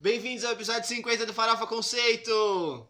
Bem-vindos ao episódio 50 do Farofa Conceito!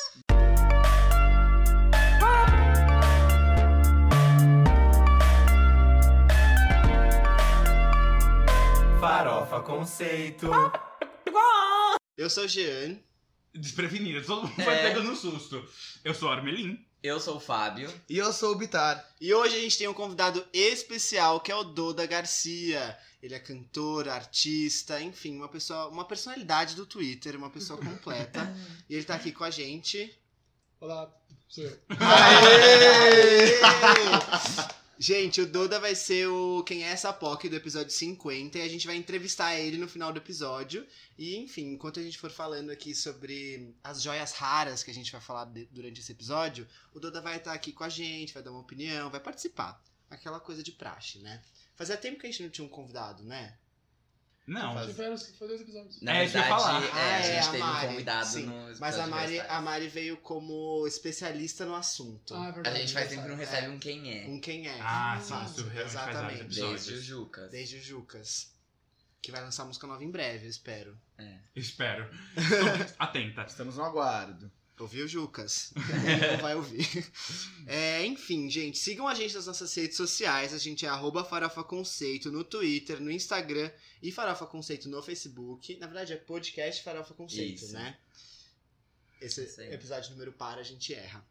Farofa Conceito. Eu sou o Jean. Desprevenido, todo mundo vai pegando um susto. Eu sou o Armelin. Eu sou o Fábio. E eu sou o Bitar. E hoje a gente tem um convidado especial que é o Doda Garcia. Ele é cantor, artista, enfim, uma personalidade do Twitter, uma pessoa completa. E ele tá aqui com a gente. Olá, sou eu. Aê! Gente, o Doda vai ser o Quem é essa POC do episódio 50 e a gente vai entrevistar ele no final do episódio. E, enfim, enquanto a gente for falando aqui sobre as joias raras que a gente vai falar durante esse episódio, o Doda vai estar aqui com a gente, vai dar uma opinião, vai participar. Aquela coisa de praxe, né? Fazia tempo que a gente não tinha um convidado, né? Não, Tiveram que fazer os episódios. Na isso que eu ia falar. verdade, a gente teve um convidado sim. no episódio. Mas de a Mari veio como especialista no assunto. Ah, é A verdade. gente faz sempre um recebe um quem é. Um quem é. Ah, sim, Fácil, isso realmente faz vários exatamente. episódios. Desde o Jucas. Desde o Jucas. Que vai lançar música nova em breve, eu espero. Espero. Estou atenta. Estamos no aguardo. Ouviu, Jucas? Ele não vai ouvir. Enfim, gente, sigam a gente nas nossas redes sociais. A gente é @farofaconceito no Twitter, no Instagram e Farofa Conceito no Facebook. Na verdade, é podcast Farofa Conceito, Isso. né? Esse Isso aí. episódio número par, a gente erra.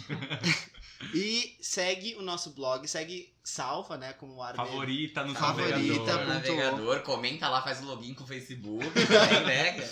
E segue o nosso blog, segue Salva, né? Como o Armin. Favorita no Favorita, navegador. ponto Navegador, comenta lá, faz o login com o Facebook. Também, né?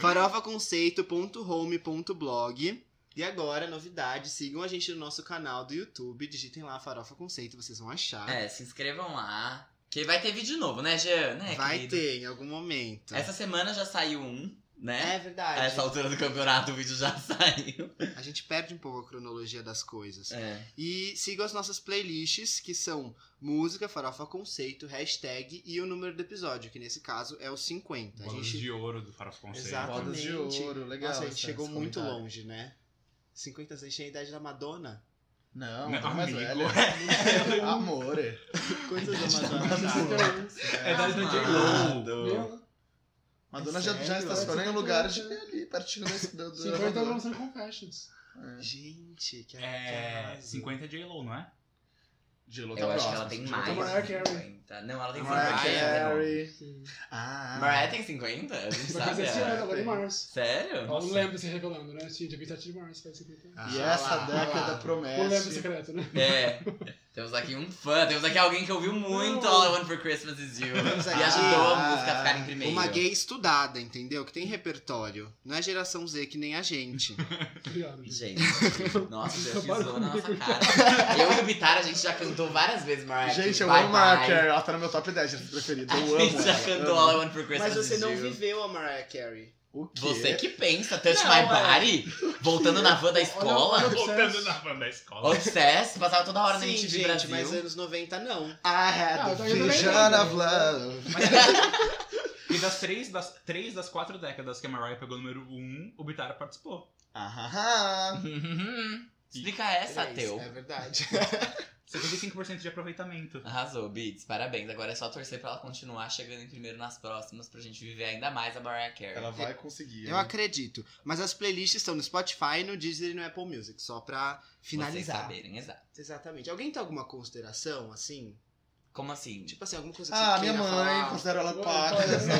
farofaconceito.home.blog. E agora, novidade, sigam a gente no nosso canal do YouTube, digitem lá Farofa Conceito, vocês vão achar. Se inscrevam lá. Que vai ter vídeo novo, né, Jean? Né, Vai querido? ter em algum momento. Essa semana já saiu um, né? É verdade. A essa altura do campeonato o vídeo já saiu. A gente perde um pouco a cronologia das coisas. É. E sigam as nossas playlists, que são música, Farofa Conceito, hashtag e o número do episódio, que nesse caso é o 50. Bolas de ouro do Farofa Conceito. Exatamente. Bolas de ouro, legal. Nossa, a gente esse chegou muito comentário. longe, né? 50 anos, a gente tinha a idade da Madonna. Não, Não, não mais amigo. velho. Amore. Coisas da Madonna. É da Amado. J-Lo. Madonna É já sério? estaciona em lugares ali, pertinho do 50 anos lançando Confessions. Gente, que É, arraso. 50 é J-Lo, não é? Gelo Eu acho que ela tem Gelo mais. tá Mariah de Carey. 50. Não, ela tem Mariah 50. Carey. Sim. Ah. Mariah tem 50? A gente Vai sabe. fazer esse ano, agora em tem. março. Sério? Ela não lembra se revelando, né? Sim, dia 27 de março, faz 50 anos. E essa lá, década lá. Não lembra promete. secreto, né? Temos aqui um fã, temos aqui alguém que ouviu muito All I Want For Christmas Is You. Temos E aqui ajudou a música a ficar em primeiro. uma gay estudada, entendeu? Que tem repertório. Não é geração Z que nem a gente. Obrigado. Gente, nossa, já pisou na nossa cara. Eu e o Bitar, a gente já cantou várias vezes Mariah Carey. Gente, eu Bye amo Mariah Bye. Carey. Ela tá no meu top 10 de preferidos. A Eu amo gente já ela. cantou All I Want For Christmas Mas você Is não You. viveu a Mariah Carey. O quê? Você que pensa, Touch Não, My Body, voltando na van da escola, Olha- Voltando na van da escola. Obsessed, passava toda hora na Sim, MTV gente, Brasil. mas anos 90 não. I had Ah, the então eu também vision não. of love. E das três das 4 décadas que a Mariah pegou o número 1, o Bitara participou. Aham. Explica essa, Três, Teu. É verdade. 75% de aproveitamento. Arrasou, Beats, parabéns. Agora é só torcer pra ela continuar chegando em primeiro nas próximas, pra gente viver ainda mais a Mariah Carey. Ela vai conseguir. Eu acredito. Mas as playlists estão no Spotify, no Deezer e no Apple Music. Só pra Vocês finalizar. saberem, exato. Exatamente. Alguém tem alguma consideração, assim? Como assim? Tipo assim, alguma coisa que Ah, você minha queira mãe, falar? considero ela paca.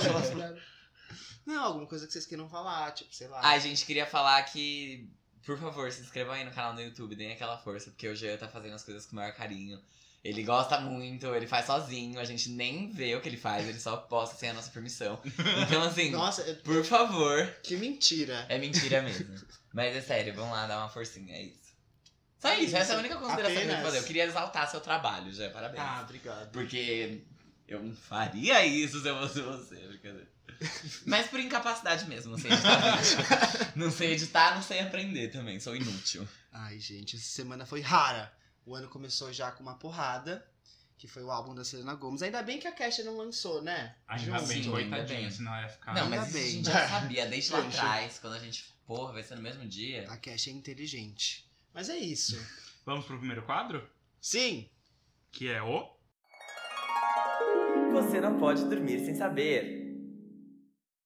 Não, alguma coisa que vocês queiram falar, tipo, sei lá. Ai, gente, queria falar que, por favor, se inscrevam aí no canal do YouTube, deem aquela força, porque o Jean tá fazendo as coisas com o maior carinho. Ele gosta muito, ele faz sozinho, a gente nem vê o que ele faz, ele só posta sem a nossa permissão. Então, assim, Nossa, por favor. que mentira. É mentira mesmo. Mas é sério, vamos lá dar uma forcinha, é isso. Só isso, essa é a única consideração que eu Apenas. ia fazer. Eu queria exaltar seu trabalho, Jean, parabéns. Ah, obrigado. Porque eu não faria isso se eu fosse você, brincadeira. Mas por incapacidade mesmo, não sei editar vídeo. Não sei editar, não sei aprender também, sou inútil. Ai, gente, essa semana foi rara. O ano começou já com uma porrada, que foi o álbum da Selena Gomez. Ainda bem que a Kesha não lançou, né? Ainda Junto. bem, Sim, ainda coitadinha, bem. senão ia ficar... Não, mas ainda isso a bem. gente já sabia desde lá Gente. atrás, quando a gente, porra, vai ser no mesmo dia. A Kesha é inteligente. Mas é isso. Vamos pro primeiro quadro? Sim! Que é o... Você não pode dormir sem saber.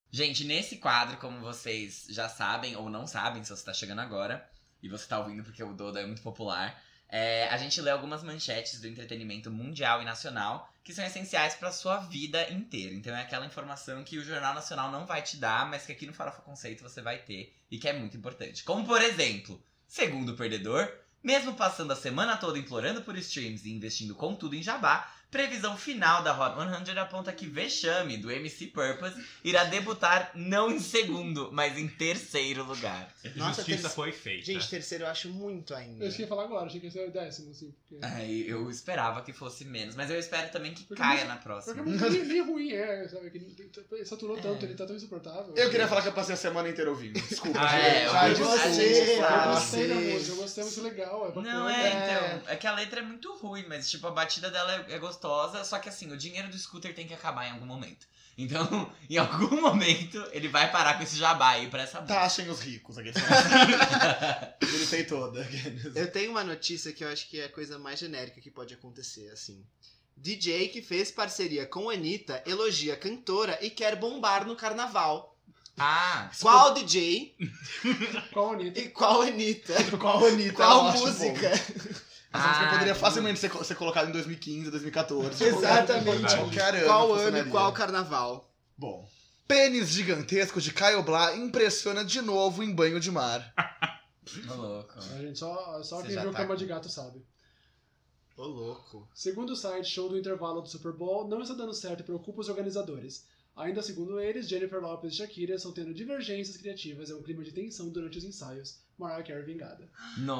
Gente, nesse quadro, como vocês já sabem ou não sabem, se você tá chegando agora e você tá ouvindo porque o Doda é muito popular, a gente lê algumas manchetes do entretenimento mundial e nacional que são essenciais pra sua vida inteira. Então é aquela informação que o Jornal Nacional não vai te dar, mas que aqui no Farofa Conceito você vai ter e que é muito importante. Como, por exemplo, segundo o perdedor, mesmo passando a semana toda implorando por streams e investindo com tudo em jabá, previsão final da Hot 100 aponta que Vexame, do MC Purpose, irá debutar não em segundo, mas em terceiro lugar. Nossa, Justiça foi feita. Gente, terceiro eu acho muito ainda. Eu ia falar agora, achei que ia ser o 10º, assim. Porque... Ai, eu esperava que fosse menos, mas eu espero também que Porque caia não- na Porque próxima. nem ruim sabe? Que ele saturou tanto, ele tá tão insuportável. Eu queria falar que eu passei a semana inteira ouvindo. Desculpa. Ah, gente. eu Ai, vi desculpa. você, Eu sabe? gostei da música, eu gostei, muito legal. É bacana. Não, então, é que a letra é muito ruim, mas tipo, a batida dela é gostosa, só que assim, o dinheiro do scooter tem que acabar em algum momento. Então, em algum momento, ele vai parar com esse jabá aí pra essa música. Taxem os ricos. Aqui. Gritei toda. Eu tenho uma notícia que eu acho que é a coisa mais genérica que pode acontecer, assim. DJ que fez parceria com Anitta elogia a cantora e quer bombar no carnaval. Ah, Qual DJ Qual a Anitta? e qual Anitta? Qual Anitta? Qual eu acho música? bom. Essa música poderia Ah, facilmente ser colocada em 2015, 2014. Exatamente. Qualquer ano. Qual ano e funcionaria. qual carnaval? Bom. Pênis gigantesco de Caio Blá impressiona de novo em banho de mar. ô louco. A gente só Você quem já viu tá Cama com- de Gato sabe. Ô, louco. Segundo o site, show do intervalo do Super Bowl não está dando certo e preocupa os organizadores. Ainda segundo eles, Jennifer Lopez e Shakira estão tendo divergências criativas e um clima de tensão durante os ensaios. Mariah Carey vingada.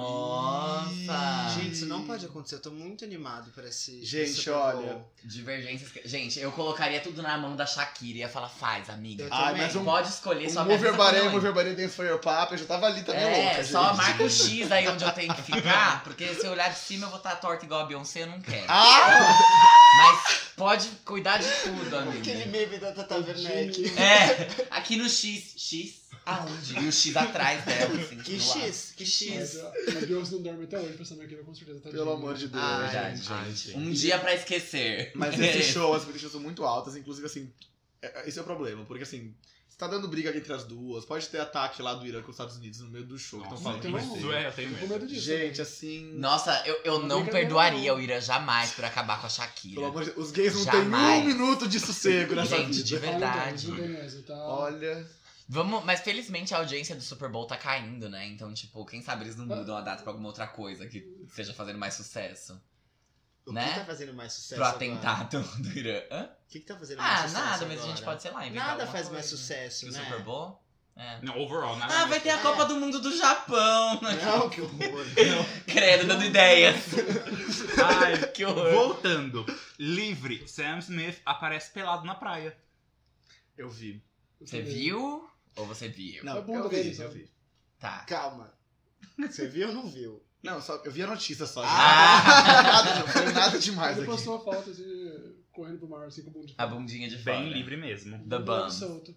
Nossa! Gente, isso não pode acontecer. Eu tô muito animado pra esse Gente, Super Bowl. olha. Divergências. Gente, eu colocaria tudo na mão da Shakira e ia falar, faz, amiga. Eu Ai, também. mas Pode escolher, só Um me avisa Mover Baré, quando eu Mover Baré Dance for Your Papa, eu já tava ali também louca, só gente. marca o X aí onde eu tenho que ficar, porque se eu olhar de cima eu vou estar torta igual a Beyoncé, eu não quero. Ah! Mas pode cuidar de tudo, amiga. Aquele meme da Tata Werneck. Aqui no X aonde? E o X atrás dela, assim. Que do lado. X? Que X? A Beyoncé não dorme até hoje pensando naquilo, com certeza. Tadinha. Pelo amor de Deus. Ah, Verdade, Ai, gente. gente. Um dia pra esquecer. Mas esse show, as expectativas são muito altas, inclusive assim, esse é o problema, porque assim, você tá dando briga entre as duas, pode ter ataque lá do Irã com os Estados Unidos no meio do show que estão Nossa, falando que então vai isso ter. eu tenho Tô com medo. medo disso. Gente, assim, Nossa, eu não Briga perdoaria não. o Irã jamais por acabar com a Shakira. pelo amor de Deus, os gays não Jamais. têm 1 minuto de sossego nessa Gente, vida. de verdade. Não tem mesmo, tá? Olha, Mas felizmente a audiência do Super Bowl tá caindo, né? Então, tipo, quem sabe eles não mudam a data pra alguma outra coisa que esteja fazendo mais sucesso. O Né? que tá fazendo mais sucesso Pro agora? atentado do Irã. Hã? O que tá fazendo mais Ah, sucesso nada, mas a agora? gente pode, sei lá, inventar Nada alguma faz mais coisa. sucesso, Que o né? Super Bowl? É. Não, overall, nada. Ah, vai ter a É. Copa do Mundo do Japão. Né? Não, que horror. Credo, dando ideias. Ai, Que horror. voltando. Livre, Sam Smith aparece pelado na praia. eu vi. Você viu? Ou você viu? Não, É bom eu dele, vi, eu sabe? vi. Tá. Calma. Você viu ou não viu? Não, só, eu vi a notícia só. Ah. Nada, não foi nada demais Ele aqui. postou uma foto assim, correndo pro mar, assim, com o bundo de A bundinha de fora. Bem livre mesmo. The Bum. solto.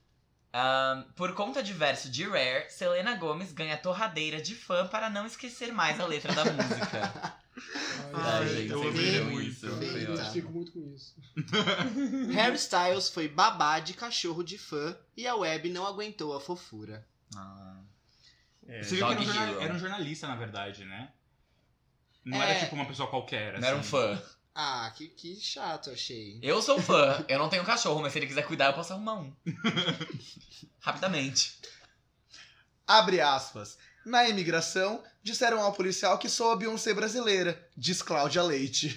Por conta de verso de Rare, Selena Gomez ganha torradeira de fã para não esquecer mais a letra da música. Ai, gente, eu vocês amei viram muito. isso? Eu Foi me ótimo. identifico muito com isso. Harry Styles foi babá de cachorro de fã e a web não aguentou a fofura. Ah. Você viu que Dog Hero. era um jornalista, na verdade, né? Não É. era tipo uma pessoa qualquer. Não era um assim. fã. Ah, que chato, achei. Eu sou fã, eu não tenho cachorro, mas se ele quiser cuidar, eu posso arrumar um. Rapidamente. Abre aspas. Na imigração, disseram ao policial que sou a Beyoncé brasileira, diz Cláudia Leite.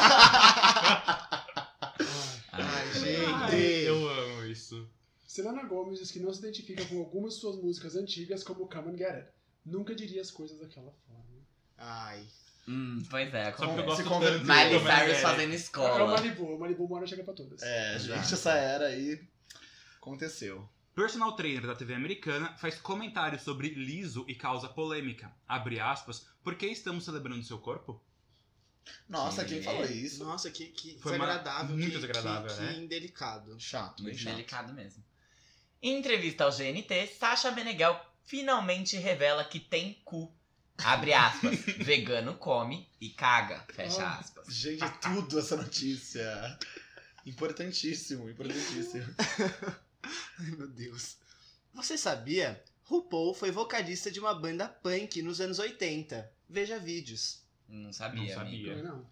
Ai, Ai, gente. eu amo isso. Selena Gomez diz que não se identifica com algumas de suas músicas antigas, como Come and Get It. Nunca diria as coisas daquela forma. Ai. Pois é, Só porque eu acontece. gosto Se converteu. tanto. Miley Como é que Cyrus é. fazendo É o escola. Malibu. O Malibu mora chega pra todas. É, Exato. gente, essa era aí aconteceu. Personal trainer da TV americana faz comentários sobre liso e causa polêmica. Abre aspas, por que estamos celebrando seu corpo? Nossa, Que- quem falou isso? Nossa, que Foi desagradável. muito que- desagradável, que, né? Que indelicado. Chato, bem Muito chato. delicado mesmo. Em entrevista ao GNT, Sasha Meneghel finalmente revela que tem cu. Abre aspas. Vegano come e caga. Fecha aspas. Gente, tudo essa notícia. Importantíssimo, importantíssimo. Ai, meu Deus. Você sabia? RuPaul foi vocalista de uma banda punk nos anos 80. Veja vídeos. Não sabia, Não amigo. sabia. Não.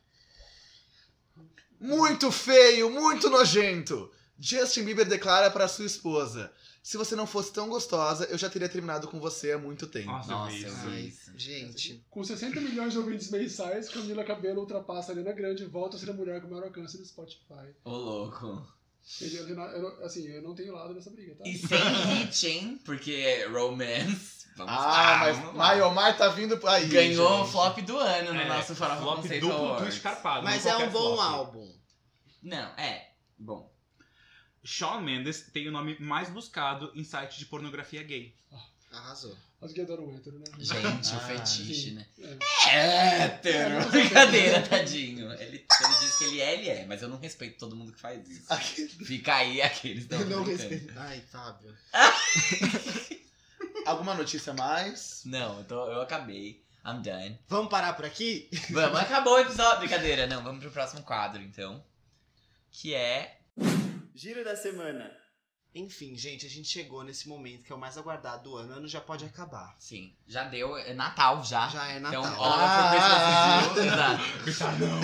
Muito feio, muito nojento. Justin Bieber declara para sua esposa: se você não fosse tão gostosa, eu já teria terminado com você há muito tempo. Nossa, Nossa, eu vi eu isso. vi isso. Gente, Com 60 milhões de ouvintes mensais, Camila Cabello ultrapassa a Ariana Grande e volta a ser a mulher com maior alcance no Spotify. Ô, louco. Eu não tenho lado nessa briga, tá? E sem hit, hein? Porque Romance... Vamos Mas lá. Maiomar tá vindo aí. Ganhou o gente. flop do ano no É, nosso Farofa flop Conceito duplo do Awards. escarpado. mas não é um qualquer bom flop. álbum. Não, bom. Shawn Mendes tem o nome mais buscado em site de pornografia gay. Arrasou. As gays adoram hétero, né? Gente, o Ah, fetiche, sim. né? É. Hétero! É, Brincadeira, tadinho. Ele diz que ele é, mas eu não respeito todo mundo que faz isso. Fica aí aqueles Eu não brincando. respeito. Ai, Fábio. Alguma notícia a mais? Não, eu acabei. I'm done. Vamos parar por aqui? Vamos, acabou o episódio. Brincadeira, não, vamos pro próximo quadro, então. Que é... Giro da semana. Enfim, gente, a gente chegou nesse momento que é o mais aguardado do ano. O ano já pode acabar. Sim, já deu, é Natal já. Já é Natal. Então, olha pro Exato. Coitado, não.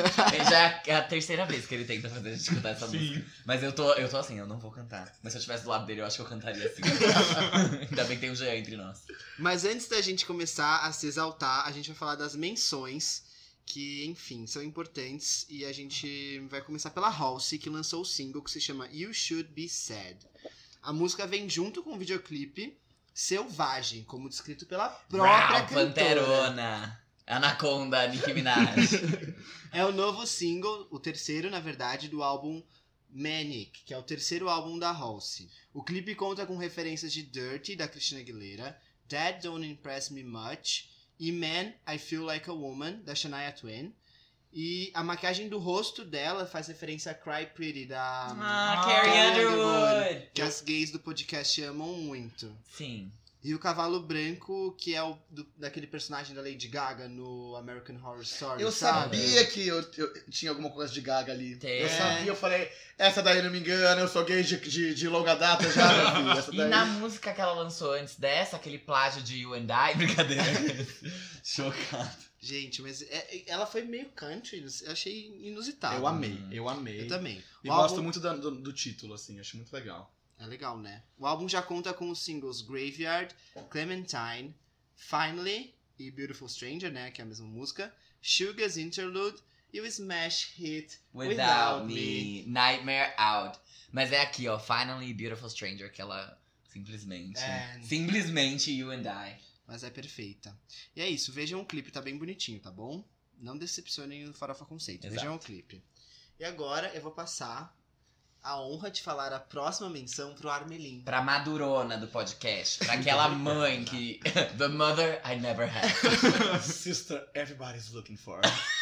Já é a terceira vez que ele tenta fazer a gente cantar essa Sim. música. Mas eu tô assim, eu não vou cantar. Mas se eu estivesse do lado dele, eu acho que eu cantaria assim. Ainda bem que tem um Jean entre nós. Mas antes da gente começar a se exaltar, a gente vai falar das menções que, enfim, são importantes. E a gente vai começar pela Halsey, que lançou o single que se chama You Should Be Sad. A música vem junto com o videoclipe selvagem, como descrito pela própria Rau, cantora. Panterona. Anaconda, Nicki Minaj. É o novo single, o terceiro, na verdade, do álbum Manic, que é o terceiro álbum da Halsey. O clipe conta com referências de Dirty, da Christina Aguilera, That Don't Impress Me Much e Man, I Feel Like a Woman, da Shania Twain. E a maquiagem do rosto dela faz referência a Cry Pretty, da Carrie Carrie Underwood. que as gays do podcast amam muito. Sim. E o Cavalo Branco, que é daquele personagem da Lady Gaga no American Horror Story, Eu sabe? sabia que eu tinha alguma coisa de Gaga ali. Tem. Eu sabia, eu falei, essa daí não me engana, eu sou gay de longa data já, meu filho. Essa E daí... na música que ela lançou antes dessa, aquele plágio de You and I, brincadeira. Chocado. Gente, mas ela foi meio country, eu achei inusitado. Eu amei, eu amei. Eu também. E O gosto álbum- muito do título, assim, acho muito legal. É legal, né? O álbum já conta com os singles Graveyard, Clementine, Finally e Beautiful Stranger, né? Que é a mesma música, Sugar's Interlude e o smash hit Without Me, Nightmare Out. Mas é aqui, ó, Finally Beautiful Stranger, que ela simplesmente You and I. Mas é perfeita. E é isso, vejam o clipe, tá bem bonitinho, tá bom? Não decepcionem o Farofa Conceito, Exato. vejam o clipe. E agora eu vou passar a honra de falar a próxima menção pro Armelin. Pra madurona do podcast, pra aquela mãe que... The mother I never had. Sister, everybody's looking for.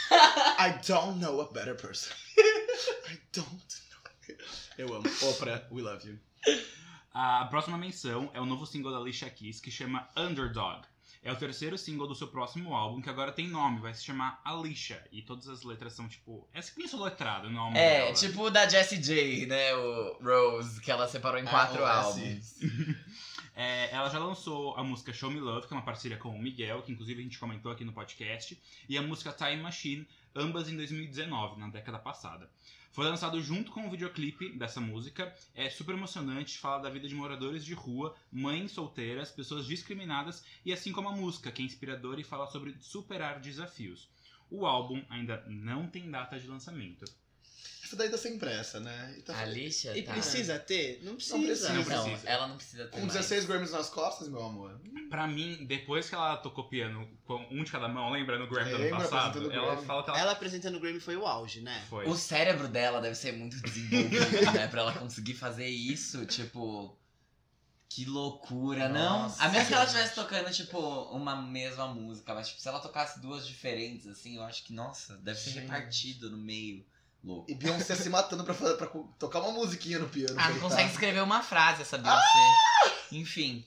I don't know a better person. I don't know. Eu amo. Oprah, we love you. A próxima menção é o novo single da Alicia Keys, que chama Underdog. É o terceiro single do seu próximo álbum, que agora tem nome, vai se chamar Alicia. E todas as letras são, tipo... É assim soletrado o nome É, dela. tipo o da Jessie J, né? O Rose, que ela separou em 4 álbuns. Ela já lançou a música Show Me Love, que é uma parceria com o Miguel, que inclusive a gente comentou aqui no podcast. E a música Time Machine, ambas em 2019, na década passada. Foi lançado junto com o videoclipe dessa música. É super emocionante, fala da vida de moradores de rua, mães solteiras, pessoas discriminadas e assim como a música, que é inspiradora e fala sobre superar desafios. O álbum ainda não tem data de lançamento. Essa daí tá sem pressa, né? E tá Alicia E tá... precisa ter? Não precisa. precisa. Não Não, precisa. ela não precisa ter Com mais. 16 Grammys nas costas, meu amor. Pra mim, depois que ela tocou piano com um de cada mão, lembra no Grammy do ano Lembra, passado? apresentando o Ela Grammy. fala que ela Ela apresentando o Grammy foi o auge, né? foi. O cérebro dela deve ser muito desenvolvido, né? Pra ela conseguir fazer isso, tipo... Que loucura, Nossa, não? A menos que ela gente. estivesse tocando, tipo, uma mesma música. Mas, tipo, se ela tocasse duas diferentes, assim, eu acho que, nossa, deve ser Gente. repartido no meio. Louco. E Beyoncé se matando pra tocar uma musiquinha no piano. Ah, não coitada. consegue escrever uma frase essa Beyoncé. Enfim.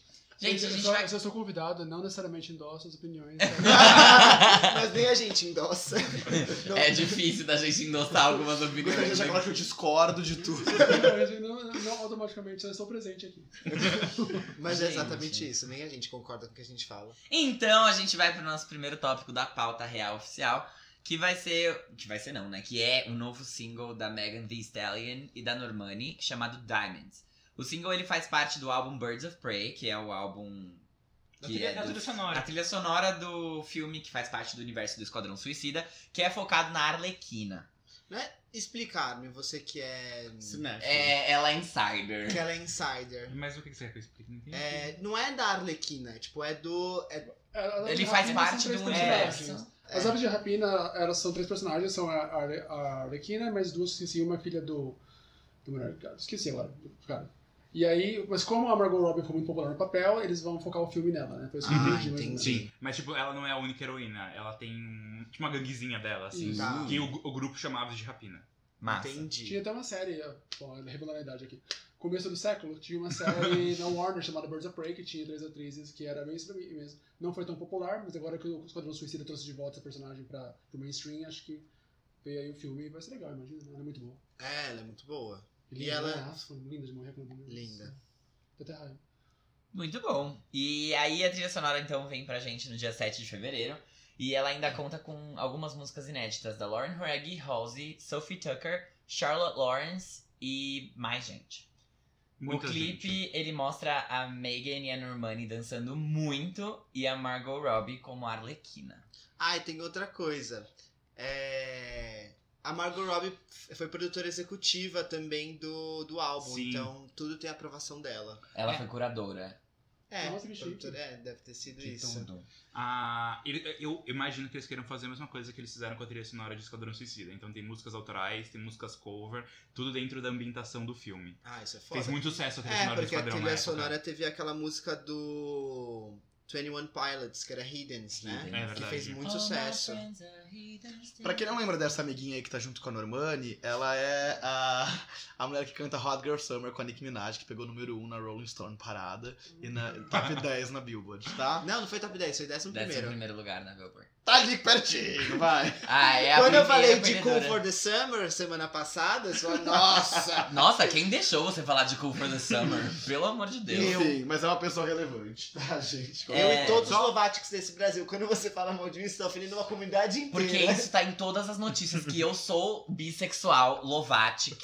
Gente, a gente vai... Se eu sou convidado, não necessariamente endosso as opiniões. Mas nem a gente endossa. Não. É difícil da gente endossar algumas Muita opiniões. gente fala que eu discordo de tudo. Não automaticamente, eu estou presente aqui. Mas Gente. é exatamente isso, nem a gente concorda com o que a gente fala. Então, a gente vai pro nosso primeiro tópico da pauta real oficial, que vai ser não, né? Que é o novo single da Megan Thee Stallion e da Normani, chamado Diamonds. O single, ele faz parte do álbum Birds of Prey, que é o álbum... Da que trilha- é da do- trilha sonora. A trilha sonora do filme que faz parte do universo do Esquadrão Suicida, que é focado na Arlequina. Não é explicar-me, você que é. Cinéfilo. Ela é insider. Que ela é insider. Mas o que você quer que eu explique? Não entendi. Não é da Arlequina, tipo, é do. Ele faz parte do universo. As aves de rapina, elas são 3 personagens, são a Arlequina, mais 2, esqueci, uma filha do mulher, esqueci agora, cara. E aí, mas como a Margot Robbie foi muito popular no papel, eles vão focar o filme nela, né? Foi isso que eu entendi, mais ou menos. Sim, mas tipo, ela não é a única heroína. Ela tem tipo uma ganguezinha dela, assim. Isso. Tá. Que o grupo chamava de rapina. Massa. Entendi. Tinha até uma série, revelando a idade aqui. Começo do século, tinha uma série na Warner chamada Birds of Prey, que tinha 3 atrizes, que era bem isso pra mim mesmo. Não foi tão popular, mas agora que o Esquadrão Suicida trouxe de volta essa personagem pro mainstream, acho que veio aí o filme e vai ser legal, imagina. Ela é muito boa. Ela é muito boa. Linda, E ela- né? Nossa, foi linda de morrer. Linda. Tô até raiva. Muito bom. E aí a trilha sonora então vem pra gente no dia 7 de fevereiro. E ela ainda conta com algumas músicas inéditas da Lauren Horegi, Halsey, Sophie Tucker, Charlotte Lawrence e mais gente. Muita o clipe, gente. ele mostra a Megan e a Normani dançando muito e a Margot Robbie como Arlequina. Ah, e tem outra coisa. A Margot Robbie foi produtora executiva também do álbum, Sim. então tudo tem a aprovação dela. Ela foi curadora Nossa, que chique. Deve ter sido de isso. tudo. Eu imagino que eles queiram fazer a mesma coisa que eles fizeram com a trilha sonora de Esquadrão Suicida. Então tem músicas autorais, tem músicas cover, tudo dentro da ambientação do filme. Ah, isso é foda. Fez muito sucesso a trilha sonora do Porque a Esquadrão na trilha época. sonora teve aquela música do 21 Pilots, que era Hiddens, né? Hidden. É Que verdade. fez muito sucesso. Pra quem não lembra dessa amiguinha aí que tá junto com a Normani, ela é a mulher que canta Hot Girl Summer com a Nicki Minaj, que pegou o número 1 na Rolling Stone parada e na top 10 na Billboard, tá? Não foi top 10, foi 11º. 11º lugar na Billboard. Tá ali pertinho, vai. Ah, é a Quando eu primeira falei de Cool perdedora. for the Summer semana passada, você falou, nossa! Nossa, quem deixou você falar de Cool for the Summer? Pelo amor de Deus. Enfim, mas é uma pessoa relevante, tá, gente? Eu É, e todos os Lováticos desse Brasil, quando você fala mal de mim, você tá ofendendo uma comunidade inteira. Porque isso tá em todas as notícias que eu sou bissexual, Lovatic,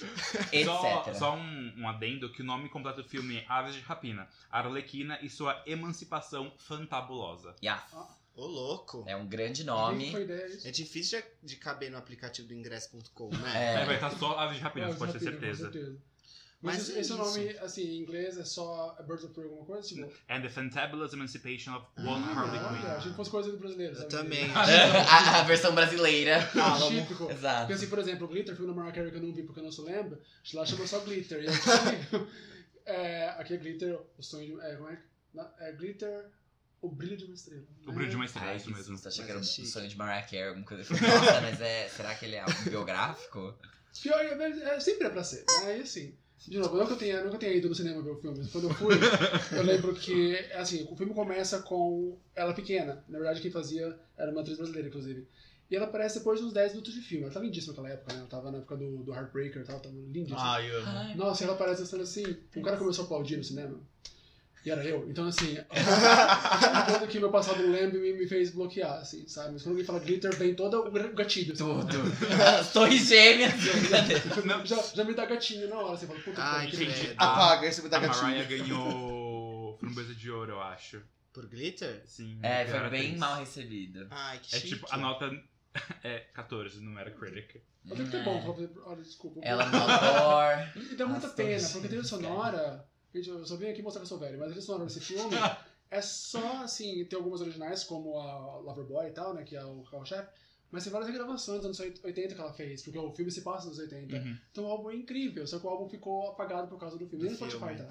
etc. Só um adendo que o nome completo do filme é Aves de Rapina, Arlequina e sua emancipação fantabulosa. Yeah, Ô, louco. é um grande Quem nome. foi ideia isso? É difícil de caber no aplicativo do ingresso.com, né? É. Vai estar só Aves de Rapina, Ah, você pode ter Rapina, com certeza. Mas Mas é esse isso. nome, assim, em inglês é só Birds of Prey alguma coisa? Tipo, And the Fantabulous Emancipation of One Harley olha, Quinn. achei que fosse coisa do brasileiro, Eu sabe? também. a versão brasileira. Típico. Exato. Porque assim, por exemplo, o Glitter, filme da Mariah Carey que eu não vi porque eu não sou lembro, lá chamou só Glitter. E aqui, aqui é Glitter, o sonho de... como é? É Glitter, o brilho de uma estrela. O Brilho de uma Estrela, Ai, isso que mesmo. susto, achei Mas que era é o chique. sonho de Mariah Carey, alguma coisa assim. Nossa, mas será que ele é autobiográfico? Pior, sempre é pra ser, né? E assim, de novo, eu nunca tenha ido no cinema ver o filme, mas quando eu fui, eu lembro que, assim, o filme começa com ela pequena. Na verdade, quem fazia era uma atriz brasileira, inclusive. E ela aparece depois de uns 10 minutos de filme. Ela tava lindíssima naquela época, né? Ela tava na época do Heartbreaker e tal, tava lindíssima. Ai, eu amo. Nossa, e ela aparece sendo assim, um cara começou a aplaudir no cinema. E era eu. Então, assim, quando que meu passado lembra me fez bloquear, assim, sabe? Mas quando alguém fala glitter, vem todo o gatilho. assim. Tudo. As torres gêmeas. Já me dá gatinho na hora, você fala, puta Ai, que que pariu. medo. Apaga, esse me dá A Mariah gatilho. ganhou Framboesa de Ouro, eu acho. Por Glitter? Sim. É, melhor foi bem atriz. mal recebido. Ai, que É chique. tipo, a nota é 14 no Metacritic. Mas tem que ter bom, olha, desculpa. Ela no autor. E dá muita As pena, torres porque a trilha gêmeas, sonora. Gente, eu só vim aqui mostrar que eu sou velho, mas a trilha sonora desse filme é só, assim, tem algumas originais, como a Loverboy e tal, né, que é o carro-chefe, mas tem várias regravações dos anos 80 que ela fez, porque o filme se passa nos 80. Uhum. Então o álbum é incrível, só que o álbum ficou apagado por causa do filme. Nem no filme. Spotify, tá?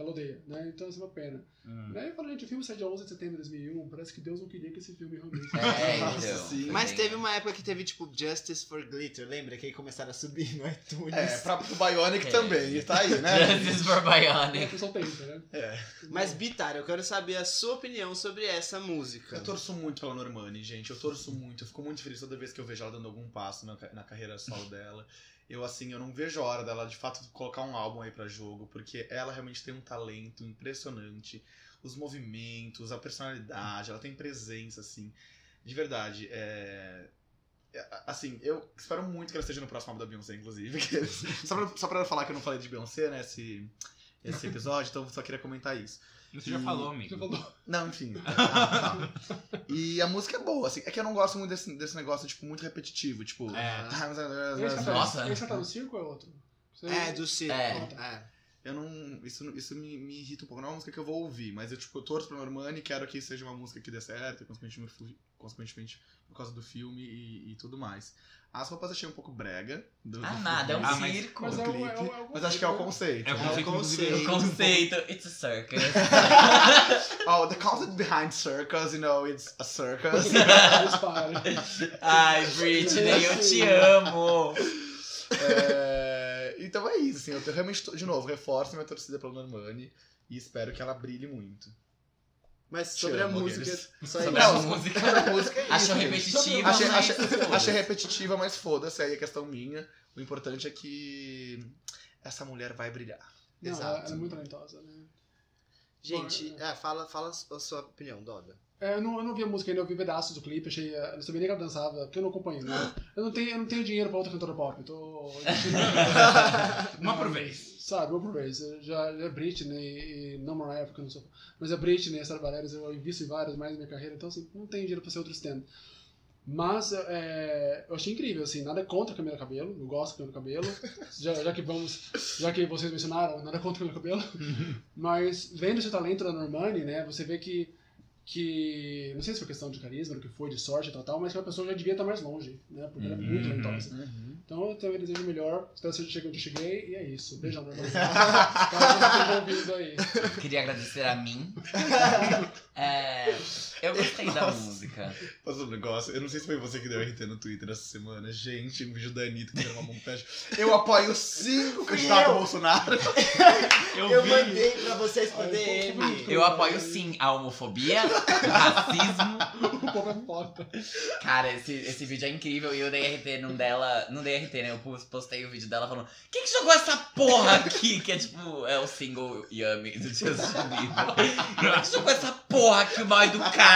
que ela odeia, né? Então isso é uma pena. Aí eu falo, gente, o filme sai dia 11 de setembro de 2001, parece que Deus não queria que esse filme realmente... Então. sim. Mas teve uma época que teve, tipo, Justice for Glitter, lembra? Que aí começaram a subir no iTunes. Pro Bionic também, e tá aí, né? Justice for Bionic. O pessoal tenta, né? Mas, Bitar, eu quero saber a sua opinião sobre essa música. Eu torço muito pela Normani, gente. Eu torço muito. Eu fico muito feliz toda vez que eu vejo ela dando algum passo na carreira solo dela. Eu não vejo a hora dela, de fato, colocar um álbum aí pra jogo, porque ela realmente tem um talento impressionante. Os movimentos, a personalidade, ela tem presença, assim. De verdade, assim, eu espero muito que ela esteja no próximo álbum da Beyoncé, inclusive. Só pra falar que eu não falei de Beyoncé, né, esse episódio, então eu só queria comentar isso. Você já falou, amigo. Você falou. Não, enfim. Tá. E a música é boa, assim. É que eu não gosto muito desse negócio, tipo, muito repetitivo. Tipo... Nossa. Esse que tá no circo ou é outro? Do circo. Eu não... Isso me irrita um pouco. Não é uma música que eu vou ouvir, mas eu torço pra Normani e quero que seja uma música que dê certo, consequentemente por causa do filme e tudo mais. As roupas achei um pouco brega. Nada, é um circo. Mas do clipe, mas acho que é o conceito. É o conceito, O conceito, it's a circus. The concept behind circus, it's a circus. Ai, Britney, eu te amo. Então é isso, assim, eu realmente, de novo, reforço minha torcida pela Normani e espero que ela brilhe muito. Mas sobre a música... Sobre a música. É isso, Achou gente. repetitiva, Achei repetitiva, mas foda-se, aí é questão minha. O importante é que essa mulher vai brilhar. Não, Exato. ela é muito talentosa, né? Gente, fala a sua opinião, Doda. Eu não vi a música ainda, eu vi pedaços do clipe, achei. Eu não sabia nem que ela dançava, porque eu não acompanho, né? Eu não tenho dinheiro pra outra cantora pop, eu tô. Uma por vez. Sabe, uma por vez. Já é Britney e não Mariah, porque eu não sou. Mas a Britney e a Sarah Bareilles eu invisto em várias mais na minha carreira, então assim, não tenho dinheiro pra ser outro stand. Mas eu achei incrível, assim, nada contra a Camila Cabello, eu gosto da Camila Cabello, já que vocês mencionaram, nada contra a Camila Cabello, mas vendo esse talento da Normani, né, você vê que não sei se foi questão de carisma, do que foi, de sorte e tal, mas que a pessoa já devia estar mais longe, né, porque ela é muito talentosa. Então eu também desejo melhor, espero que você chegue onde eu cheguei, e é isso. Beijão, Normani. Caso vocês estejam ouvindo aí. Queria agradecer a mim. Eu gostei da música. Fazer um negócio, eu não sei se foi você que deu RT no Twitter essa semana. Gente, um vídeo da Anitta que era uma montagem. Eu apoio 5 candidatos ao Bolsonaro. Eu mandei pra vocês por DM. Eu apoio sim a homofobia, o racismo. O povo é foda. Cara, esse vídeo é incrível e eu dei RT num dela. Não dei RT, né? Eu postei o vídeo dela falando: quem que jogou essa porra aqui? Que é tipo, é o single Yummy do Justin Bieber. Quem que jogou essa porra aqui, o mal educado?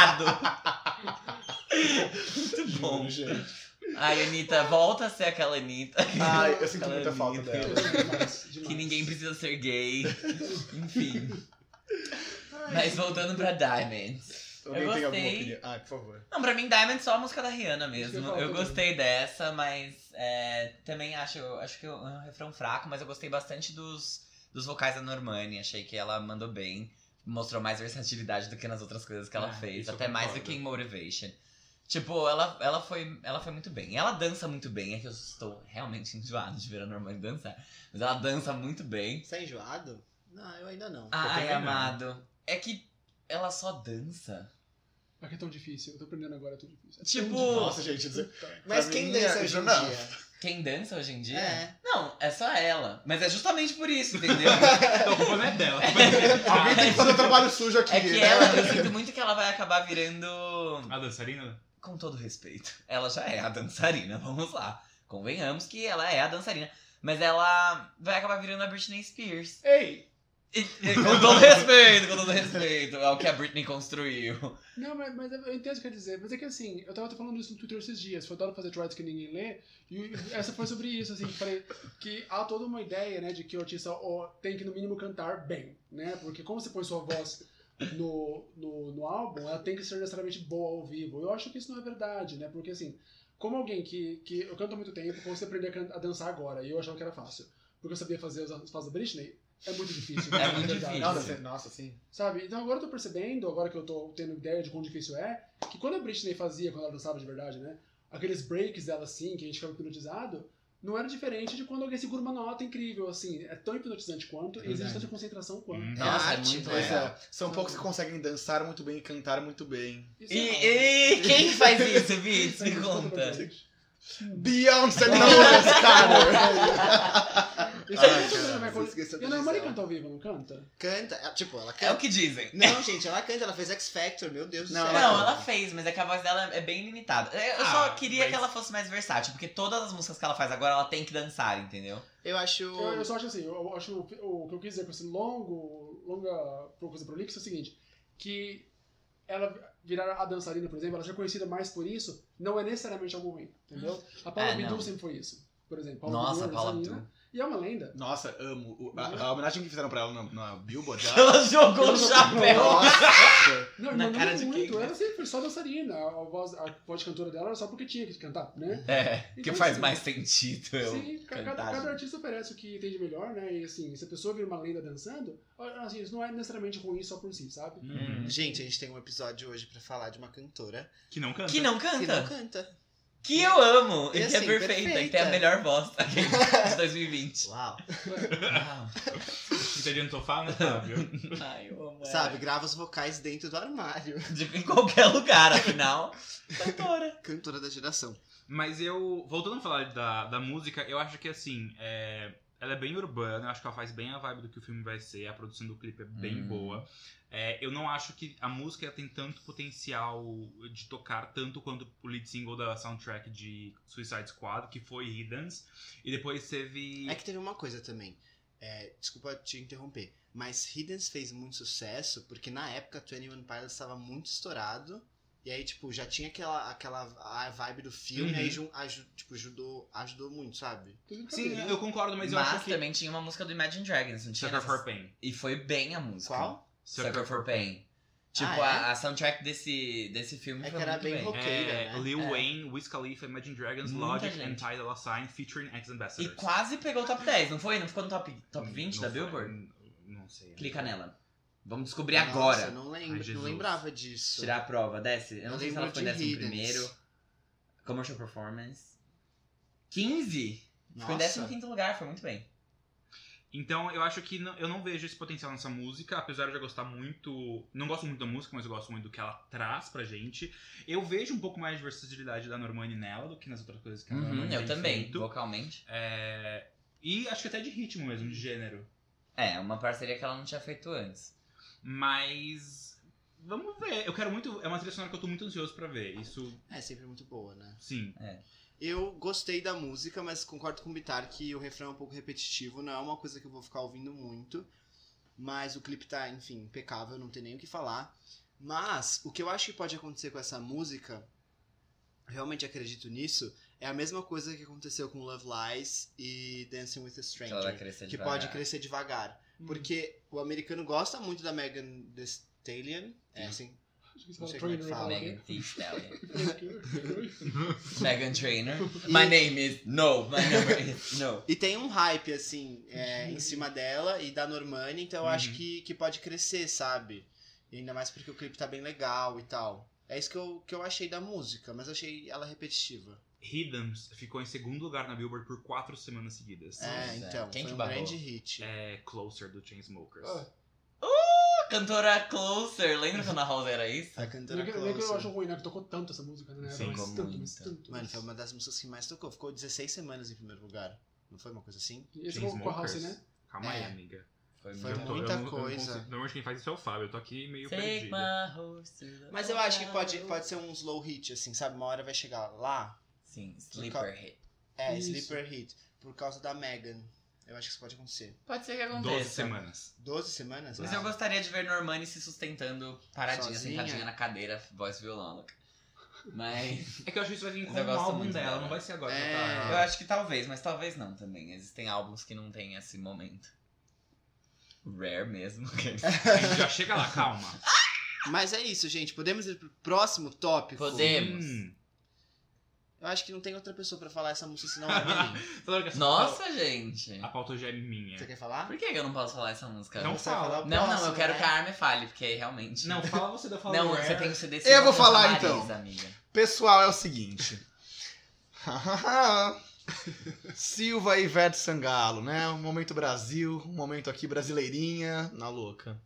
Muito bom, gente. Ai, Anitta, volta a ser aquela Anitta. Ai, eu sinto Aquela muita falta Anitta. dela. Demais. Que ninguém precisa ser gay. Enfim. Mas voltando pra Diamonds. Alguém Eu tem alguma gostei. opinião? Ai, por favor. Não, pra mim Diamond é só a música da Rihanna mesmo. Isso que eu Eu falo gostei dessa, mas também acho que é um refrão fraco, mas eu gostei bastante dos vocais da Normani. Achei que ela mandou bem. Mostrou mais versatilidade do que nas outras coisas que ela fez. isso eu Até mais do concordo. que em Motivation. Tipo, ela foi muito bem. Ela dança muito bem. É que eu estou realmente enjoado de ver a Normani dançar. Mas ela dança muito bem. Você é enjoado? Não, eu ainda não. Ai, também não. amado. É que ela só dança. É que é tão difícil, eu tô aprendendo agora, é tão difícil. Tipo, Nossa, gente, dizer. Mas Pra quem mim, dança hoje em não. dia? quem dança hoje em dia? É. Não, é só ela. Mas é justamente por isso, entendeu? Então a culpa não é dela. Alguém tem que fazer o trabalho sujo aqui. É que né? eu sinto muito que ela vai acabar virando... A dançarina? Com todo respeito, ela já é a dançarina, vamos lá. Convenhamos que ela é a dançarina. Mas ela vai acabar virando a Britney Spears. Ei! Com todo respeito ao que a Britney construiu. Não, mas eu entendo o que quer dizer. Mas é que assim, eu tava falando isso no Twitter esses dias. Foi adoro fazer threads que ninguém lê. E essa foi sobre isso, assim. Falei que há toda uma ideia, né, de que o artista tem que, no mínimo, cantar bem, né? Porque como você põe sua voz no álbum, ela tem que ser necessariamente boa ao vivo. Eu acho que isso não é verdade, né? Porque assim, como alguém que eu canto há muito tempo, como você aprender a dançar agora, e eu achava que era fácil, porque eu sabia fazer as fases da Britney, é muito difícil. É muito verdade. difícil. Nossa, sim. Sabe? Então agora eu tô percebendo, agora que eu tô tendo ideia de quão difícil é, que quando a Britney fazia, quando ela dançava de verdade, né? Aqueles breaks dela assim, que a gente ficava hipnotizado, não era diferente de quando alguém segura uma nota incrível, assim. É tão hipnotizante quanto, exige Verdade. tanta concentração quanto. Nossa, é arte, muito Pois legal. é. São poucos que conseguem dançar muito bem e cantar muito bem. Isso é E quem faz isso, Vitz? Me conta. Beyoncé não é cara. Isso é Ah, muito cara, bem, você esqueceu E a de Normani dizer. canta ao vivo, não canta? Canta, tipo, ela É canta. o que dizem. Não, gente, ela canta, ela fez X Factor, meu Deus do Não, céu. Não, ela fez, mas é que a voz dela é bem limitada. Eu só queria mas- que ela fosse mais versátil, porque todas as músicas que ela faz agora, ela tem que dançar, entendeu? Eu acho. Eu só acho assim, eu acho o que eu quis dizer com esse longa coisa prolixa é o seguinte, que ela virar a dançarina, por exemplo, ela já é conhecida mais por isso, não é necessariamente algo ruim, entendeu? A Paula É, Abdul não. sempre foi isso, por exemplo. Nossa, Abdul é Paula dançarina, Abdul. E é uma lenda. Nossa, amo. A homenagem que fizeram pra ela na Billboard. Ela jogou o chapéu. Nossa. Não, Na mandou cara de muito. quem? Ela sempre foi só dançarina. A voz de cantora dela era só porque tinha que cantar, né? É, que Então, faz assim, mais sentido eu Sim, cantar. cada artista oferece o que tem de melhor, né? E assim, se a pessoa vira uma lenda dançando, assim, isso não é necessariamente ruim só por si, sabe? Hum. Gente, a gente tem um episódio hoje pra falar de uma cantora Que não canta. Que não que não canta. canta. Que eu amo. E E que é assim, perfeita. E tem a perfeita. melhor voz de 2020. Uau. Uau. Sentadinha no sofá, não sabe? Ai, eu amo ela. Sabe, grava os vocais dentro do armário. Em qualquer lugar, afinal. Cantora. Cantora da geração. Mas voltando a falar da música, eu acho que assim, ela é bem urbana, eu acho que ela faz bem a vibe do que o filme vai ser, a produção do clipe é bem boa. Eu não acho que a música tem tanto potencial de tocar tanto quanto o lead single da soundtrack de Suicide Squad, que foi Hiddens, e depois teve... É que teve uma coisa também. Desculpa te interromper. Mas Hiddens fez muito sucesso porque na época 21 Pilots estava muito estourado. E aí, tipo, já tinha aquela vibe do filme. Uhum. Aí, ajudou muito, sabe? Sim, eu concordo, mas Mas eu acho que... também tinha uma música do Imagine Dragons, não tinha? Sucker for Pain. E foi bem a música. Qual? Sucker for Pain. Tipo, Ah, é? a soundtrack desse filme É foi que era muito bem bem. roqueira, né? Lil É. Wayne, Wiz Khalifa, Imagine Dragons, Muita Logic gente. and Ty Dolla $ign featuring E ex-ambassadors. quase pegou o top 10, não foi? Não ficou no top 20 da Não foi, Billboard? Não sei. Clica nela. Vamos descobrir Nossa, agora. eu não lembro, Ai, não Jesus. lembrava disso. Tirar a prova, desce. Eu não Eu sei se ela lembro foi de em Hiddens. 11º. Commercial Performance. 15? Ficou em Nossa. 15º lugar, foi muito bem. Então, eu acho que eu não vejo esse potencial nessa música, apesar de eu gostar muito... Não gosto muito da música, mas eu gosto muito do que ela traz pra gente. Eu vejo um pouco mais de versatilidade da Normani nela do que nas outras coisas que a Normani eu tem também, feito. vocalmente. E acho que até de ritmo mesmo, de gênero. É, uma parceria que ela não tinha feito antes. Mas... Vamos ver. Eu quero muito... É uma trilha sonora que eu tô muito ansioso pra ver. Isso, É sempre muito boa, né? sim. Eu gostei da música, mas concordo com o Bitar que o refrão é um pouco repetitivo. Não é uma coisa que eu vou ficar ouvindo muito. Mas o clipe tá, enfim, impecável, não tem nem o que falar. Mas o que eu acho que pode acontecer com essa música, realmente acredito nisso, é a mesma coisa que aconteceu com Love Lies e Dancing with a Que ela vai Stranger. crescer Que devagar. pode crescer devagar. Porque o americano gosta muito da Megan Thee Stallion. É assim. Acho que Não você sei fala como é que trainer, fala. Megan Thee Stallion. fala Megan Trainor. My name is... No, my number is... No. E tem um hype, assim, em cima dela e da Normani, então eu acho que pode crescer, sabe? E ainda mais porque o clipe tá bem legal e tal. É isso que eu achei da música, mas eu achei ela repetitiva. Hiddens ficou em segundo lugar na Billboard por 4 semanas seguidas. Então, Quem foi que um barrou? grande hit. É Closer, do Chainsmokers. Ah, Cantora Closer. Lembra quando a House era isso? A cantora nem que eu Closer. acho ruim, né? Que tocou tanto essa música, né? Sim, mas ficou tanto, mas muito. tanto. Mano, foi uma das músicas que mais tocou. Ficou 16 semanas em primeiro lugar. Não foi uma coisa assim? E esse com a House, né? Calma aí, É. amiga. Foi muito muita eu não coisa. consigo- Normalmente quem faz isso é o Fábio, eu tô aqui meio Take perdido. my horse to the Mas eu acho que pode battle. ser um slow hit, assim, sabe? Uma hora vai chegar lá. Sim, Sleeper Hit. Isso. Sleeper hit. Por causa da Megan. Eu acho que isso pode acontecer. Pode ser que 12 aconteça. semanas. 12 semanas? Mas Ah. eu gostaria de ver Normani se sustentando paradinha, Sozinha? sentadinha na cadeira, voz violão. Mas É que eu acho que isso vai vir com Mas eu o gosto álbum muito dela, dela. não vai ser agora. É. que ela eu acho que talvez, mas talvez não também. Existem álbuns que não tem esse momento. Rare mesmo. A gente já chega lá, calma. Mas é isso, gente. Podemos ir pro próximo tópico? Podemos. Eu acho que não tem outra pessoa pra falar essa música senão a Evelyn. Falaram que essa Nossa, gente. A pauta já é minha. Você quer falar? Por que eu não posso falar essa música? Não Você vai fala. falar o Não, eu próximo, quero né? que a Armin fale, porque realmente... Não, fala você da Fala Não, Rare. você tem que ser desse Eu vou jeito, falar, Marisa, então. amiga. Pessoal, é o seguinte. Silva e Ivete Sangalo, né? Um momento Brasil, um momento aqui brasileirinha, na louca.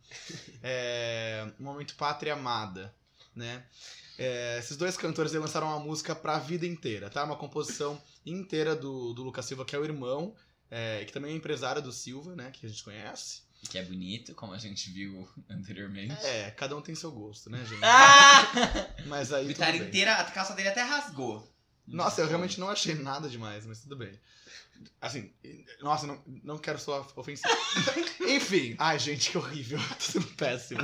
Um momento Pátria Amada, né? Esses dois cantores eles lançaram uma música pra vida inteira, tá? Uma composição inteira do Lucas Silva, que é o irmão, que também é empresário do Silva, né? Que a gente conhece. Que é bonito, como a gente viu anteriormente. Cada um tem seu gosto, né, gente? Mas aí Vitória tudo bem. inteira, a calça dele até rasgou. Nossa, eu realmente não achei nada demais, mas tudo bem. Assim, nossa, não quero soar ofensivo. Enfim. Ai, gente, que horrível. Tô sendo péssimo.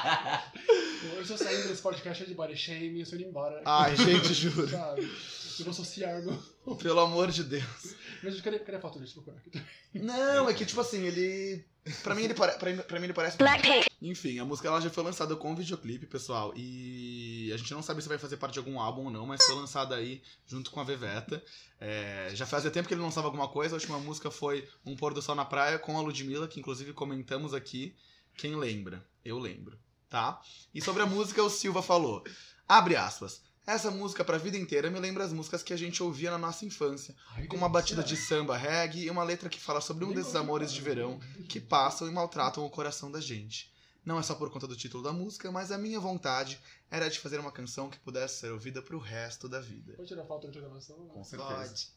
Eu estou saindo desse podcast de body shame e eu estou indo embora. Ai, gente, juro. Sabe? Eu vou associar meu... Pelo amor de Deus. Mas cadê a foto dele? Deixa eu procurar aqui. Não, é que tipo assim, ele... Pra mim ele parece... Enfim, a música ela já foi lançada com um videoclipe, pessoal. E a gente não sabe se vai fazer parte de algum álbum ou não, mas foi lançada aí junto com a Veveta. Já fazia tempo que ele não lançava alguma coisa. A última música foi Um Pôr do Sol na Praia com a Ludmilla, que inclusive comentamos aqui. Quem lembra? Eu lembro, tá? E sobre a música o Silva falou, abre aspas, essa música pra vida inteira me lembra as músicas que a gente ouvia na nossa infância, com uma batida de samba reggae e uma letra que fala sobre um desses amores de verão que passam e maltratam o coração da gente. Não é só por conta do título da música, mas a minha vontade era de fazer uma canção que pudesse ser ouvida pro resto da vida. Pode tirar a foto da gravação? Com certeza.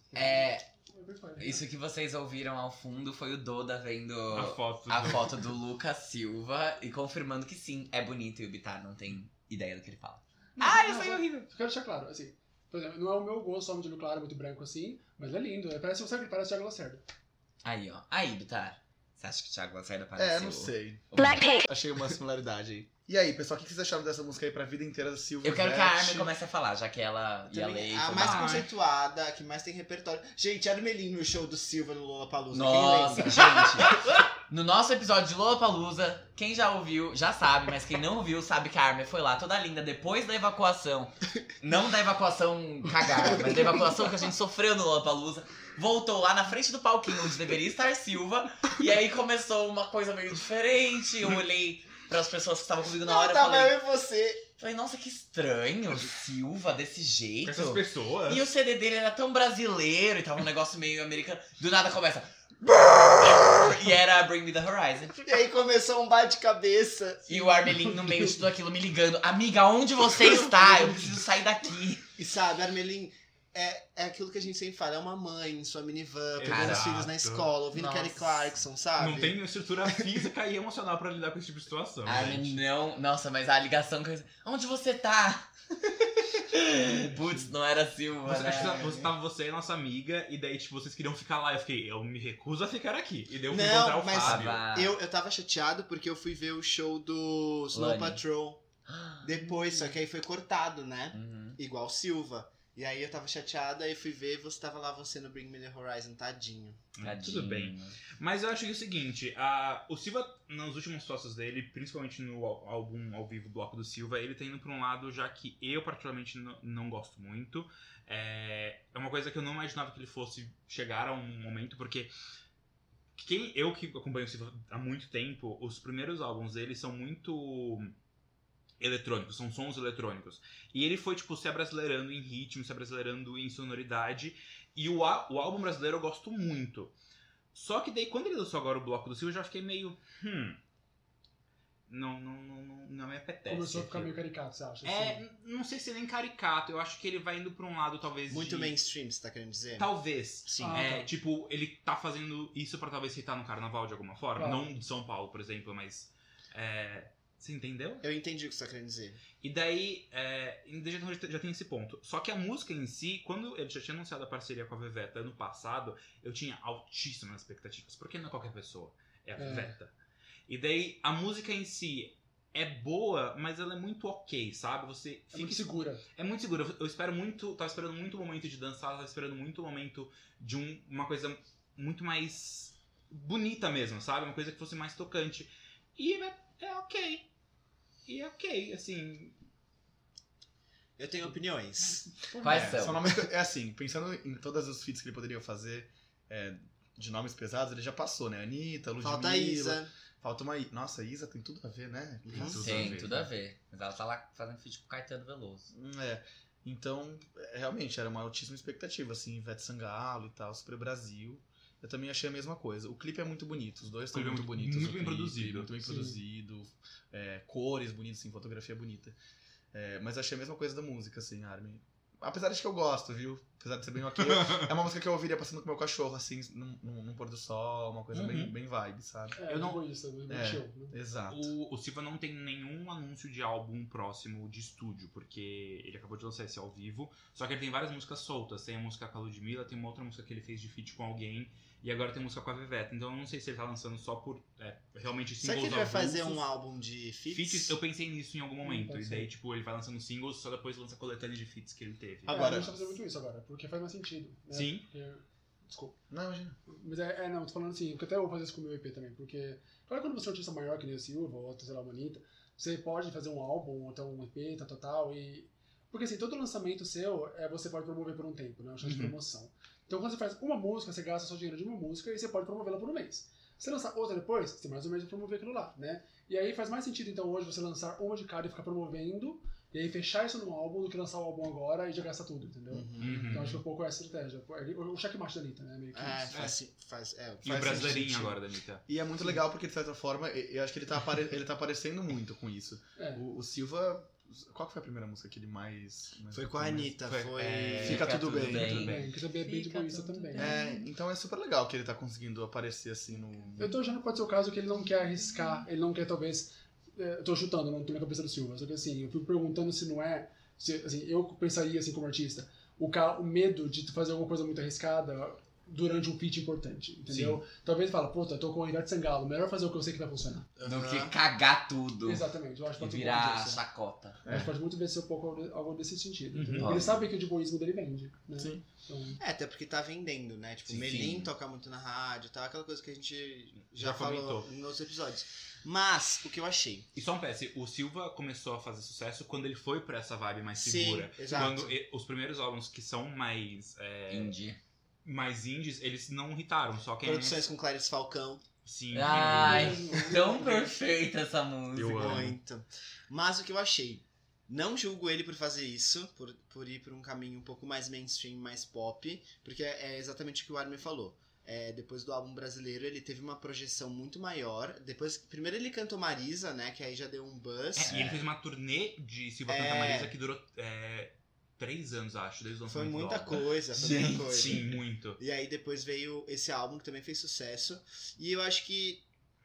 Isso que vocês ouviram ao fundo foi o Doda vendo A a foto do Lucas Silva e confirmando que sim, é bonito e o Bitar não tem ideia do que ele fala. Eu sei horrível. Eu quero deixar claro, assim, por exemplo, não é o meu gosto, homem de olho claro, muito branco assim, mas é lindo. Parece o Thiago Lacerda. Aí, ó. Aí, Bitar. Você acha que o Thiago Lacerda parece Não sei. Blackpink. Achei uma similaridade aí. E aí, pessoal, o que vocês acharam dessa música aí pra vida inteira da Silva? Eu quero que a Vete? Armin comece a falar, já que ela ia Também ler. a mais conceituada, a que mais tem repertório. Gente, Armelin no show do Silva no Lollapalooza. Nossa, Quem lembra? gente. No nosso episódio de Lollapalooza, quem já ouviu, já sabe, mas quem não ouviu, sabe que a Armin foi lá toda linda depois da evacuação. Não da evacuação cagar, mas da evacuação que a gente sofreu no Lollapalooza. Voltou lá na frente do palquinho onde deveria estar Silva. E aí começou uma coisa meio diferente. Eu olhei pras pessoas que estavam comigo na hora e Tava falei... eu e você. Falei, nossa, que estranho, Silva desse jeito. Com essas pessoas. E o CD dele era tão brasileiro e tava um negócio meio americano. Do nada começa... E era Bring Me The Horizon. E aí começou um bate-cabeça. E o Armelin no meio de tudo aquilo me ligando. Amiga, onde você está? Eu preciso sair daqui. E sabe, Armelin, é aquilo que a gente sempre fala. É uma mãe em sua minivan, pegando os Exato. filhos na escola, ouvindo Nossa. Kelly Clarkson, sabe? Não tem estrutura física e emocional pra lidar com esse tipo de situação. Armin, gente. não. Nossa, mas a ligação que eu... Onde você tá? Putz, não era Silva, Você, acho né? que você e a nossa amiga, e daí, tipo, vocês queriam ficar lá. Eu fiquei, eu me recuso a ficar aqui. E daí eu fui Não, encontrar o mas Fábio. Eu tava chateado porque eu fui ver o show do Snow Lani. Patrol depois, só que aí foi cortado, né? Uhum. Igual Silva. E aí eu tava chateada, aí fui ver, você tava lá, você no Bring Me The Horizon, tadinho. Tudo bem. Mas eu acho que é o seguinte, o Silva, nas últimas fotos dele, principalmente no álbum ao vivo Bloco do Silva, ele tá indo pra um lado já que eu particularmente não gosto muito. É uma coisa que eu não imaginava que ele fosse chegar a um momento, porque eu que acompanho o Silva há muito tempo, os primeiros álbuns dele são muito eletrônicos, são sons eletrônicos. E ele foi, tipo, se abrasileirando em ritmo, se abrasileirando em sonoridade. E o álbum brasileiro eu gosto muito. Só que daí, quando ele lançou agora o Bloco do Silva, eu já fiquei meio... Não me apetece. Começou a ficar aquilo. meio caricato, você acha? Assim? Não sei se é nem caricato. Eu acho que ele vai indo pra um lado, talvez, Muito de... mainstream, você tá querendo dizer? Talvez. Sim. Tá. Tipo, ele tá fazendo isso pra talvez citar no carnaval de alguma forma. Claro. Não de São Paulo, por exemplo, mas... Você entendeu? Eu entendi o que você tá querendo dizer. E daí, já tem esse ponto. Só que a música em si, quando ele já tinha anunciado a parceria com a Veveta ano passado, eu tinha altíssimas expectativas. Porque não é qualquer pessoa, é a Veveta. E daí, a música em si é boa, mas ela é muito ok, sabe? Você É muito segura. É muito segura. Eu espero muito, tava esperando muito o momento de dançar, tava esperando muito o momento de uma coisa muito mais bonita mesmo, sabe? Uma coisa que fosse mais tocante. E é ok. E é ok, assim... Eu tenho opiniões. Quais são? São nomes que, assim, pensando em todos os feats que ele poderia fazer de nomes pesados, ele já passou, né? Anitta, Ludmilla... Falta a Isa. Falta uma... Nossa, a Isa tem tudo a ver, né? Tem tudo a ver. Mas ela tá lá fazendo feat com Caetano Veloso. Então, realmente, era uma altíssima expectativa, assim, Ivete Sangalo e tal, Super Brasil. Eu também achei a mesma coisa. O clipe é muito bonito, os dois estão muito bonitos. Muito no bem clipe, produzido. Muito bem Sim. produzido, cores bonitas, assim, fotografia bonita. Mas achei a mesma coisa da música, assim, Armin. Apesar de que eu gosto, viu? Apesar de ser bem ok, é uma música que eu ouviria passando com meu cachorro, assim, num pôr do sol, uma coisa Uhum. bem vibe, sabe? É, Eu não- tipo isso, bem É. chill, né? Exato. O Silva não tem nenhum anúncio de álbum próximo de estúdio, porque ele acabou de lançar esse ao vivo, só que ele tem várias músicas soltas. Tem a música com a Ludmilla, tem uma outra música que ele fez de feat com alguém, e agora tem música com a Veveta. Então eu não sei se ele tá lançando só por realmente Será singles que ele vai fazer avulsos. um álbum de feats? Feats, eu pensei nisso em algum momento, pode e ser. daí tipo, ele vai lançando singles, só depois lança coletânea de feats que ele teve. Agora- a gente tá fazendo muito isso agora, porque faz mais sentido. Né? Sim. Porque- Desculpa. Não, imagina. Mas não, tô falando assim, porque até eu vou fazer isso com o meu EP também, porque claro que quando você é um artista maior que nem o Silva, ou sei lá, uma Anitta, você pode fazer um álbum, ou então um EP, tal, e... Porque assim, todo lançamento seu, você pode promover por um tempo, né? Um chance de Uhum. promoção. Então quando você faz uma música, você gasta seu dinheiro de uma música e você pode promovê-la por um mês. Se você lançar outra depois, você tem mais um mês de promover aquilo lá, né? E aí faz mais sentido, então, hoje você lançar uma de cada e ficar promovendo, e aí fechar isso num álbum, do que lançar o álbum agora e já gastar tudo, entendeu? Uhum. Então acho que um pouco é a estratégia. O checkmate da Anitta, né? Meio que isso. E faz o brasileirinho sentido. agora da Anitta. E é muito legal porque, de certa forma, eu acho que ele tá aparecendo muito com isso. É. O Silva... Qual que foi a primeira música que ele mais Foi com a tocou mesmo? Anitta, Foi- foi... Fica Tudo Bem. Tudo bem, que também é bem de Fica boísta tudo também. bem. Então é super legal que ele tá conseguindo aparecer assim no... Eu tô achando que pode ser o caso que ele não quer arriscar, ele não quer talvez. Eu tô chutando, não tô na cabeça do Silva, só que assim, eu fico perguntando se não é. Assim, eu pensaria assim como artista, o medo de fazer alguma coisa muito arriscada durante um feat importante, entendeu? Talvez fala, puta, eu tô com a Ivete Sangalo, melhor fazer o que eu sei que vai funcionar. Do que cagar tudo Exatamente, eu acho que e pode ser um virar pouco disso. chacota. Eu acho que pode muito ver ser um pouco algo desse sentido. Uhum. entendeu? Pode. Ele sabe que o de boísmo dele vende, né? Sim. Então, Até porque tá vendendo, né? Tipo, Sim. o Melim toca muito na rádio e tal, aquela coisa que a gente já Já falou comentou. em outros episódios. Mas, o que eu achei... E só um PS, o Silva começou a fazer sucesso quando ele foi pra essa vibe mais Sim, segura. exato. Quando os primeiros álbuns que são mais Indie. mais indies, eles não irritaram, só quem Produções com Clarice Falcão. Sim. Ai, tão perfeita essa música. Eu amo. Muito. Mas o que eu achei... Não julgo ele por fazer isso, por ir por um caminho um pouco mais mainstream, mais pop, porque é exatamente o que o Armin falou. Depois do álbum brasileiro, ele teve uma projeção muito maior. Primeiro ele cantou Marisa, né? Que aí já deu um buzz. E ele fez uma turnê de Silva Canta Marisa que durou 3 anos, acho, desde o Foi lançamento do muita álbum. coisa, foi muita coisa. Sim, muito. E aí depois veio esse álbum que também fez sucesso. E eu acho que,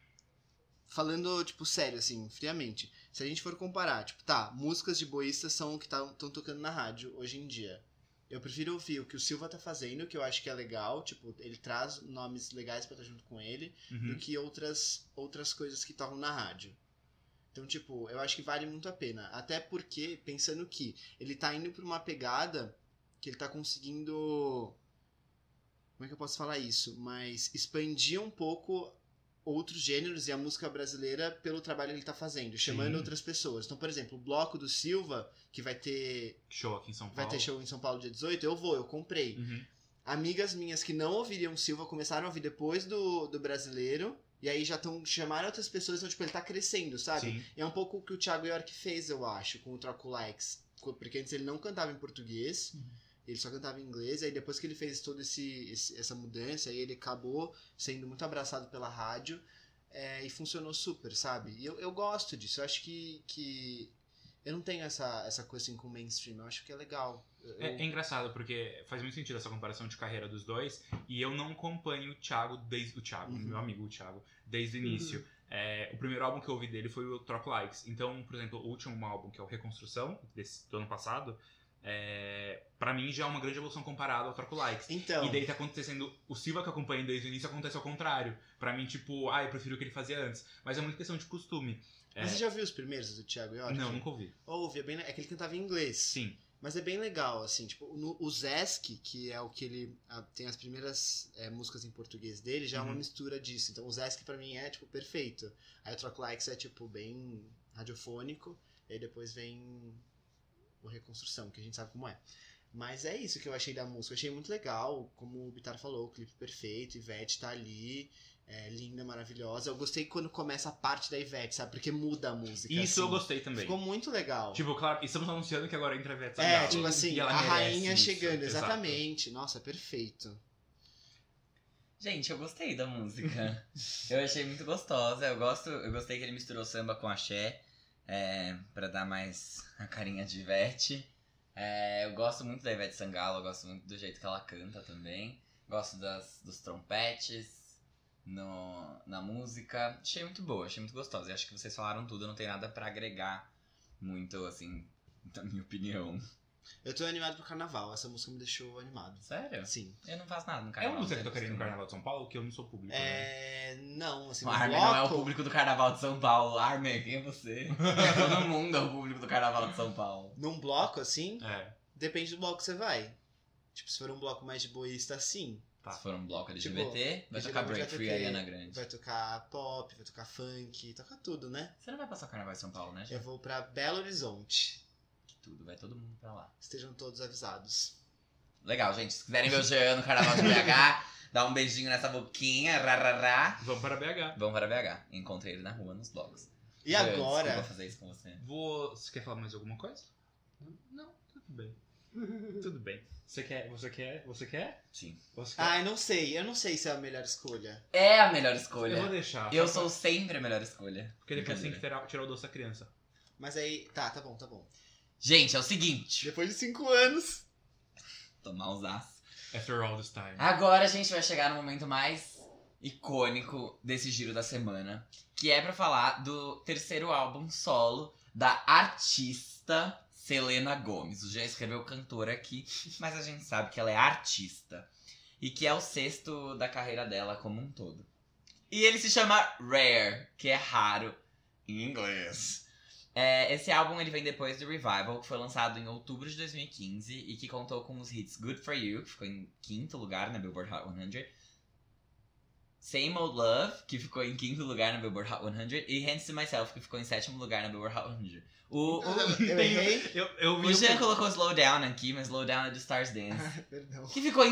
falando, tipo, sério, assim, friamente, se a gente for comparar, tipo, tá, músicas de boístas são o que estão tocando na rádio hoje em dia. Eu prefiro ouvir o que o Silva tá fazendo, que eu acho que é legal, tipo, ele traz nomes legais pra estar junto com ele, Uhum. do que outras coisas que tocam na rádio. Então, tipo, eu acho que vale muito a pena. Até porque, pensando que ele tá indo pra uma pegada que ele tá conseguindo... Como é que eu posso falar isso? Mas expandir um pouco outros gêneros e a música brasileira pelo trabalho que ele tá fazendo, chamando Sim. outras pessoas. Então, por exemplo, o bloco do Silva, que vai ter Show aqui em São Paulo. vai ter show em São Paulo dia 18, eu comprei. Uhum. Amigas minhas que não ouviriam Silva começaram a ouvir depois do brasileiro, e aí já chamaram outras pessoas, então, tipo, ele tá crescendo, sabe? Sim. É um pouco o que o Thiago York fez, eu acho, com o Troco Likes. Porque antes ele não cantava em português, ele só cantava em inglês, e aí depois que ele fez toda essa mudança, aí ele acabou sendo muito abraçado pela rádio, e funcionou super, sabe? E eu gosto disso, eu acho que eu não tenho essa coisa assim com o mainstream, eu acho que é legal. É engraçado, porque faz muito sentido essa comparação de carreira dos dois, e eu não acompanho o Thiago meu amigo o Thiago, desde o início. O primeiro álbum que eu ouvi dele foi o Troco Likes. Então, por exemplo, o último álbum, que é o Reconstrução, do ano passado, pra mim já é uma grande evolução comparada ao Troco Likes. Então, E daí tá acontecendo, o Silva que eu acompanho desde o início acontece ao contrário. Pra mim, tipo, eu prefiro o que ele fazia antes. Mas é muito questão de costume. mas você já ouviu os primeiros do Thiago York? Não, nunca ouvi. Ouve, é que ele cantava em inglês. Sim. Mas é bem legal, assim, tipo, o Zesk, que é o que ele tem as primeiras músicas em português dele, já é uma Uhum. mistura disso. Então o Zesk pra mim é, tipo, perfeito. Aí o Troc Likes é, tipo, bem radiofônico, e aí depois vem o Reconstrução, que a gente sabe como é. Mas é isso que eu achei da música. Eu achei muito legal, como o Bitar falou, o clipe perfeito, Ivete tá ali. É linda, maravilhosa. Eu gostei quando começa a parte da Ivete, sabe? Porque muda a música. Isso eu assim. gostei também. Ficou muito legal. Tipo, claro, estamos anunciando que agora entra a Ivete Sangalo. É, tipo assim, E ela a merece rainha isso. chegando, Exato. exatamente. Nossa, perfeito. Gente, eu gostei da música. Eu achei muito gostosa. Eu gostei que ele misturou samba com axé. Pra dar mais a carinha de Ivete. Eu gosto muito da Ivete Sangalo, eu gosto muito do jeito que ela canta também. Gosto dos trompetes na música. Achei muito boa, achei muito gostosa. E acho que vocês falaram tudo, não tem nada pra agregar muito, assim, na minha opinião. Eu tô animado pro carnaval, essa música me deixou animado. Sério? Sim. Eu não faço nada no É carnaval. uma música que não tocaria no sei Carnaval de São Paulo, que eu não sou público, né? Não, assim, O no Armin não é o bloco- público do Carnaval de São Paulo. Armin, quem é você? Todo mundo é o público do Carnaval de São Paulo. Num bloco, assim, É, depende do bloco que você vai. Tipo, se for um bloco mais de boísta, sim. tá. Se for um bloco Tipo, LGBT, vai geralmente tocar Break vai Free ter- Ariana Grande. Vai tocar pop, vai tocar funk, toca tudo, né? Você não vai passar o Carnaval de São Paulo, né? Eu vou pra Belo Horizonte. Que tudo, vai todo mundo pra lá. Estejam todos avisados. Legal, gente. Se quiserem ver o Jean no Carnaval de BH, dá um beijinho nessa boquinha, rarará. Vamos para BH. Vamos para BH. Encontrei ele na rua, nos blogs. E Jean, agora, Desculpa fazer isso com você. Você quer falar mais alguma coisa? Não, tudo bem. Tudo bem. Você quer? Sim. Você quer? ai, eu não sei se é a melhor escolha. É a melhor Eu vou escolha. deixar. Eu só sou sempre a melhor escolha. pra- Porque depois tem que Brincadeira. tirar o doce da criança. Mas aí, tá bom. Gente, é o seguinte. Depois de 5 anos. Tomar os aços. After all this time. Agora a gente vai chegar no momento mais icônico desse giro da semana, que é pra falar do terceiro álbum solo da artista Selena Gomez. O Jean escreveu cantora aqui, mas a gente sabe que ela é artista. E que é o sexto da carreira dela como um todo. E ele se chama Rare, que é raro em inglês. Esse álbum ele vem depois do Revival, que foi lançado em outubro de 2015 e que contou com os hits Good For You, que ficou em 5º lugar na Billboard Hot 100, Same Old Love, que ficou em 5º lugar na Billboard Hot 100, e Hands To Myself, que ficou em 7º lugar na Billboard Hot 100. Eu errei. Eu vi O Jean colocou Slow Down aqui, mas Slow Down é do Stars Dance, Perdão. que ficou em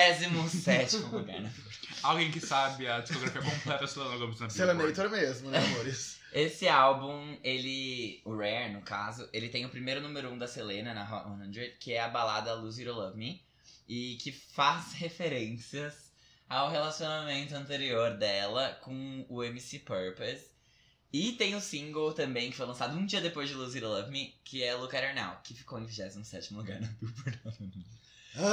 27º lugar na alguém que sabe a discografia completa da Selena Gomez na Billboard. Selenator mesmo, né, amores? Esse álbum, o Rare, no caso, ele tem o primeiro número 1 da Selena na Hot 100, que é a balada Lose You to Love Me, e que faz referências ao relacionamento anterior dela com o MC Purpose. E tem o single também, que foi lançado um dia depois de Lose You to Love Me, que é Look At Her Now, que ficou em 27º lugar na Billboard Hot 100.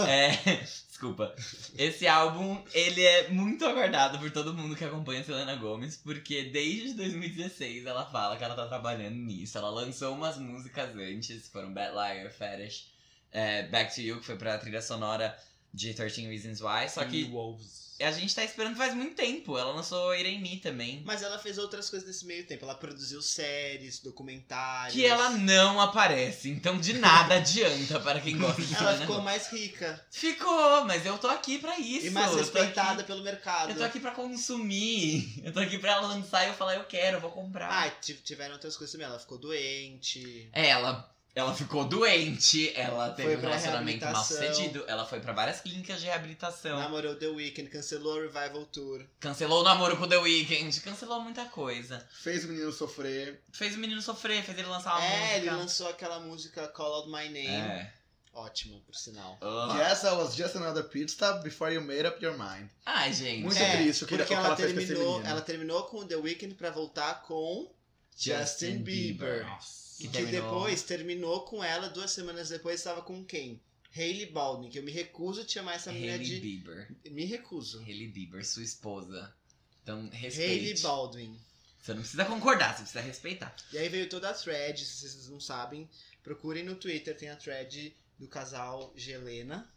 Desculpa. Esse álbum, ele é muito aguardado por todo mundo que acompanha a Selena Gomez, porque desde 2016 ela fala que ela tá trabalhando nisso. Ela lançou umas músicas antes, foram Bad Liar, Fetish, Back to You, que foi pra trilha sonora de 13 Reasons Why, só que Wolves. a gente tá esperando faz muito tempo. Ela lançou It Ain't Me também, Mas ela fez outras coisas nesse meio tempo. Ela produziu séries, documentários. que ela não aparece, então de nada adianta para quem gosta de Ela Selena ficou Gomez. mais rica Ficou, mas eu tô aqui pra isso. e mais eu tô respeitada aqui- pelo mercado. Eu tô aqui pra consumir. Eu tô aqui pra ela lançar e eu falar, eu quero, eu vou comprar. Ah, tiveram outras coisas também. Ela ficou doente. Ela ficou doente, ela teve Foi um pra relacionamento mal reabilitação. sucedido, ela foi pra várias clínicas de reabilitação, Namorou The Weeknd, cancelou a Revival Tour. cancelou o namoro com The Weeknd, cancelou muita coisa. Fez o menino sofrer. Fez o menino sofrer, fez ele lançar uma Ele música. lançou aquela música Call Out My Name. É. Ótima, por sinal. Yes, I was just another pit stop before you made up your mind. Ai, gente. Muito triste o que porque ela ela fez com esse terminou, menino. ela terminou com The Weeknd pra voltar com Justin Bieber. Nossa. Que Que terminou- depois terminou com ela, 2 semanas depois estava com quem? Hailey Baldwin, que eu me recuso a te chamar essa mulher Hailey de... Bieber. Me recuso. Hailey Bieber, sua esposa. Então, Hailey respeite. Baldwin. Você não precisa concordar, você precisa respeitar. E aí veio toda a thread, se vocês não sabem, procurem no Twitter, tem a thread do casal Gelena,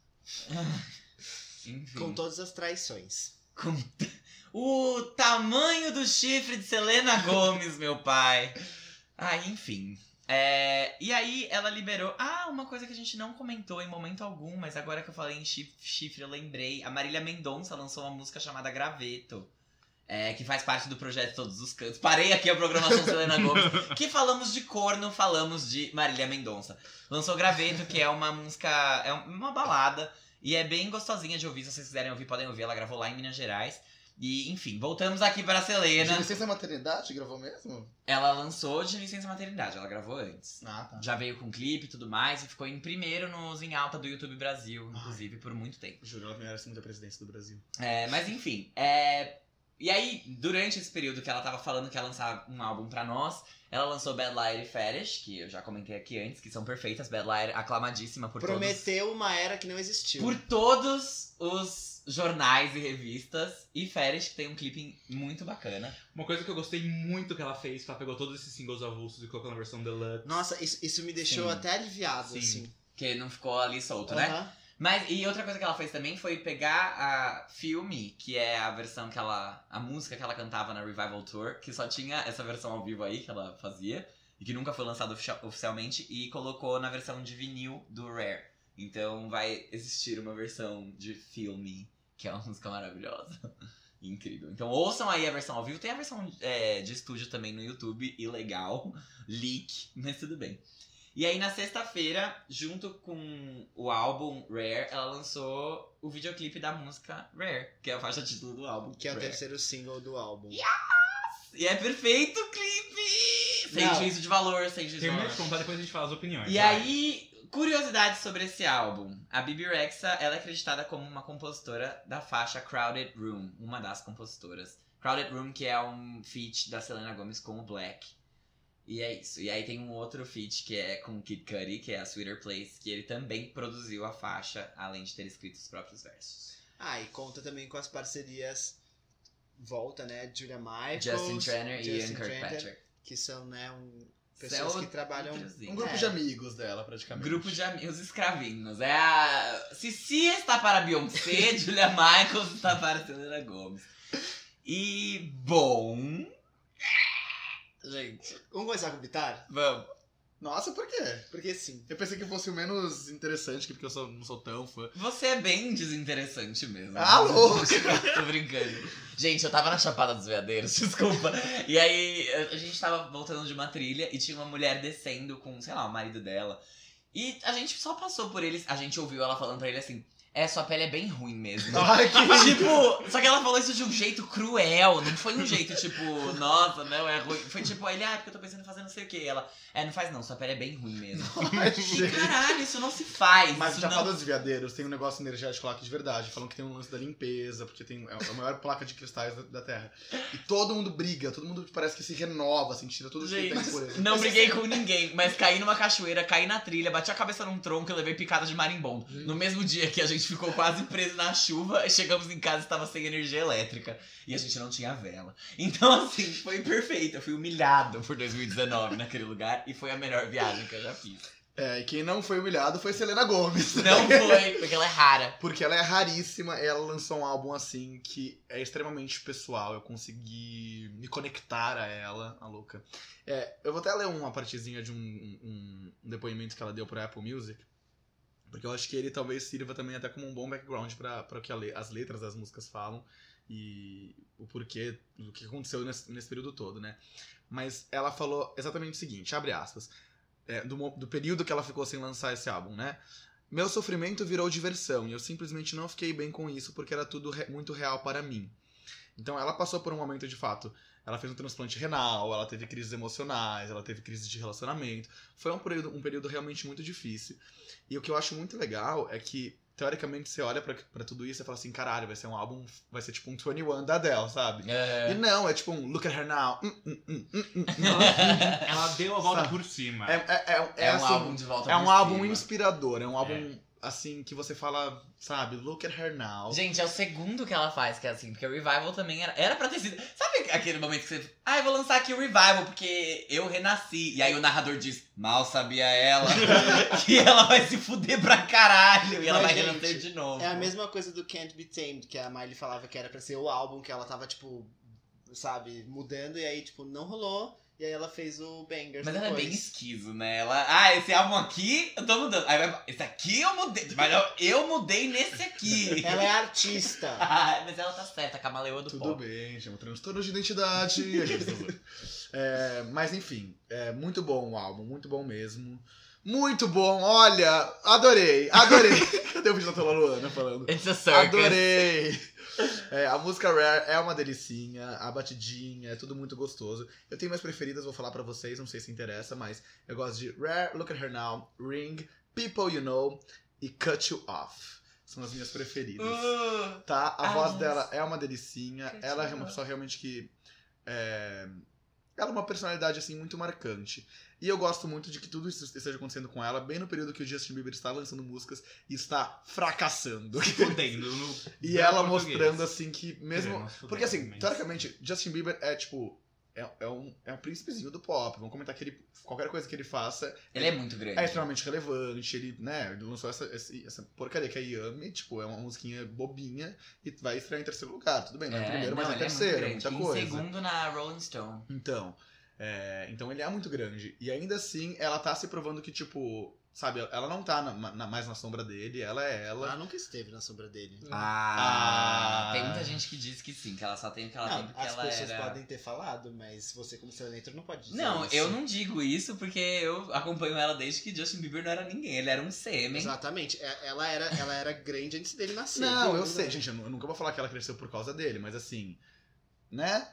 Enfim. com todas as traições. Com o tamanho do chifre de Selena Gomez, meu pai. Ah, enfim. E aí ela liberou... Ah, uma coisa que a gente não comentou em momento algum, mas agora que eu falei em chifre, eu lembrei. A Marília Mendonça lançou uma música chamada Graveto. Que faz parte do projeto Todos os Cantos. Parei aqui a programação Selena Gomez. Que falamos de corno, falamos de Marília Mendonça. Lançou Graveto, que é uma música... É uma balada. E é bem gostosinha de ouvir. Se vocês quiserem ouvir, podem ouvir. Ela gravou lá em Minas Gerais. E, enfim, voltamos aqui para a Selena. De licença maternidade, gravou mesmo? Ela lançou de licença maternidade, ela gravou antes. Ah, tá. Já veio com clipe e tudo mais, e ficou em primeiro nos Em Alta do YouTube Brasil, inclusive, por muito tempo. Juro, ela era segunda presidência do Brasil. Mas enfim, e aí, durante esse período que ela tava falando que ia lançar um álbum pra nós, ela lançou Bad Liar e Fetish, que eu já comentei aqui antes, que são perfeitas. Bad Liar, aclamadíssima por Prometeu uma era que não existiu. por todos os jornais e revistas. E Fetish, que tem um clipe muito bacana. Uma coisa que eu gostei muito que ela fez, que ela pegou todos esses singles avulsos e colocou na versão deluxe. Nossa, isso me deixou Sim. até aliviado, Sim. assim. Que não ficou ali solto, né? Aham. Mas, e outra coisa que ela fez também foi pegar a Filme, que é a versão que ela... A música que ela cantava na Revival Tour, que só tinha essa versão ao vivo aí que ela fazia, e que nunca foi lançada oficialmente, e colocou na versão de vinil do Rare. Então vai existir uma versão de Filme, que é uma música maravilhosa. Incrível. Então ouçam aí a versão ao vivo. Tem a versão de estúdio também no YouTube, ilegal, leak, mas tudo bem. E aí, na sexta-feira, junto com o álbum Rare, ela lançou o videoclipe da música Rare, que é a faixa título do álbum. Que é o Rare. terceiro single do álbum. E é perfeito o clipe! Sem Não. juízo de valor, sem juízo de Termina valor. de contar, depois a gente fala as opiniões. E vai. aí, curiosidades sobre esse álbum. A Bibi Rexha, ela é acreditada como uma compositora da faixa Crowded Room, uma das compositoras. Crowded Room, que é um feat da Selena Gomez com o Black. E é isso. E aí tem um outro feat que é com o Kid Cudi, que é a Sweeter Place, que ele também produziu a faixa, além de ter escrito os próprios versos. Ah, e conta também com as parcerias volta, né? Julia Michaels, Justin Tranter e Justin Ian Kirkpatrick. Tranter, que são, né, pessoas São que trabalham... Um grupo de amigos dela, praticamente. Grupo de amigos escravinhos. É a Cici está para Beyoncé, Julia Michaels está para Selena Gomez. E, bom... Gente, Vamos começar com o Bitar? vamos. Nossa, por quê? Porque sim. Eu pensei que fosse o menos interessante, porque eu não sou tão fã. Você é bem desinteressante mesmo. Ah, louco! Tô brincando. Gente, eu tava na Chapada dos Veadeiros, desculpa. E aí, a gente tava voltando de uma trilha e tinha uma mulher descendo com, sei lá, o marido dela. E a gente só passou por eles, a gente ouviu ela falando pra ele assim... sua pele é bem ruim mesmo. Ai, que Tipo, só que ela falou isso de um jeito cruel, não foi um jeito tipo, nossa, não, é ruim. Foi tipo, ele, porque eu tô pensando em fazer não sei o que. Ela, não faz não, sua pele é bem ruim mesmo. Ai, gente. Caralho, isso não se faz. Mas isso Chapada não... dos Veadeiros tem um negócio energético lá que de verdade. Falam que tem um lance da limpeza, porque é a maior placa de cristais da Terra. E todo mundo briga, todo mundo parece que se renova, assim, tira tudo que tem Gente, impureza. não briguei com ninguém, mas caí numa cachoeira, caí na trilha, bati a cabeça num tronco e levei picada de marimbondo. No mesmo dia que a gente ficou quase preso na chuva, chegamos em casa e estava sem energia elétrica. E a gente não tinha vela. Então, assim, foi perfeito. Eu fui humilhado por 2019 naquele lugar e foi a melhor viagem que eu já fiz. E quem não foi humilhado foi Selena Gomez. Não foi, porque ela é rara. Porque ela é raríssima, ela lançou um álbum assim que é extremamente pessoal. Eu consegui me conectar a ela, a louca. Eu vou até ler uma partezinha de um depoimento que ela deu pra Apple Music. Porque eu acho que ele talvez sirva também até como um bom background pra o que as letras das músicas falam. E o porquê do que aconteceu nesse período todo, né? Mas ela falou exatamente o seguinte, abre aspas. Do período que ela ficou sem lançar esse álbum, né? Meu sofrimento virou diversão e eu simplesmente não fiquei bem com isso porque era tudo muito real para mim. Então ela passou por um momento de fato. Ela fez um transplante renal, ela teve crises emocionais, ela teve crises de relacionamento. Foi um período realmente muito difícil. E o que eu acho muito legal é que, teoricamente, você olha pra tudo isso e fala assim, caralho, vai ser um álbum, vai ser tipo um 21 da Adele, sabe? E não, é tipo um Look at Her Now. Ela deu a volta por cima. É um assim, álbum de volta é por um álbum cima. inspirador, é um álbum assim que você fala, sabe, Look at Her Now. Gente, é o segundo que ela faz, que é assim, porque o Revival também era pra ter sido... Sabe aquele momento que você... eu vou lançar aqui o Revival, porque eu renasci. E aí o narrador diz, mal sabia ela, que ela vai se fuder pra caralho. E ela Mas, vai gente, renascer de novo. É a mesma coisa do Can't Be Tamed, que a Miley falava que era pra ser o álbum, que ela tava, tipo, sabe, mudando, e aí, tipo, não rolou. E aí ela fez o Bangers Mas depois. ela é bem esquizo, né? Ela, esse álbum aqui, eu tô mudando. Aí esse aqui eu mudei. Mas eu mudei nesse aqui. Ela é artista. Mas ela tá certa, a camaleoa do Tudo pop. bem, chama transtorno de identidade. Mas enfim, muito bom o álbum, muito bom mesmo. Muito bom, olha, adorei. Cadê o vídeo da Tola Luana falando? It's a circus. Adorei! A música Rare é uma delicinha, a batidinha, é tudo muito gostoso. Eu tenho minhas preferidas, vou falar pra vocês, não sei se interessa, mas eu gosto de Rare, Look at Her Now, Ring, People You Know e Cut You Off. São as minhas preferidas. Tá? A voz dela é uma delicinha, ela é uma pessoa realmente que... Ela é uma personalidade, assim, muito marcante. E eu gosto muito de que tudo isso esteja acontecendo com ela, bem no período que o Justin Bieber está lançando músicas e está fracassando. Fodendo. E ela mostrando, assim, que mesmo... Porque, assim, teoricamente, Justin Bieber é, tipo... É um príncipezinho do pop. Vamos comentar que qualquer coisa que ele faça... Ele é muito grande. É extremamente relevante. Ele, né, ele lançou essa porcaria que é Yummy. Tipo, é uma musiquinha bobinha e vai estrear em terceiro lugar. Tudo bem, não é em primeiro, mas é em terceiro. É muita coisa. Em segundo na Rolling Stone. Então ele é muito grande. E ainda assim, ela tá se provando que, tipo... Sabe, ela não tá mais na sombra dele, ela é ela. Ela nunca esteve na sombra dele. Tem muita gente que diz que sim, que ela só tem o que ela tem porque ela As pessoas podem ter falado, mas você como Selenator não pode dizer Não, isso. eu não digo isso porque eu acompanho ela desde que Justin Bieber não era ninguém, ele era um sêmen. Exatamente, ela era grande antes dele nascer. Não, eu sei, gente, eu nunca vou falar que ela cresceu por causa dele, mas assim, né?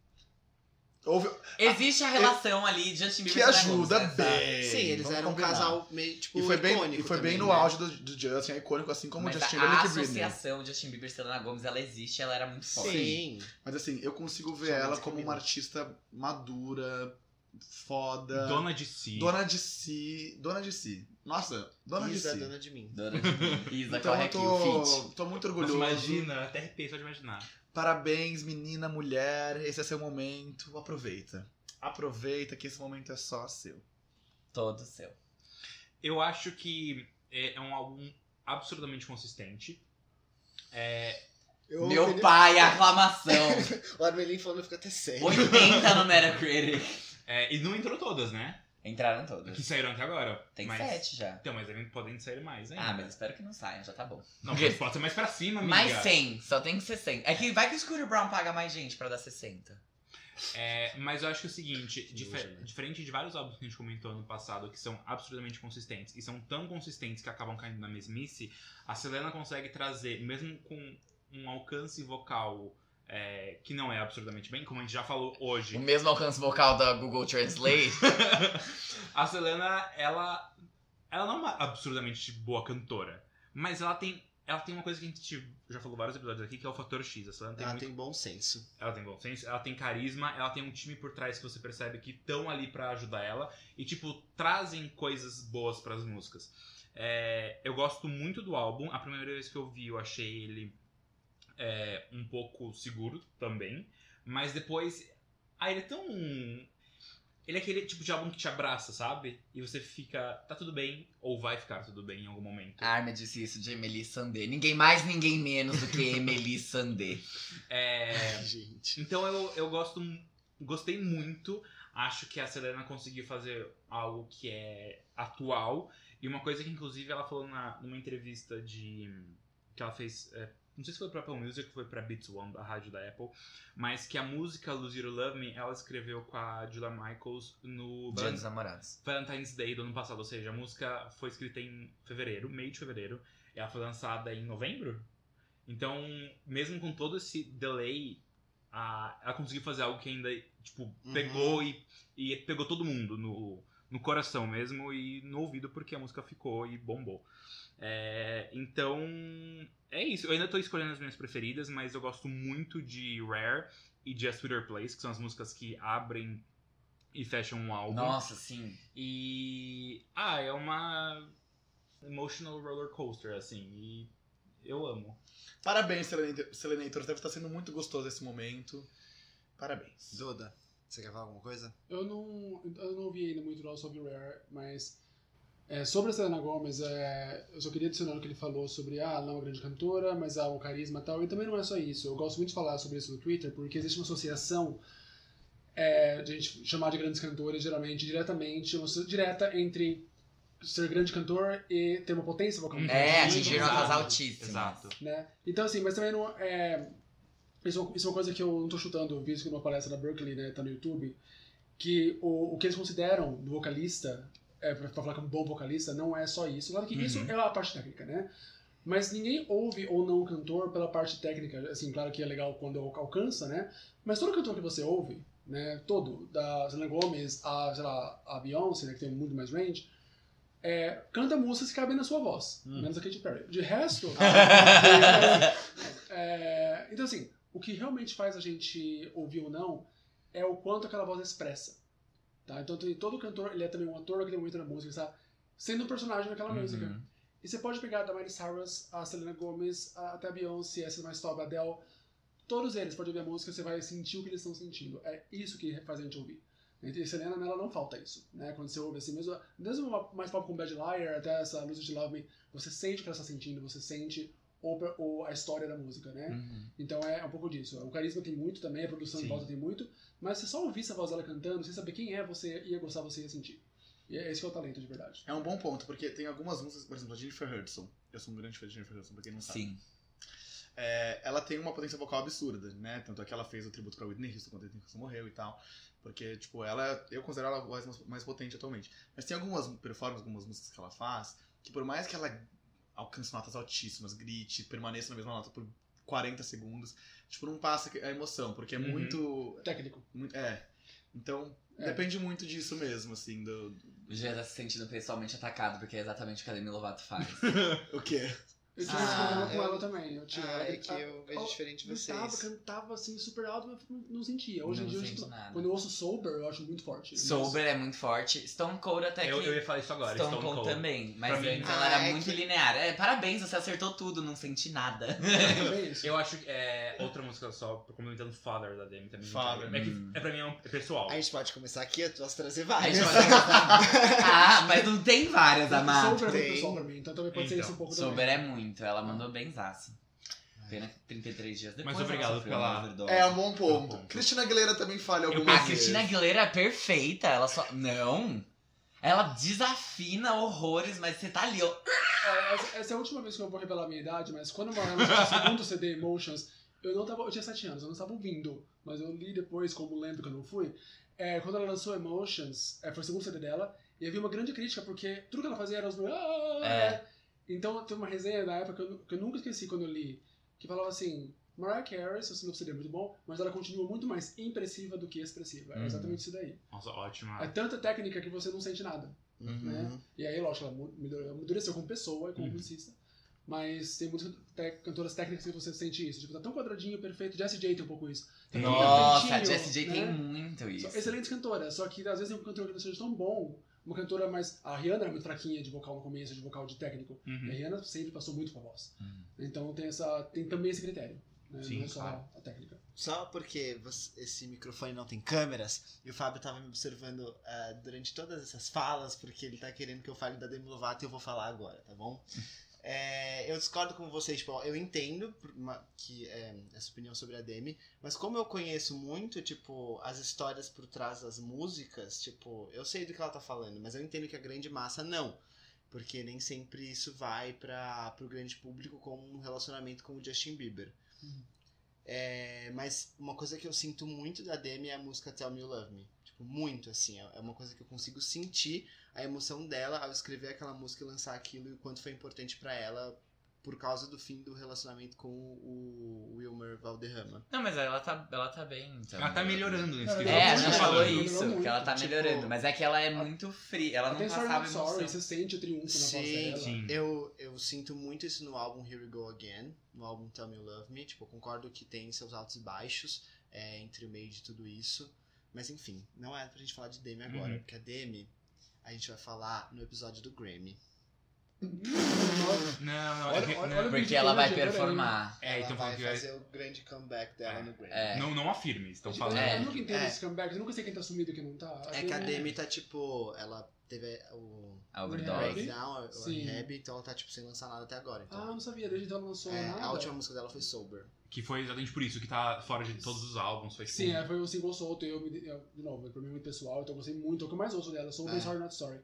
Existe a relação ali, Justin Bieber que ajuda bem. Sim, eles eram um casal meio, tipo, icônico. E foi bem no auge do Justin, é icônico, assim como o Justin Bieber e Britney. A associação Justin Bieber e Selena Gomez, ela existe, ela era muito forte. Sim. Mas assim, eu consigo ver ela como uma artista madura, foda. Dona de si. Nossa, dona de si. Isa, dona de mim. Dona de mim. Isa, então corre aqui o feat. Tô muito orgulhoso. Imagina, até arrepio só de imaginar. Parabéns, menina, mulher. Esse é seu momento. Aproveita que esse momento é só seu. Todo seu. Eu acho que é um álbum absurdamente consistente. Meu pai, aclamação. O Armelin falando fica até sério. 80 no Metacritic. E não entrou todas, né? Entraram todas. Que saíram até agora. Tem 7 já. Então, mas eles podem sair mais ainda. Mas espero que não saiam, já tá bom. Não, mas pode ser mais pra cima, amiga. Mais 100, só tem 60. É que vai que o Scooter Brown paga mais gente pra dar 60. Mas eu acho que é o seguinte, diferente de vários álbuns que a gente comentou no passado, que são absurdamente consistentes, e são tão consistentes que acabam caindo na mesmice, a Selena consegue trazer, mesmo com um alcance vocal que não é absurdamente bem, como a gente já falou hoje. O mesmo alcance vocal da Google Translate. A Selena, ela não é uma absurdamente boa cantora, mas ela tem uma coisa que a gente já falou vários episódios aqui, que é o fator X. A Selena tem bom senso. Ela tem bom senso, ela tem carisma, ela tem um time por trás que você percebe que estão ali pra ajudar ela e, tipo, trazem coisas boas pras músicas. Eu gosto muito do álbum. A primeira vez que eu vi, eu achei ele um pouco seguro também, mas depois ele é tão... Ele é aquele tipo de álbum que te abraça, sabe? E você fica, tá tudo bem, ou vai ficar tudo bem em algum momento. A Armin disse isso de Emily Sandé. Ninguém mais, ninguém menos do que Emily Sandé. Gente. Então eu gostei muito. Acho que a Selena conseguiu fazer algo que é atual. E uma coisa que, inclusive, ela falou numa entrevista que ela fez... não sei se foi pra Apple Music ou foi pra Beats One, a rádio da Apple, mas que a música Lose You to Love Me, ela escreveu com a Julia Michaels no Dia dos Namorados. Valentine's Day do ano passado, ou seja, a música foi escrita em fevereiro, meio de fevereiro, e ela foi lançada em novembro. Então, mesmo com todo esse delay, ela conseguiu fazer algo que ainda, tipo, pegou e pegou todo mundo no coração mesmo e no ouvido, porque a música ficou e bombou. Então, é isso. Eu ainda tô escolhendo as minhas preferidas, mas eu gosto muito de Rare e de A Sweeter Place, que são as músicas que abrem e fecham um álbum. Nossa, sim. E... é uma emotional roller coaster, assim, e eu amo. Parabéns, Selenator. Deve estar sendo muito gostoso esse momento. Parabéns. Duda, você quer falar alguma coisa? Eu não ouvi ainda muito não sobre Rare, mas sobre a Selena Gomez, eu só queria adicionar o que ele falou sobre ela não é uma grande cantora, mas há um carisma e tal, e também não é só isso. Eu gosto muito de falar sobre isso no Twitter, porque existe uma associação de a gente chamar de grandes cantores, geralmente, diretamente, uma associação direta entre ser grande cantor e ter uma potência vocal. Atingir notas altíssimas. Exato. Né? Então, assim, mas também não isso é uma coisa que eu não tô chutando, visto que numa palestra da Berkeley, né, tá no YouTube. que o que eles consideram do vocalista, pra falar que é um bom vocalista, não é só isso. Claro que isso é a parte técnica, né? Mas ninguém ouve ou não o cantor pela parte técnica. Assim, claro que é legal quando alcança, né? Mas todo cantor que você ouve, né? Todo, da Selena Gomez a, sei lá, a Beyoncé, né? Que tem muito mais range, canta músicas que cabem na sua voz, menos a Katy Perry. De resto... então, assim, o que realmente faz a gente ouvir ou não é o quanto aquela voz expressa. Tá? Então, todo cantor, ele é também um ator que tem muito na música, está sendo um personagem naquela música. E você pode pegar da Miley Cyrus, a Selena Gomez, até a Beyoncé, essa mais top, a Adele. Todos eles, pode ouvir a música, você vai sentir o que eles estão sentindo. É isso que faz a gente ouvir. E Selena, nela não falta isso. Né? Quando você ouve assim, mesmo uma mais pop com Bad Liar, até essa Lucid Love Me, você sente o que ela está sentindo, você sente a história da música, né? Então é um pouco disso. O carisma tem muito também, a produção em volta tem muito, mas se só ouvisse a voz dela cantando, sem saber quem é, você ia gostar, você ia sentir. E esse que é o talento de verdade. É um bom ponto, porque tem algumas músicas, por exemplo, a Jennifer Hudson. Eu sou um grande fã de Jennifer Hudson, pra quem não sabe. Sim. Ela tem uma potência vocal absurda, né? Tanto é que ela fez o tributo pra Whitney Houston quando a Whitney Houston morreu e tal. Porque, tipo, eu considero ela a voz mais potente atualmente. Mas tem algumas performances, algumas músicas que ela faz, que por mais que ela alcance notas altíssimas, grite, permaneça na mesma nota por 40 segundos, tipo, não passa a emoção, porque é muito... Técnico. Então, depende muito disso mesmo, assim, do... O Jean tá se sentindo pessoalmente atacado, porque é exatamente o que a Demi Lovato faz. O quê? Eu tinha esse problema com ela também. É que eu vejo diferente de vocês. Cantava assim super alto, mas não sentia. Hoje em dia, quando eu ouço Sober, eu acho muito forte. Sober é muito forte. Stone Cold até que... Eu ia falar isso agora. Stone Cold também. Mas antes ela era muito linear. Parabéns, você acertou tudo, não senti nada. Eu acho que outra música só, comentando Father da Demi também. Father. Pra mim é pessoal. A gente pode começar aqui, eu posso trazer A várias. gente pode mas não tem várias, Amado. Sober é muito pessoal pra mim, então também pode ser isso um pouco também. Sober é muito, ela mandou benzaço. Pena que 33 dias depois. Mas obrigado pela... É um bom ponto. Cristina Aguilera também falha algumas vezes. A Cristina Aguilera é perfeita, ela só... Não! Ela desafina horrores, mas você tá ali, ó. Essa é a última vez que eu vou revelar a minha idade, mas quando eu morava no segundo CD, Emotions, eu tinha 7 anos, eu não estava ouvindo, mas eu li depois, como lembro que eu não fui. Quando ela lançou Emotions, foi o segundo CD dela, e havia uma grande crítica, porque tudo que ela fazia era os... Então, teve uma resenha da época que eu nunca esqueci quando eu li, que falava assim, Mariah Carey, seu novo CD é muito bom, mas ela continua muito mais impressiva do que expressiva. É exatamente isso daí. Nossa, ótima. É tanta técnica que você não sente nada. Né? E aí, lógico, ela amadureceu como pessoa e como musicista. Mas tem muitas cantoras técnicas que você sente isso. Tipo, tá tão quadradinho, perfeito. Jessie J tem um pouco isso. Nossa, a Jessie J tem muito isso. Excelentes cantoras, só que às vezes tem um cantor que não seja tão bom. Uma cantora mais... A Rihanna era muito fraquinha de vocal no começo, de vocal de técnico. A Rihanna sempre passou muito com a voz. Então tem também esse critério. Né? Sim, não é só a técnica. Só porque esse microfone não tem câmeras, e o Fábio tava me observando durante todas essas falas, porque ele tá querendo que eu fale da Demi Lovato e eu vou falar agora, tá bom? Eu discordo com vocês, tipo, eu entendo que essa opinião sobre a Demi, mas como eu conheço muito, tipo, as histórias por trás das músicas, tipo, eu sei do que ela tá falando, mas eu entendo que a grande massa não, porque nem sempre isso vai pro grande público como um relacionamento com o Justin Bieber. Mas uma coisa que eu sinto muito da Demi é a música Tell Me You Love Me. Tipo, muito, assim. É uma coisa que eu consigo sentir a emoção dela ao escrever aquela música e lançar aquilo e o quanto foi importante pra ela por causa do fim do relacionamento com o Wilmer Valderrama. Não, mas ela tá bem, então. Ela tá melhorando nesse a gente falou isso, melhorou que ela tá muito. melhorando. Mas é que ela é muito fria, ela não Tem passava Sorry, emoção. você sente o triunfo na voz dela. Sim. Eu sinto muito isso no álbum Here We Go Again, no álbum Tell Me You Love Me. Tipo, eu concordo que tem seus altos e baixos entre o meio de tudo isso. Mas enfim, não é pra gente falar de Demi agora, porque a Demi a gente vai falar no episódio do Grammy. Olha o Porque vídeo ela que vai eu adorei. performar. Ela então vai falando que fazer o grande comeback dela no Grammy. Não afirme, estão Eu falando. nunca entendo esse comeback, eu nunca sei quem tá sumido e quem não tá. É que a Demi tá tipo, ela teve o A overdose. breakdown, o Sim. rehab, então ela tá tipo sem lançar nada até agora. Então, Não sabia, desde então ela não lançou nada. a última música dela foi Sober. Que foi exatamente por isso, que tá fora de todos os álbuns. Foi Sim, foi um single solto e de novo, pra mim é muito pessoal, então eu gostei muito. É o que eu mais ouço dela, Sober Sorry Not Sorry.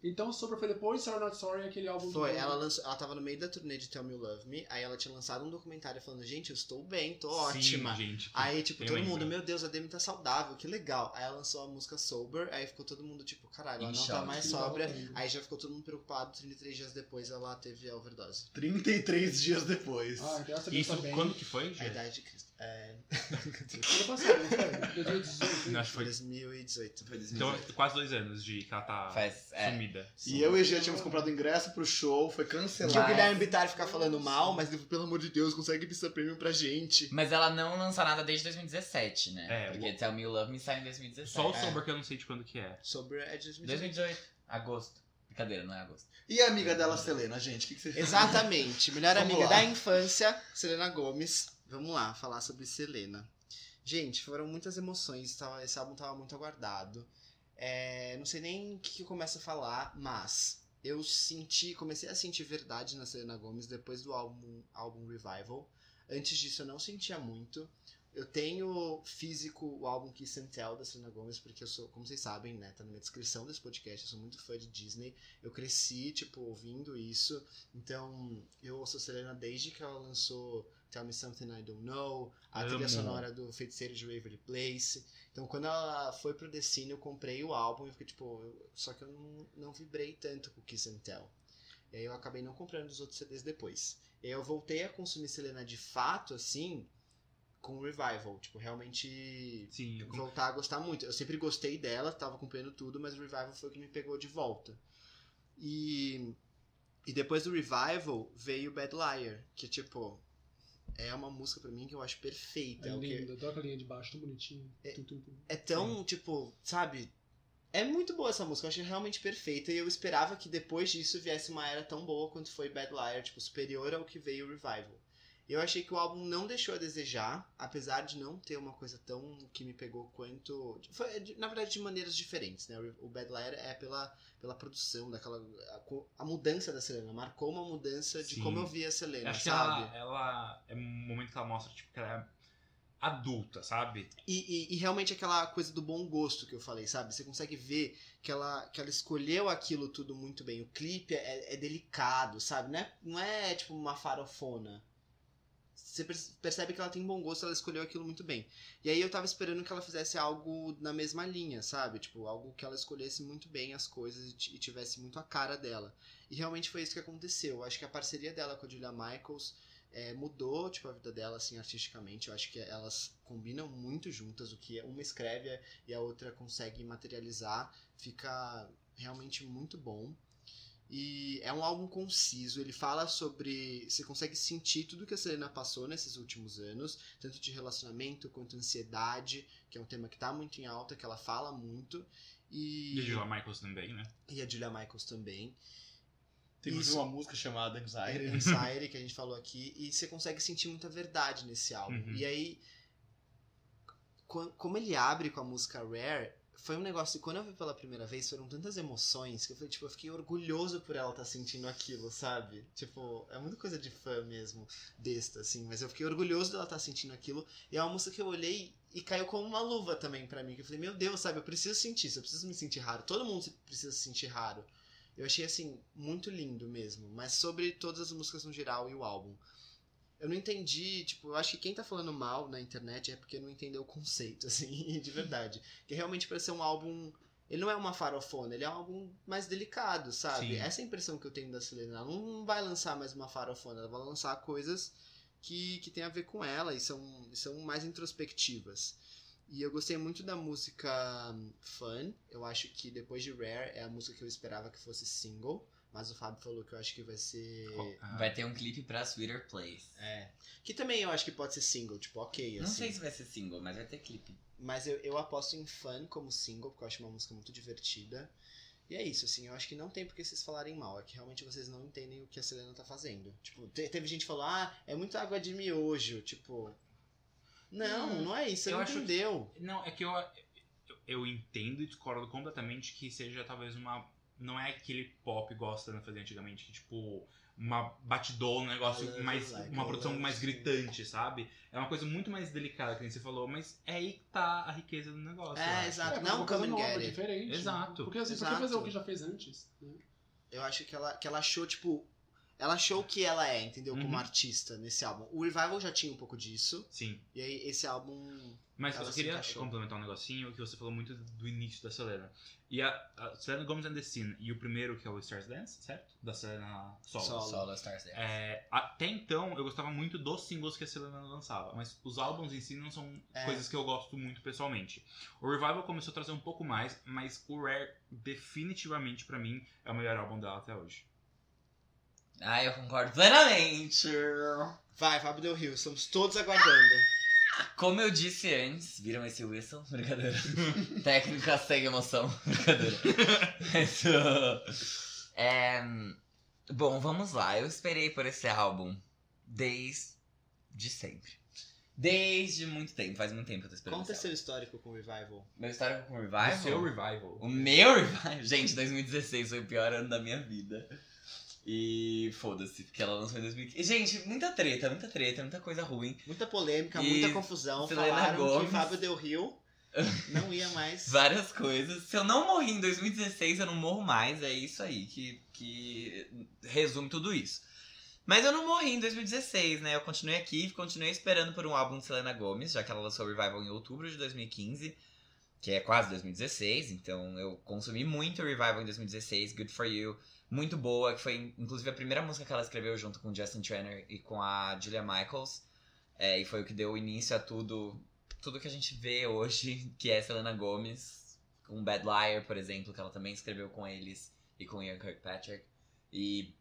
Então Sober foi depois de Sorry Not Sorry, aquele álbum do Foi, Bono. ela tava no meio da turnê de Tell Me You Love Me, aí ela tinha lançado um documentário falando, gente, eu estou bem, tô ótima. Sim, gente. Aí, tipo, eu todo lembro. mundo, meu Deus, a Demi tá saudável, que legal. Aí ela lançou a música Sober, aí ficou todo mundo, tipo, caralho, ela Em não tá choque. mais Que sóbria. legal, Aí já ficou todo mundo preocupado, 33 dias depois ela teve a overdose. 33 dias depois. Ah, graças a Deus Isso, tá bem. quando que foi, A Gê? idade de Cristo. Ano passado, não foi? 2018. Não, acho que foi. 2018. Foi Então, 2018. quase 2 anos de que ela tá sumida. E eu e a Gia tínhamos comprado ingresso pro show, foi Que o cancelado. Guilherme Bittar ficar falando mal, mas pelo amor de Deus, consegue Pista Premium pra gente. Mas ela não lança nada desde 2017, né? É, Porque Tell Me You Love Me saiu em 2017. Só o É. Sober que eu não sei de quando que é. Sober é de 2018. 2018. Agosto. Brincadeira, não é agosto. E a amiga dela, Selena, gente, o que vocês Exatamente. Melhor Vamos amiga lá. da infância, Selena Gomez. Vamos lá, falar sobre Selena. Gente, foram muitas emoções. Esse álbum tava muito aguardado. Não sei nem o que eu começo a falar, mas eu comecei a sentir verdade na Selena Gomez depois do álbum Revival. Antes disso eu não sentia muito. Eu tenho físico o álbum Kiss and Tell da Selena Gomez, porque eu sou, como vocês sabem, né, tá na minha descrição desse podcast, eu sou muito fã de Disney. Eu cresci, tipo, ouvindo isso. Então, eu ouço a Selena desde que ela lançou Tell Me Something I Don't Know, a trilha Amo. sonora do Feiticeiro de Waverly Place. Então, quando ela foi pro Destiny, eu comprei o álbum e fiquei, tipo... Só que eu não vibrei tanto com Kiss and Tell. E aí eu acabei não comprando os outros CDs depois. E aí eu voltei a consumir Selena de fato, assim, com o Revival. Tipo, realmente Sim, eu voltar a gostar muito. Eu sempre gostei dela, tava acompanhando tudo, mas o Revival foi o que me pegou de volta. E depois do Revival veio Bad Liar, que, tipo... É uma música pra mim que eu acho perfeita. É o que- linda, toca a linha de baixo, tão bonitinho. Tum, tum, tum. É tão, tipo, sabe? É muito boa essa música, eu achei realmente perfeita. E eu esperava que depois disso viesse uma era tão boa quanto foi Bad Liar, tipo, superior ao que veio o Revival. Eu achei que o álbum não deixou a desejar, apesar de não ter uma coisa tão que me pegou quanto... na verdade, de maneiras diferentes, né? O Bad Liar é pela produção, a mudança da Selena. Marcou uma mudança de Sim. como eu via a Selena, acho que sabe? ela é um momento que ela mostra, tipo, que ela é adulta, sabe? E realmente aquela coisa do bom gosto que eu falei, sabe? Você consegue ver que ela escolheu aquilo tudo muito bem. O clipe é delicado, sabe? Não é tipo uma farofona. Você percebe que ela tem bom gosto, ela escolheu aquilo muito bem. E aí eu tava esperando que ela fizesse algo na mesma linha, sabe? Tipo, algo que ela escolhesse muito bem as coisas e tivesse muito a cara dela. E realmente foi isso que aconteceu. Eu acho que a parceria dela com a Julia Michaels mudou, tipo, a vida dela, assim, artisticamente. Eu acho que elas combinam muito juntas. O que uma escreve e a outra consegue materializar. Fica realmente muito bom. E é um álbum conciso, ele fala sobre... Você consegue sentir tudo que a Selena passou nesses últimos anos, tanto de relacionamento quanto ansiedade, que é um tema que tá muito em alta, que ela fala muito. E a Julia Michaels também, né? E a Julia Michaels também. Tem Isso. uma música chamada Anxiety. Anxiety, que a gente falou aqui, e você consegue sentir muita verdade nesse álbum. Uhum. E aí, como ele abre com a música Rare... Foi um negócio, quando eu vi pela primeira vez, foram tantas emoções que eu falei, tipo, eu fiquei orgulhoso por ela estar sentindo aquilo, sabe? Tipo, é muita coisa de fã mesmo, besta, assim, mas eu fiquei orgulhoso dela estar sentindo aquilo. E é uma música que eu olhei e caiu como uma luva também pra mim, que eu falei, meu Deus, sabe, eu preciso sentir isso, eu preciso me sentir raro. Todo mundo precisa se sentir raro. Eu achei, assim, muito lindo mesmo, mas sobre todas as músicas no geral e o álbum. Eu não entendi, tipo, eu acho que quem tá falando mal na internet é porque não entendeu o conceito, assim, de verdade. Que realmente parece ser um álbum... Ele não é uma farofona, ele é um álbum mais delicado, sabe? Sim. Essa é a impressão que eu tenho da Selena. Ela não vai lançar mais uma farofona, ela vai lançar coisas que tem a ver com ela e são mais introspectivas. E eu gostei muito da música Fun. Eu acho que depois de Rare é a música que eu esperava que fosse single. Mas o Fábio falou que eu acho que vai ser... Vai ter um clipe pra Sweeter Place. Que também eu acho que pode ser single, tipo, ok, Não assim. sei se vai ser single, mas vai ter clipe. Mas eu aposto em Fun como single, porque eu acho uma música muito divertida. E é isso, assim, eu acho que não tem porque vocês falarem mal. É que realmente vocês não entendem o que a Selena tá fazendo. Tipo, teve gente que falou, é muito água de miojo, tipo... Não é isso, você eu não acho que- entendeu. Não, é que eu entendo e discordo completamente que seja talvez uma não é aquele pop igual a Selena fazia antigamente, que tipo, uma batidona, um negócio mais. Uma produção mais gritante, sabe? É uma coisa muito mais delicada, que nem você falou, mas é aí que tá a riqueza do negócio. eu acho. Exato. porque Não é uma coisa come and nova, get it. diferente. Exato. Porque assim, por Exato. que fazer o que já fez antes? Né? Eu acho que ela achou, tipo... Ela achou o que ela é, entendeu? Como Uhum. artista nesse álbum. O Revival já tinha um pouco disso. Sim. E aí, esse álbum... Mas Ela eu se queria encaixou. complementar um negocinho que você falou muito do início da Selena. E a Selena Gomez and the Scene e o primeiro, que é o Stars Dance, certo? Da Selena Solo. Solo Stars Dance. Até então, eu gostava muito dos singles que a Selena lançava, mas os álbuns em si não são coisas que eu gosto muito pessoalmente. O Revival começou a trazer um pouco mais, mas o Rare, definitivamente, pra mim, é o melhor álbum dela até hoje. Ah, eu concordo plenamente. Vai, Fábio Del Rio. Estamos todos aguardando. Como eu disse antes, viram esse whistle? Brincadeira. Técnica sem emoção. Brincadeira. Mas, bom, vamos lá. Eu esperei por esse álbum desde sempre. Desde muito tempo. Faz muito tempo que eu tô esperando. Conta esse seu histórico com o Revival. álbum. Meu histórico com o Revival? O seu Revival. O meu Revival? Gente, 2016 foi o pior ano da minha vida. E foda-se, porque ela lançou em 2015. Gente, muita treta, muita coisa ruim. Muita polêmica, E muita confusão. Selena Falaram Gomez. que Fábio Del Rio não ia mais. Várias coisas. Se eu não morri em 2016, eu não morro mais. É isso aí que resume tudo isso. Mas eu não morri em 2016, né? Eu continuei aqui, continuei esperando por um álbum de Selena Gomez, já que ela lançou o Revival em outubro de 2015, que é quase 2016. Então eu consumi muito o Revival em 2016, Good For You. Muito boa, que foi inclusive a primeira música que ela escreveu junto com Justin Tranter e com a Julia Michaels. E foi o que deu início a tudo que a gente vê hoje, que é Selena Gomez, com Bad Liar, por exemplo, que ela também escreveu com eles e com Ian Kirkpatrick. E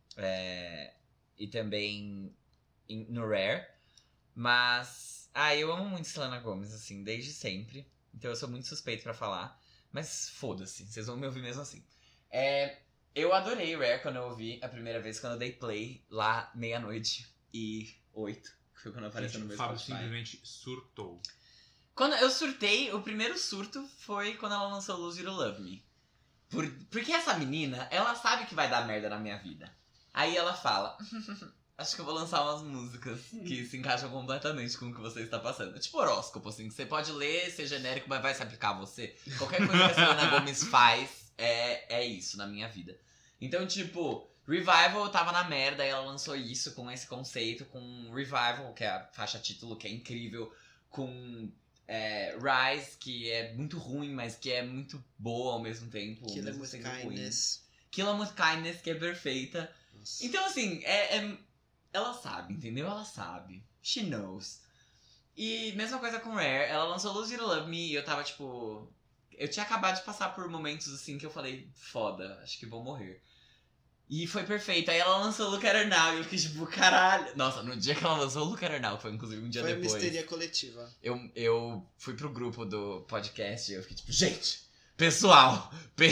também no Rare. Mas, eu amo muito Selena Gomez, assim, desde sempre. Então eu sou muito suspeito pra falar. Mas foda-se, vocês vão me ouvir mesmo assim. Eu adorei Rare quando eu ouvi a primeira vez, quando eu dei play lá 00:08. Que foi quando apareceu no Gente, meu o Fábio Spotify. simplesmente surtou. Quando eu surtei, o primeiro surto foi quando ela lançou Lose You to Love Me. Porque essa menina, ela sabe que vai dar merda na minha vida. Aí ela fala, acho que eu vou lançar umas músicas que se encaixam completamente com o que você está passando. É tipo horóscopo, assim, que você pode ler, ser genérico, mas vai se aplicar a você. Qualquer coisa que a Selena Gomez faz é isso na minha vida. Então, tipo, Revival tava na merda e ela lançou isso com esse conceito, com Revival, que é a faixa título, que é incrível, com Rise, que é muito ruim, mas que é muito boa ao mesmo tempo. Killer mesmo with sendo ruim. Kindness. Killer with Kindness, que é perfeita. Nossa. Então, assim, ela sabe, entendeu? Ela sabe. She knows. E mesma coisa com Rare, ela lançou Lose You to Love Me e eu tava, tipo... Eu tinha acabado de passar por momentos, assim, que eu falei, foda, acho que vou morrer. E foi perfeito. Aí ela lançou Look at Her Now e eu fiquei tipo, caralho. Nossa, no dia que ela lançou Look at Her Now, que foi inclusive um dia Foi depois. uma histeria coletiva. Eu fui pro grupo do podcast e eu fiquei tipo, gente, pessoal,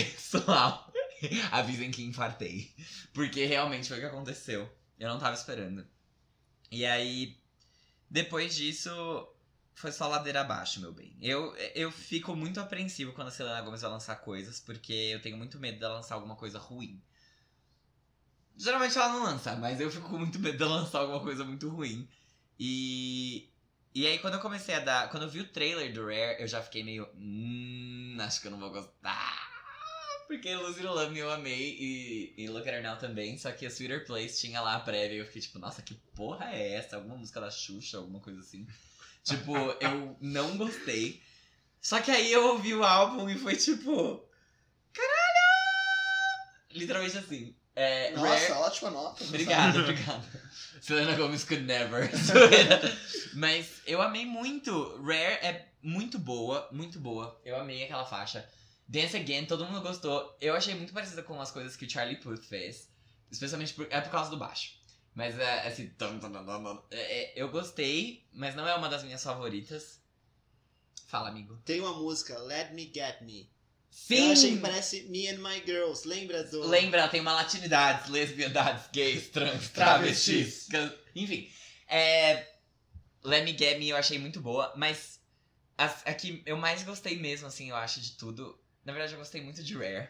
avisem que infartei. Porque realmente foi o que aconteceu. Eu não tava esperando. E aí, depois disso, foi só ladeira abaixo, meu bem. Eu fico muito apreensivo quando a Selena Gomez vai lançar coisas, porque eu tenho muito medo dela lançar alguma coisa ruim. Geralmente ela não lança, mas eu fico com muito medo dela lançar alguma coisa muito ruim. E aí quando eu comecei a quando eu vi o trailer do Rare, eu já fiquei meio... acho que eu não vou gostar. Porque Lose You to Love Me eu amei e Look at Her Now também. Só que a Sweeter Place tinha lá a prévia e eu fiquei tipo, nossa, que porra é essa? Alguma música da Xuxa, alguma coisa assim. Tipo, eu não gostei. Só que aí eu ouvi o álbum e foi tipo... Caralho! Literalmente assim. Nossa, ótima nota. Obrigado. Selena Gomez could never. Mas eu amei muito. Rare é muito boa, muito boa. Eu amei aquela faixa. Dance Again, todo mundo gostou. Eu achei muito parecida com as coisas que o Charlie Puth fez. Especialmente por causa do baixo. Mas assim... eu gostei, mas não é uma das minhas favoritas. Fala, amigo. Tem uma música, Let Me Get Me. Sim! Eu achei que parece Me and My Girls. Lembra do... Lembra, tem uma latinidade, lesbiandades, gays, trans, travestis. Enfim. Let Me Get Me eu achei muito boa, mas a que eu mais gostei mesmo, assim, eu acho, de tudo... Na verdade, eu gostei muito de Rare.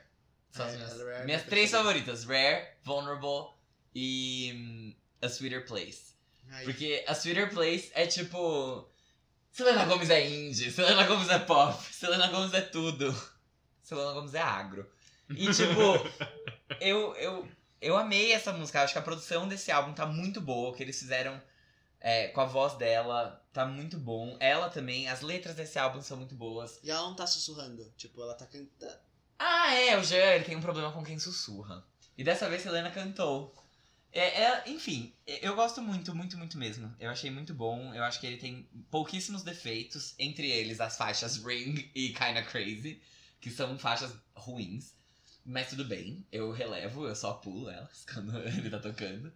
São as É, minhas, Rare é minhas minha 3 preferida. favoritas. Rare, Vulnerable e A Sweeter Place. Ai, Porque A Sweeter Place é tipo... Selena Gomez é indie, Selena Gomez é pop, Selena Gomez é tudo. Selena Gomez é agro. E tipo, eu amei essa música. Eu acho que a produção desse álbum tá muito boa. O que eles fizeram com a voz dela tá muito bom. Ela também, as letras desse álbum são muito boas. E ela não tá sussurrando, tipo, ela tá cantando. Ah, o Jean, ele tem um problema com quem sussurra. E dessa vez Selena cantou. Enfim, eu gosto muito, muito, muito mesmo. Eu achei muito bom. Eu acho que ele tem pouquíssimos defeitos. Entre eles as faixas Ring e Kinda Crazy, que são faixas ruins. Mas tudo bem, eu relevo, eu só pulo elas quando ele tá tocando.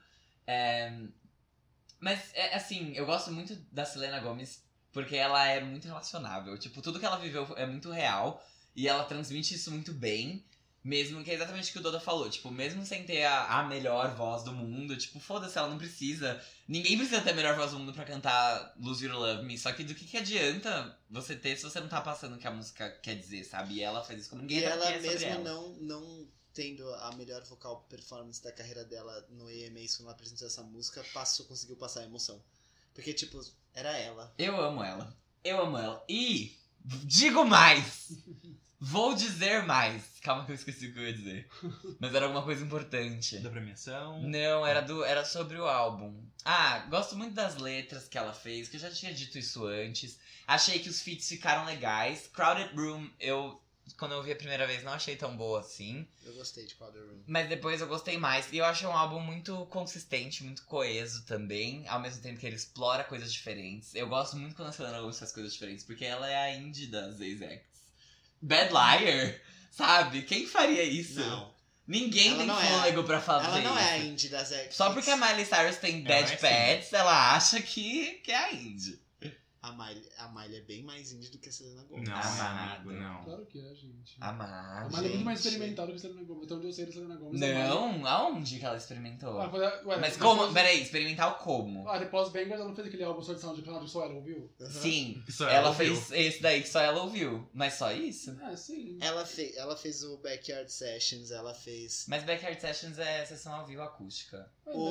Mas, assim, eu gosto muito da Selena Gomez porque ela é muito relacionável. Tipo, tudo que ela viveu é muito real e ela transmite isso muito bem. Mesmo que é exatamente o que o Doda falou. Tipo, mesmo sem ter a melhor voz do mundo, tipo, foda-se, ela não precisa. Ninguém precisa ter a melhor voz do mundo pra cantar Lose You to Love Me. Só que do que adianta você ter se você não tá passando o que a música quer dizer, sabe? E ela faz isso como ninguém E vai ela querer sobre mesmo ela. não tendo a melhor vocal performance da carreira dela no AMAs quando ela apresentou essa música, conseguiu passar a emoção. Porque, tipo, era ela. Eu amo ela. Eu amo ela. E digo mais! Vou dizer mais. Calma que eu esqueci o que eu ia dizer. Mas era alguma coisa importante. Da premiação. Não, era sobre o álbum. Ah, gosto muito das letras que ela fez, que eu já tinha dito isso antes. Achei que os feats ficaram legais. Crowded Room, quando eu vi a primeira vez, não achei tão boa assim. Eu gostei de Crowded Room. Mas depois eu gostei mais. E eu acho um álbum muito consistente, muito coeso também. Ao mesmo tempo que ele explora coisas diferentes. Eu gosto muito quando a Selena Gomez faz coisas diferentes, porque ela é a indie das A's Bad Liar, sabe? Quem faria isso? Não. Ninguém Ela tem não é fôlego pra fazer Ela não é a isso. indie das X. Só porque a Miley Cyrus tem Ela Dead é Pets, ela acha que é a indie. A Miley é bem mais indie do que a Selena Gomez. Não, Amado. amigo, não. Claro que é, gente. Amado. A Miley é muito mais gente. experimental do que a Selena Gomez. Então, onde eu sei da Selena Gomez. a Miley- Não, aonde que ela experimentou? Ah, ué, Mas depois- como? Peraí, experimental como? Ah, depois Bangers, ela não fez aquele álbum só de SoundCloud, só ela ouviu? Uhum. Sim, Só ela ouviu. fez esse daí que só ela ouviu. Mas só isso? Ah, sim. Ela fez o Backyard Sessions, ela fez Mas Backyard Sessions é sessão ao vivo acústica.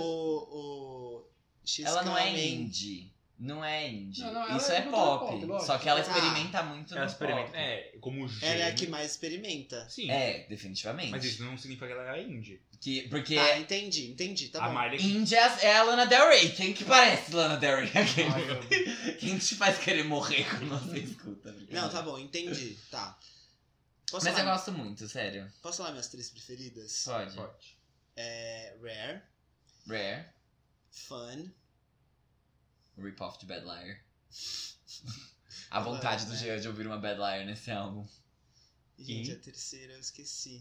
o She's Ela não é Coming. indie. Não é indie. Não, ela Isso é é cantora pop. pop, lógico. Só que ela Ah. experimenta muito Ela no experimenta. pop. Como gênero. Ela é a que mais experimenta. Sim. Definitivamente. Mas isso não significa que ela é indie. Porque Ah, entendi, tá a bom. Miley indie é a Lana Del Rey. Quem que parece Lana Del Rey? Ai, eu- Quem te faz querer morrer quando você escuta? Não, tá bom, entendi. Tá. Posso Mas eu falar, gosto muito, sério. posso falar minhas 3 preferidas? Pode. Pode. Rare, Rare, Fun. Rip-Off de Bad Liar. A vontade do Jean de ouvir uma Bad Liar nesse álbum. E, gente, E? a terceira eu esqueci.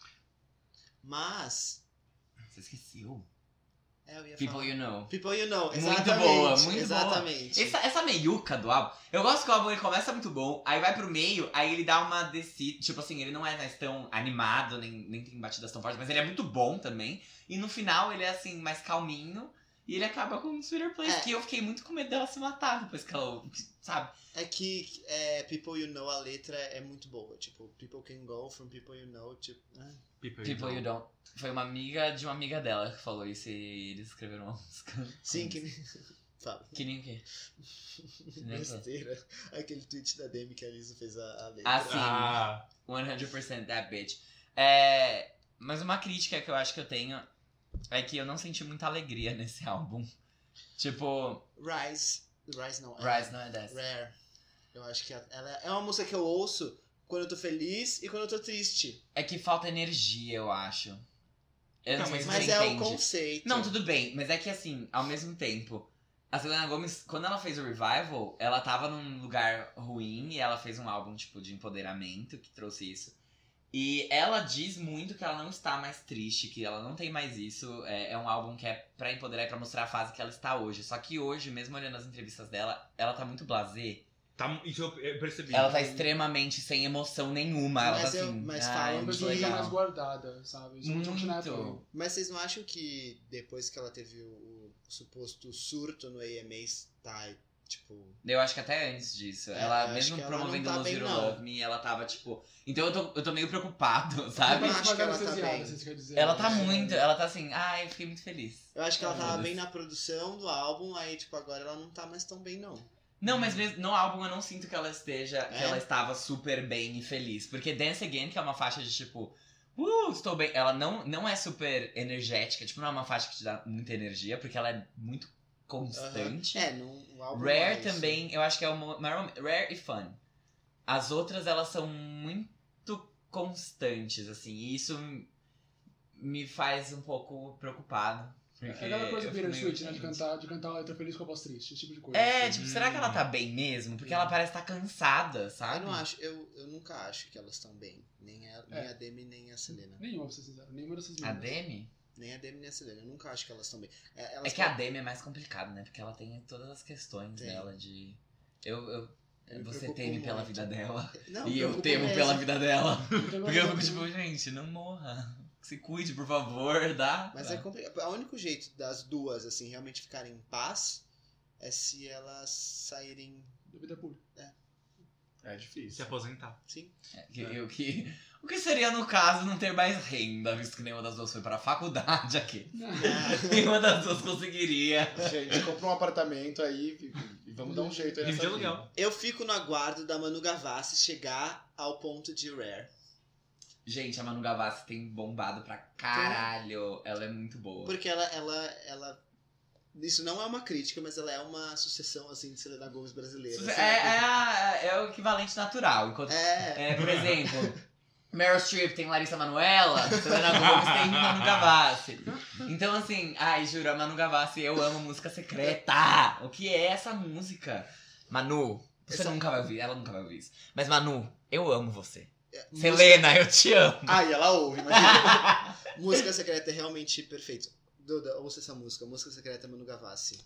Mas. Você esqueceu? Eu ia People falar. You Know. People You Know, Muito exatamente. boa, muito exatamente. Essa meiuca do álbum, eu gosto que o álbum ele começa muito bom, aí vai pro meio, aí ele dá uma descida, tipo assim, ele não é mais tão animado, nem tem batidas tão fortes, mas ele é muito bom também, e no final ele é assim, mais calminho, e ele acaba com o Sweeter Place, É. que eu fiquei muito com medo dela se matar depois que ela, sabe? É que People You Know, a letra é muito boa. Tipo, People Can Go from People You Know. Tipo, People You Don't. Foi uma amiga de uma amiga dela que falou isso e eles escreveram uma música. Sim, que nem. Fala. Que nem o quê? Que nem o quê? Besteira. Aquele tweet da Demi que a Lisa fez a letra. Ah, sim. Ah, 100% that bitch. Mas uma crítica que eu acho que eu tenho é que eu não senti muita alegria nesse álbum. Tipo, Rise não. Rise não é dessa. Rare. Eu acho que ela é uma música que eu ouço quando eu tô feliz e quando eu tô triste. É que falta energia, eu acho. Eu não Não, sei se Mas você é o entende. conceito. Não, tudo bem, mas é que assim, ao mesmo tempo, a Selena Gomez, quando ela fez o Revival, ela tava num lugar ruim e ela fez um álbum, tipo, de empoderamento que trouxe isso. E ela diz muito que ela não está mais triste, que ela não tem mais isso. É um álbum que é pra empoderar e pra mostrar a fase que ela está hoje. Só que hoje, mesmo olhando as entrevistas dela, ela tá muito blasé. isso eu percebi. Ela tá extremamente sem emoção nenhuma. Ela Mas tá eu- assim, mas ai, falam Uma muito pessoa que tá mais legal. guardada, sabe? Isso Muito. não é Mas vocês não acham que depois que ela teve o suposto surto no AMAs, Tipo... Eu acho que até antes disso. É, ela, eu acho mesmo que ela promovendo não tá Lose bem, You não. Love Me, ela tava, tipo... Então eu tô meio preocupado, sabe? Eu não acho que ela tá anestesiada, bem. assim, você quer dizer. Ela tá É. muito... Ela tá assim... Ai, eu fiquei muito feliz. Eu acho que ela tava Foda-se. bem na produção do álbum, aí, tipo, agora ela não tá mais tão bem, não. Não, mas mesmo no álbum eu não sinto que ela esteja... Que É? ela estava super bem e feliz. Porque Dance Again, que é uma faixa de, tipo... estou bem. Ela não é super energética. Tipo, não é uma faixa que te dá muita energia. Porque ela é muito constante. É, o álbum não Rare é isso. também, eu acho que é o maior... Rare e Fun. As outras, elas são muito constantes, assim. E isso me faz um pouco preocupado. É Porque aquela coisa eu fico meio bittersweet, né? De cantar a letra feliz com a voz triste, esse tipo de coisa. É, assim. tipo, será que ela tá bem mesmo? Porque ela parece estar cansada, sabe? Eu não acho, eu nunca acho que elas estão bem. Nem a Demi, nem a Selena. Nenhuma, pra ser sincero. Nenhuma dessas A meninas. Demi? Nem a Demi, nem a Selena. Eu nunca acho que elas estão bem. É que a Demi é mais complicado, né? Porque ela tem todas as questões Tem. dela de... Eu me Você preocupo teme pela muito. vida dela. Não, E eu preocupo temo mesmo. pela vida dela. Então, Porque eu fico tipo, gente, não morra. Se cuide, por favor, dá? Mas Dá. é complicado. O único jeito das duas, assim, realmente ficarem em paz é se elas saírem. Da vida pura. É Se difícil. aposentar. Sim. O que seria, no caso, não ter mais renda, visto que nenhuma das duas foi pra faculdade aqui. Nenhuma das duas conseguiria. Gente, compra um apartamento aí e vamos dar um jeito aí Livro de nessa vida. aluguel. Eu fico no aguardo da Manu Gavassi chegar ao ponto de Rare. Gente, a Manu Gavassi tem bombado pra caralho. Ela é muito boa. Porque ela. Isso não é uma crítica, mas ela é uma sucessão, assim, de Selena Gomez brasileira. É o equivalente natural. Enquanto, É. por exemplo, Meryl Streep tem Larissa Manoela, Selena Gomez tem Manu Gavassi. Então, assim, ai, juro, a Manu Gavassi, eu amo música secreta. O que é essa música? Manu, você nunca vai ouvir, ela nunca vai ouvir isso. Mas, Manu, eu amo você. Selena, eu te amo. Ai, ela ouve, mas. Música secreta é realmente perfeito. Duda, ouça essa música. Música secreta Manu Gavassi.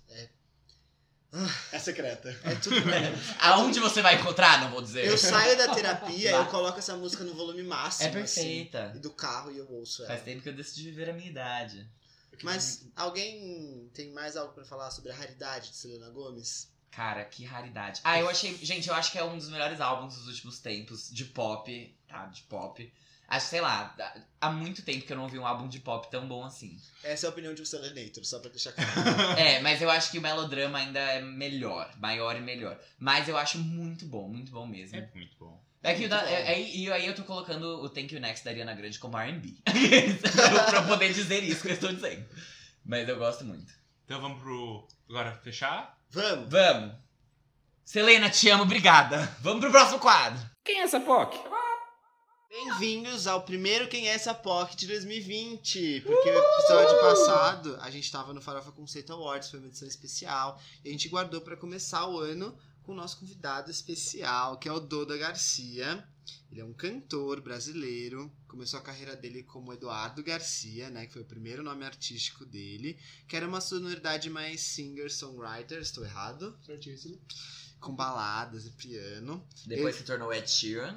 É secreta. É tudo. Aonde você vai encontrar? Não vou dizer. Eu saio da terapia, eu coloco essa música no volume máximo. É perfeita. Assim, e do carro e eu ouço ela. Faz tempo que eu decidi viver a minha idade. Mas alguém tem mais algo pra falar sobre a raridade de Selena Gomez? Cara, que raridade. Eu achei... Gente, eu acho que é um dos melhores álbuns dos últimos tempos de pop, tá? De pop. Acho, sei lá, há muito tempo que eu não ouvi um álbum de pop tão bom assim. Essa é a opinião de um Selenator, só pra deixar claro. Mas eu acho que o melodrama ainda é melhor, maior e melhor. Mas eu acho muito bom mesmo. É muito bom. E aí eu tô colocando o Thank You Next da Ariana Grande como R&B. Pra eu poder dizer isso que eu estou dizendo. Mas eu gosto muito. Então vamos pro... Agora, fechar? Vamos! Selena, te amo, obrigada. Vamos pro próximo quadro. Quem é essa POC? Bem-vindos ao primeiro Quem é essa POC de 2020. Porque o episódio passado a gente tava no Farofa Conceito Awards, foi uma edição especial. E a gente guardou pra começar o ano com o nosso convidado especial, que é o Doda Garcia. Ele é um cantor brasileiro. Começou a carreira dele como Eduardo Garcia, né? Que foi o primeiro nome artístico dele. Que era uma sonoridade mais singer-songwriter, estou errado? Certíssimo. Com baladas e piano. Depois se tornou Ed Sheeran.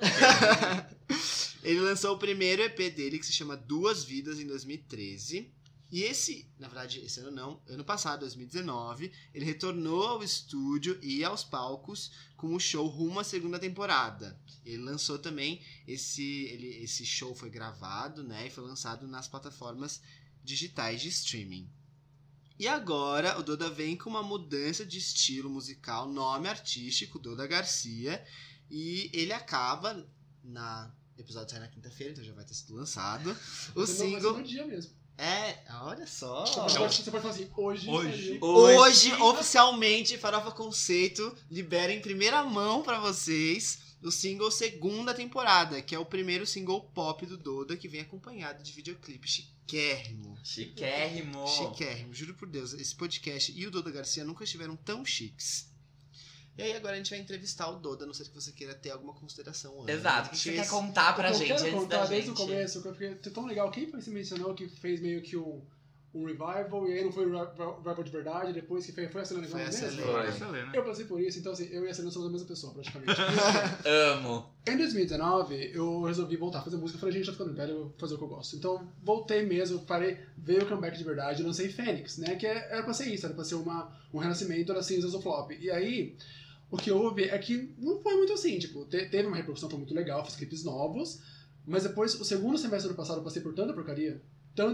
Ele lançou o primeiro EP dele, que se chama Duas Vidas, em 2013. E esse ano não, ano passado, 2019, ele retornou ao estúdio e aos palcos com o show rumo à segunda temporada. Ele lançou também, esse show foi gravado, né, e foi lançado nas plataformas digitais de streaming. E agora o Doda vem com uma mudança de estilo musical, nome artístico, Doda Garcia, e ele acaba, o episódio sai na quinta-feira, então já vai ter sido lançado, o single... No dia mesmo. Olha só. Você pode falar assim, hoje. Hoje, oficialmente, Farofa Conceito libera em primeira mão pra vocês o single Segunda Temporada, que é o primeiro single pop do Doda, que vem acompanhado de videoclipe chiquérrimo. Chiquérrimo. Chiquérrimo, juro por Deus. Esse podcast e o Doda Garcia nunca estiveram tão chiques. E aí agora a gente vai entrevistar o Doda, a não sei que você queira ter alguma consideração antes. Exato, o que você quer contar pra gente Eu quero antes contar da desde gente? o começo, porque é tão legal. Quem você mencionou que fez meio que um revival, e aí não foi um revival de verdade, depois que foi a Selena Foi a Gomez mesmo. Selena. Foi Selena. Eu passei por isso, então assim, eu e a Selena somos a mesma pessoa, praticamente. Amo. Em 2019, eu resolvi voltar a fazer música. Eu falei, gente, tá ficando velho, eu vou fazer o que eu gosto. Então, voltei mesmo, parei, veio o comeback de verdade, lancei Fênix, né? Que era pra ser isso, era pra ser um renascimento das cinzas do flop. E aí, o que houve é que não foi muito assim, tipo, teve uma repercussão, foi muito legal, fiz clipes novos, mas depois, o segundo semestre do passado, eu passei por tanta porcaria,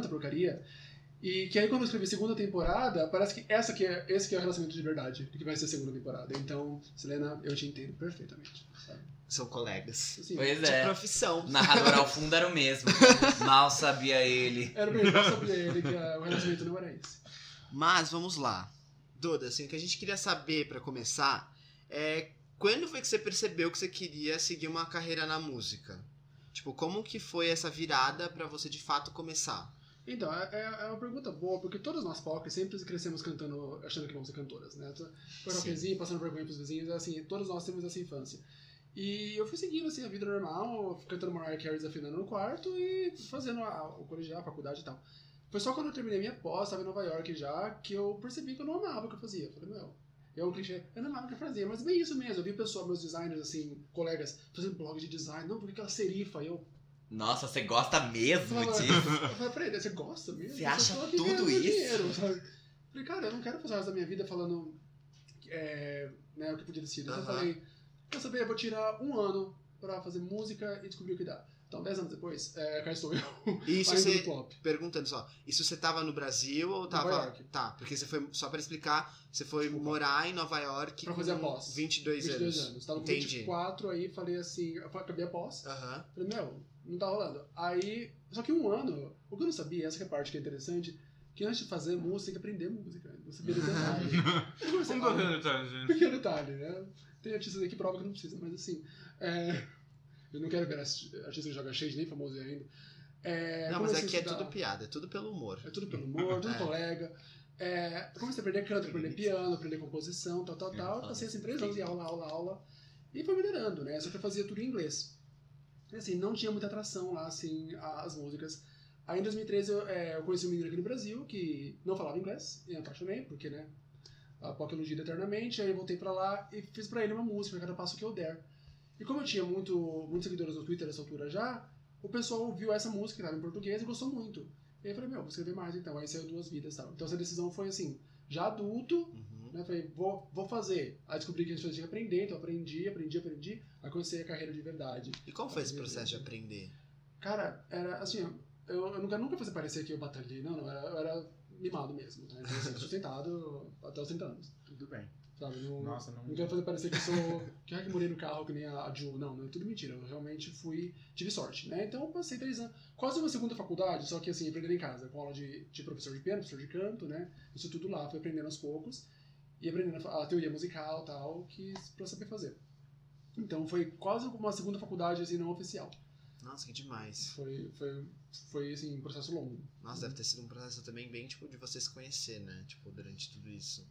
e que aí quando eu escrevi segunda temporada, parece que esse que é o relacionamento de verdade, que vai ser a segunda temporada. Então, Selena, eu te entendo perfeitamente, sabe? São colegas. Assim, Pois De é. profissão. O narrador ao fundo era o mesmo. Mal sabia ele. era bem, eu sabia ele que o relacionamento não era esse. Mas vamos lá. Duda, assim, o que a gente queria saber pra começar é quando foi que você percebeu que você queria seguir uma carreira na música? Tipo, como que foi essa virada pra você de fato começar? Então, é uma pergunta boa, porque todas nós POC sempre crescemos cantando, achando que vamos ser cantoras, né? Foi uma coisinha, passando vergonha pros vizinhos, assim, todos nós temos essa infância. E eu fui seguindo, assim, a vida normal, cantando Mariah Carey desafinando no quarto e fazendo o colegial, a faculdade e tal. Foi só quando eu terminei minha pós, estava em Nova York já, que eu percebi que eu não amava o que eu fazia. Eu falei, eu um clichê, eu não amava o que eu fazia, mas bem isso mesmo. Eu vi meus designers, assim, colegas, fazendo blog de design, não, porque aquela serifa, e eu... Nossa, você gosta mesmo disso? Eu falei, peraí, você gosta mesmo? Você acha Eu tô aqui tudo ganhando isso? dinheiro, sabe? Falei, cara, eu não quero fazer o resto da minha vida falando né, o que podia ter sido. Então eu falei, quer saber, eu vou tirar 1 ano pra fazer música e descobrir o que dá. Então, 10 anos depois, cá estou eu. Isso ainda você, no flop. perguntando só, isso você tava no Brasil ou tava... Nova York. Tá, porque você foi, só pra explicar, você foi morar em Nova York Pra fazer a com pós. 22 anos. Tava com Entendi. 24, aí falei assim, eu acabei a pós. Aham. Falei, não tá rolando. Aí, só que 1 ano, o que eu não sabia, essa que é a parte que é interessante, que antes de fazer música, tem que aprender música. Não sabia detalhe. gente. Pequeno detalhe, né? Tem artistas aí que provam que não precisa, mas assim... eu não quero ver artista que joga shade, nem famoso ainda. Não, mas comecei a aqui é estudar. tudo piada, é tudo pelo humor. É tudo pelo humor, tudo colega. Eu comecei a aprender canto, aprender piano, aprender composição, tal. Passei assim 3 anos de aula. E foi melhorando, né? Só que eu fazia tudo em inglês. E, assim, não tinha muita atração lá, assim, as músicas. Aí em 2013 eu conheci um menino aqui no Brasil que não falava inglês, e eu apaixonei, porque, né? A POC iludida eternamente. Aí eu voltei pra lá e fiz pra ele uma música, Cada Passo Que Eu Der. E como eu tinha muitos seguidores no Twitter nessa altura já, o pessoal ouviu essa música que estava em português e gostou muito. E aí eu falei, vou escrever mais então. Aí saiu 2 vidas e tal. Então essa decisão foi assim, já adulto, né? Falei, vou fazer. Aí descobri que a gente tinha que aprender, então aprendi. Aí comecei a carreira de verdade. E como foi esse processo de aprender? Cara, era assim, eu nunca fiz parecer que eu batalhei, não, eu era mimado mesmo, né? Então, assim, sustentado até os 30 anos. Tudo bem. Sabe? Nossa, não quero fazer parecer que eu sou. que morei no carro que nem a Ju. Não, é tudo mentira. Eu realmente tive sorte, né? Então eu passei 3 anos. Quase uma segunda faculdade, só que assim, aprendendo em casa, com aula de professor de piano, professor de canto, né? Isso tudo lá, fui aprendendo aos poucos. E aprendendo a teoria musical e tal, pra saber fazer. Então foi quase uma segunda faculdade, assim, não oficial. Nossa, que demais. Foi assim, um processo longo. Nossa, deve ter sido um processo também bem, tipo, de você se conhecer, né? Tipo, durante tudo isso.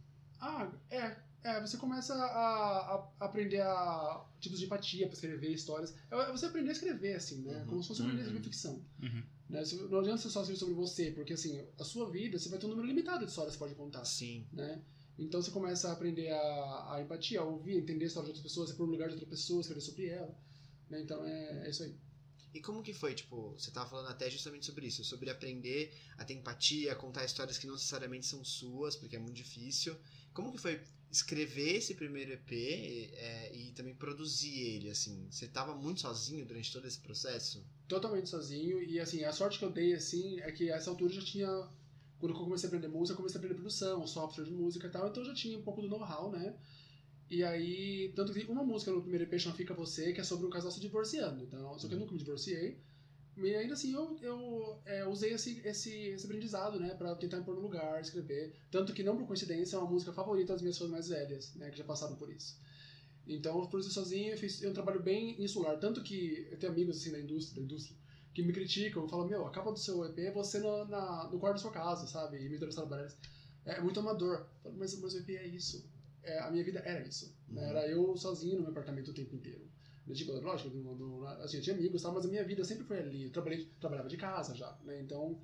Você começa a aprender tipos de empatia pra escrever histórias. Você aprender a escrever, assim, né? Como se fosse um livro de ficção. Né? Não adianta você só escrever sobre você, porque, assim, a sua vida, você vai ter um número limitado de histórias que você pode contar. Sim. Né? Então você começa a aprender a empatia, a ouvir, a entender a história de outras pessoas, a pôr no lugar de outra pessoa, escrever sobre ela. Né? Então é isso aí. E como que foi, tipo, você tava falando até justamente sobre isso, sobre aprender a ter empatia, a contar histórias que não necessariamente são suas, porque é muito difícil. Como que foi escrever esse primeiro EP e também produzir ele, assim? Você tava muito sozinho durante todo esse processo? Totalmente sozinho, e assim, a sorte que eu dei, assim, é que a essa altura eu já tinha... Quando eu comecei a aprender música, eu comecei a aprender produção, software de música e tal, então eu já tinha um pouco do know-how, né? E aí, tanto que uma música no primeiro EP chama Fica Você, que é sobre um casal se divorciando. Então, só que eu nunca me divorciei. E ainda assim, eu usei esse aprendizado, né, pra tentar me pôr no lugar, escrever. Tanto que, não por coincidência, é uma música favorita das minhas fãs mais velhas, né, que já passaram por isso. Então, eu produzi sozinho, eu fiz um trabalho bem insular. Tanto que eu tenho amigos, assim, da indústria, que me criticam, falam, a capa do seu EP é você no quarto da sua casa, sabe? E me entrevistaram várias. É muito amador. Eu falo, mas o EP é isso. A minha vida era isso. Né? Era eu sozinho no meu apartamento o tempo inteiro. Tipo, lógico, assim, eu tinha amigos, mas a minha vida sempre foi ali. Eu trabalhava de casa já. Né? Então,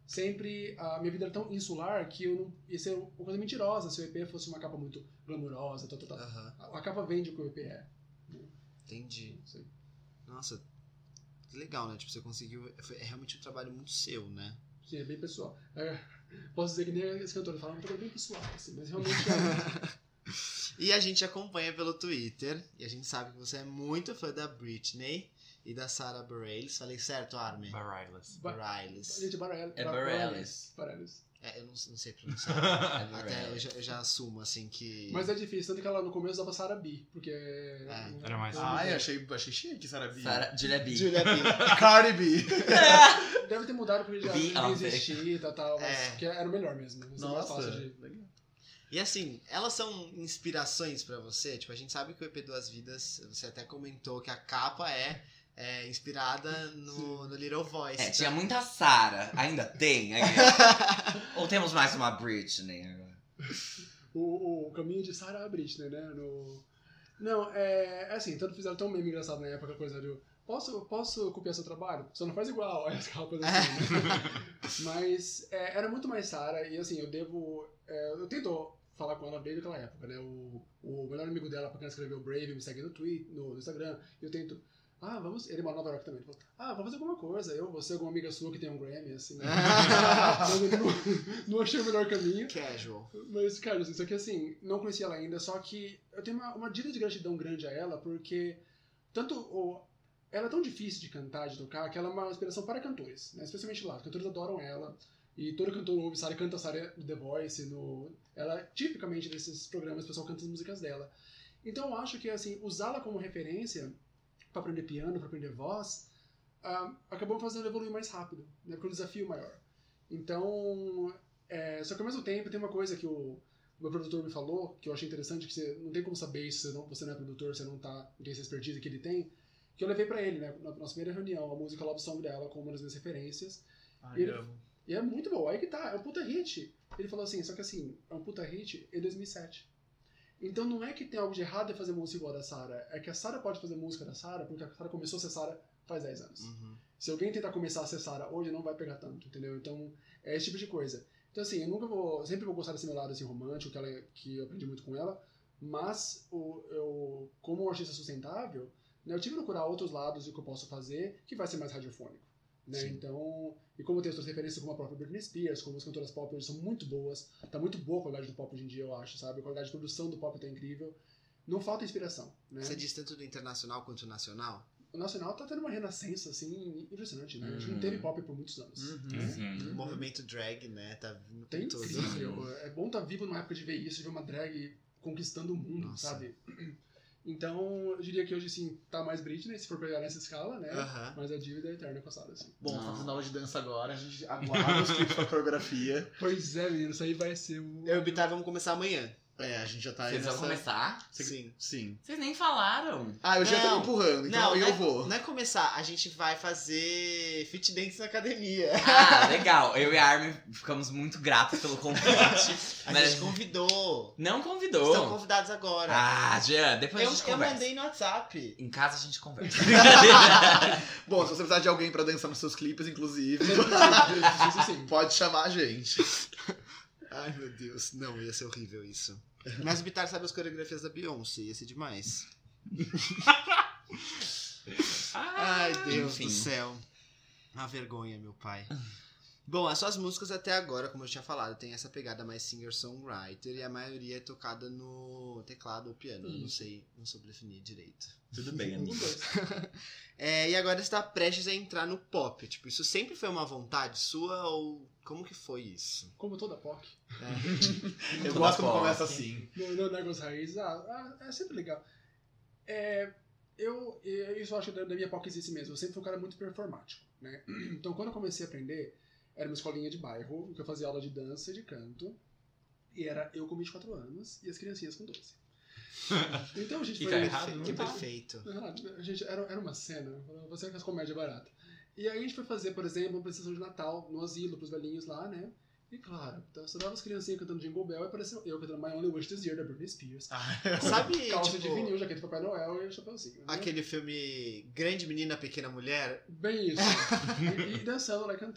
sempre a minha vida era tão insular que eu não ia ser uma coisa mentirosa se o EP fosse uma capa muito glamurosa, tal. Aham. A capa vende o que o EP é. Entendi. Sim. Nossa, que legal, né? Tipo, você conseguiu. É realmente um trabalho muito seu, né? Sim, é bem pessoal. Posso dizer que nem esse cantor fala, é um trabalho bem pessoal, assim, mas realmente é. E a gente acompanha pelo Twitter. E a gente sabe que você é muito fã da Britney e da Sarah Bareilles. Falei certo, Armin? Bareilles. Gente, Bareilles. É Bareilles. Bareilles. Eu não sei pronunciar. Até eu já assumo, assim, que... Mas é difícil, tanto que ela no começo usava Sarah B, porque... Era mais... Ai, achei chique, Sarah B. Julia B. Julia B. Cardi B. Deve ter mudado porque já B, não existia e tal, mas que era o melhor mesmo. Isso é mais Nossa, fácil de... legal. E assim, elas são inspirações pra você? Tipo, a gente sabe que o EP Duas Vidas, você até comentou que a capa é inspirada no Little Voice. Tinha muita Sarah. Ainda tem? Ou temos mais uma Britney agora? O caminho de Sarah Britney, né? Não, é assim, tanto fizeram tão meme engraçado na época, a coisa de posso copiar seu trabalho? Só não faz igual, aí as capas assim, né? Mas era muito mais Sarah, e assim, eu tento falar com ela desde aquela época, né? O melhor amigo dela, pra quem escreveu Brave, me segue no Instagram, e eu tento... ele mora em Nova York também. Ele falou, vamos fazer alguma coisa. Você, alguma amiga sua que tem um Grammy, assim. Mas eu não achei o melhor caminho. Casual. Mas, cara, só que assim, não conhecia ela ainda, só que eu tenho uma dívida de gratidão grande a ela, porque ela é tão difícil de cantar, de tocar, que ela é uma inspiração para cantores, né? Especialmente lá. Os cantores adoram ela. E todo cantor ouve Sarah, canta Sarah no The Voice, ela, tipicamente, desses programas, o pessoal canta as músicas dela. Então eu acho que, assim, usá-la como referência para aprender piano, para aprender voz, acabou me fazendo evoluir mais rápido, né? Porque é um desafio maior. Então, só que ao mesmo tempo tem uma coisa que o meu produtor me falou, que eu achei interessante, que você não tem como saber isso, você não é produtor, você não tem essa expertise que ele tem, que eu levei pra ele, né? Na nossa primeira reunião, a música Love Song dela, como uma das minhas referências. E é muito bom, aí que tá, é um puta hit. Ele falou assim, só que assim, é um puta hit em 2007. Então não é que tem algo de errado em fazer música igual a da Sarah, é que a Sarah pode fazer música da Sarah porque a Sarah começou a ser Sarah faz 10 anos. Uhum. Se alguém tentar começar a ser Sarah hoje, não vai pegar tanto, entendeu? Então, é esse tipo de coisa. Então assim, eu sempre vou gostar desse meu lado assim, romântico, que eu aprendi muito com ela, mas como um artista sustentável, né, eu tive que procurar outros lados do que eu posso fazer, que vai ser mais radiofônico. Né? Então, e como tem outras referências como a própria Britney Spears, como as cantoras pop hoje são muito boas, tá muito boa a qualidade do pop hoje em dia, eu acho, sabe? A qualidade de produção do pop tá incrível. Não falta inspiração, né? Você diz tanto do internacional quanto do nacional? O nacional tá tendo uma renascença, assim, impressionante, né? A gente não teve pop por muitos anos. O movimento drag, né? Tá vindo Tem todo. incrível. É bom estar vivo numa época de ver isso, de ver uma drag conquistando o mundo, Nossa. sabe? Então, eu diria que hoje, sim, tá mais Britney, se for pegar nessa escala, né? Aham. Mas a dívida é eterna com a Sarah, assim. Bom, tá fazendo aula de dança agora, a gente aguarda os clipes pra coreografia. Pois é, menino, isso aí vai ser o... Eu e o Bitar vamos começar amanhã. A gente já tá aí Vocês vão começar? Sim. Sim. Vocês nem falaram. Eu já tô Não. me empurrando, então eu vou. Não é começar, a gente vai fazer fit dance na academia. Legal. Eu e a Armin ficamos muito gratos pelo convite. A mas gente convidou. não convidou. Estão convidados agora. Jean, depois a gente eu conversa. mandei no WhatsApp. Em casa a gente conversa. Bom, se você precisar de alguém pra dançar nos seus clipes, inclusive, Isso sim. pode chamar a gente. Ai, meu Deus. Não, ia ser horrível isso. Mas o Bitar sabe as coreografias da Beyoncé, ia ser demais. Ai, Deus enfim. do céu. Uma vergonha, meu pai. Bom, as suas músicas até agora, como eu tinha falado, tem essa pegada mais singer-songwriter e a maioria é tocada no teclado ou piano. Eu não sei, não soube definir direito. Tudo bem, Um, dois. E agora você tá prestes a entrar no pop. Tipo, isso sempre foi uma vontade sua ou como que foi isso? Como toda POC. Eu gosto quando começa assim. No Negócio Raiz, é sempre legal. Isso eu acho que da minha POC existe mesmo. Eu sempre fui um cara muito performático, né? Então, quando eu comecei a aprender, era uma escolinha de bairro, que eu fazia aula de dança e de canto. E era eu com 24 anos e as criancinhas com 12. Então a gente E foi... tá errado, não Que tá? perfeito. A gente, era uma cena, você com as comédias baratas. E aí a gente foi fazer, por exemplo, uma apresentação de Natal no asilo, pros velhinhos lá, né? E claro, então você dava as criancinhas cantando Jingle Bell e apareceu eu cantando My Only Wish This Year, da Britney Spears. Sabe, Calça tipo, de vinil, jaqueta de Papai Noel e o chapéuzinho. Né? aquele filme Grande Menina, Pequena Mulher? Bem isso. E dançando lá e cantando.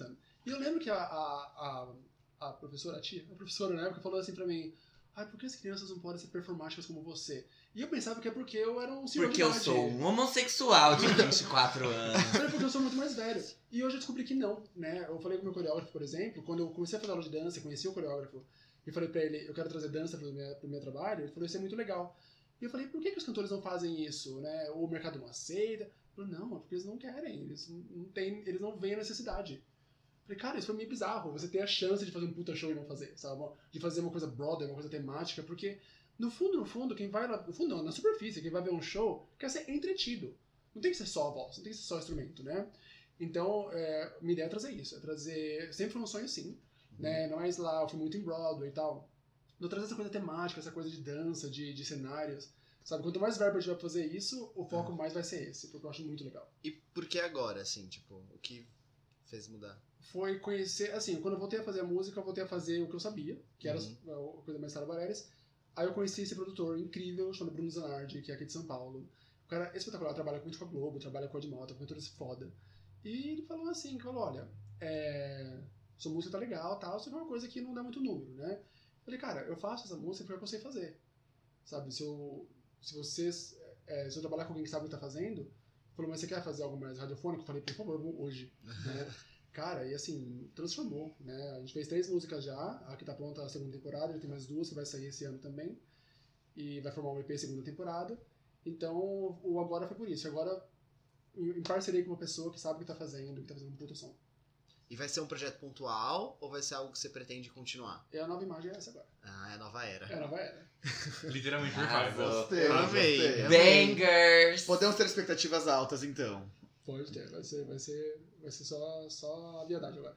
E eu lembro que a professora, a professora na época falou assim pra mim, por que as crianças não podem ser performáticas como você? E eu pensava que é porque eu era um senhor de Porque eu idade. sou um homossexual de 24 anos. Era porque eu sou muito mais velho. E hoje eu descobri que não, né? Eu falei com o meu coreógrafo, por exemplo, quando eu comecei a fazer aula de dança, conheci o coreógrafo, e falei pra ele, eu quero trazer dança pro meu trabalho, ele falou, isso é muito legal. E eu falei, por que os cantores não fazem isso, né? O mercado não aceita? Ele falou, não, é porque eles não querem, eles não veem a necessidade. Eu falei, cara, isso foi meio bizarro, você ter a chance de fazer um puta show e não fazer, sabe? De fazer uma coisa Broadway, uma coisa temática, porque no fundo, quem vai lá, no fundo não, na superfície, quem vai ver um show quer ser entretido. Não tem que ser só a voz, não tem que ser só o instrumento, né? Então, minha ideia é trazer isso, sempre foi um sonho assim, né? Mas lá eu fui muito em Broadway e tal. Eu trazer essa coisa temática, essa coisa de dança, de cenários, sabe? Quanto mais verba eu tiver pra fazer isso, o foco mais vai ser esse, porque eu acho muito legal. E por que agora, assim, tipo, o que fez mudar? Foi conhecer, assim, quando eu voltei a fazer a música, eu voltei a fazer o que eu sabia, que era a coisa mais Sara Bareilles. Aí eu conheci esse produtor incrível, chamado Bruno Zanardi, que é aqui de São Paulo. O cara é espetacular, trabalha muito com a Globo, trabalha com a Edmota, com cantores foda. E ele falou assim, olha, sua música tá legal, tal, só que é uma coisa que não dá muito número, né? Eu falei, cara, eu faço essa música porque eu sei fazer, sabe? Se eu trabalhar com alguém que sabe o que tá fazendo, ele falou, mas você quer fazer algo mais radiofônico? Eu falei, por favor, hoje, né? Cara, e assim, transformou, né? A gente fez 3 músicas já, a que tá pronta a segunda temporada, já tem mais 2 que vai sair esse ano também, e vai formar um EP segunda temporada. Então, o agora foi por isso. Agora, em parceria com uma pessoa que sabe o que tá fazendo, que tá fazendo um puta som. E vai ser um projeto pontual ou vai ser algo que você pretende continuar? E a nova imagem é essa agora. É a nova era. É a nova era. Literalmente Arrasou. revival. Gostei, Amei. gostei. Bangers! Podemos ter expectativas altas, então. Pode ter, vai ser só a verdade agora.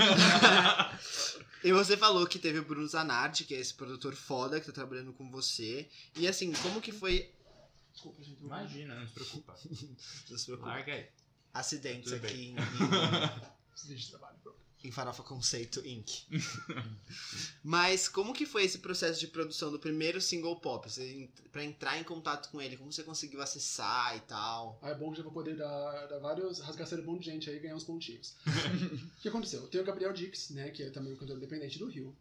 E você falou que teve o Bruno Zanardi, que é esse produtor foda que tá trabalhando com você. E assim, como que foi... Desculpa, gente. Imagina, não se preocupa. Não se preocupe. Larga aí. Acidentes Tudo aqui Preciso de trabalho, pronto. em Farofa Conceito Inc. Mas como que foi esse processo de produção do primeiro single pop? Pra entrar em contato com ele, como você conseguiu acessar e tal? É bom que já vou poder dar vários rasgaceiros bom de gente aí e ganhar uns pontinhos. O que aconteceu? Tem o Gabriel Dix, né, que é também um cantor independente do Rio,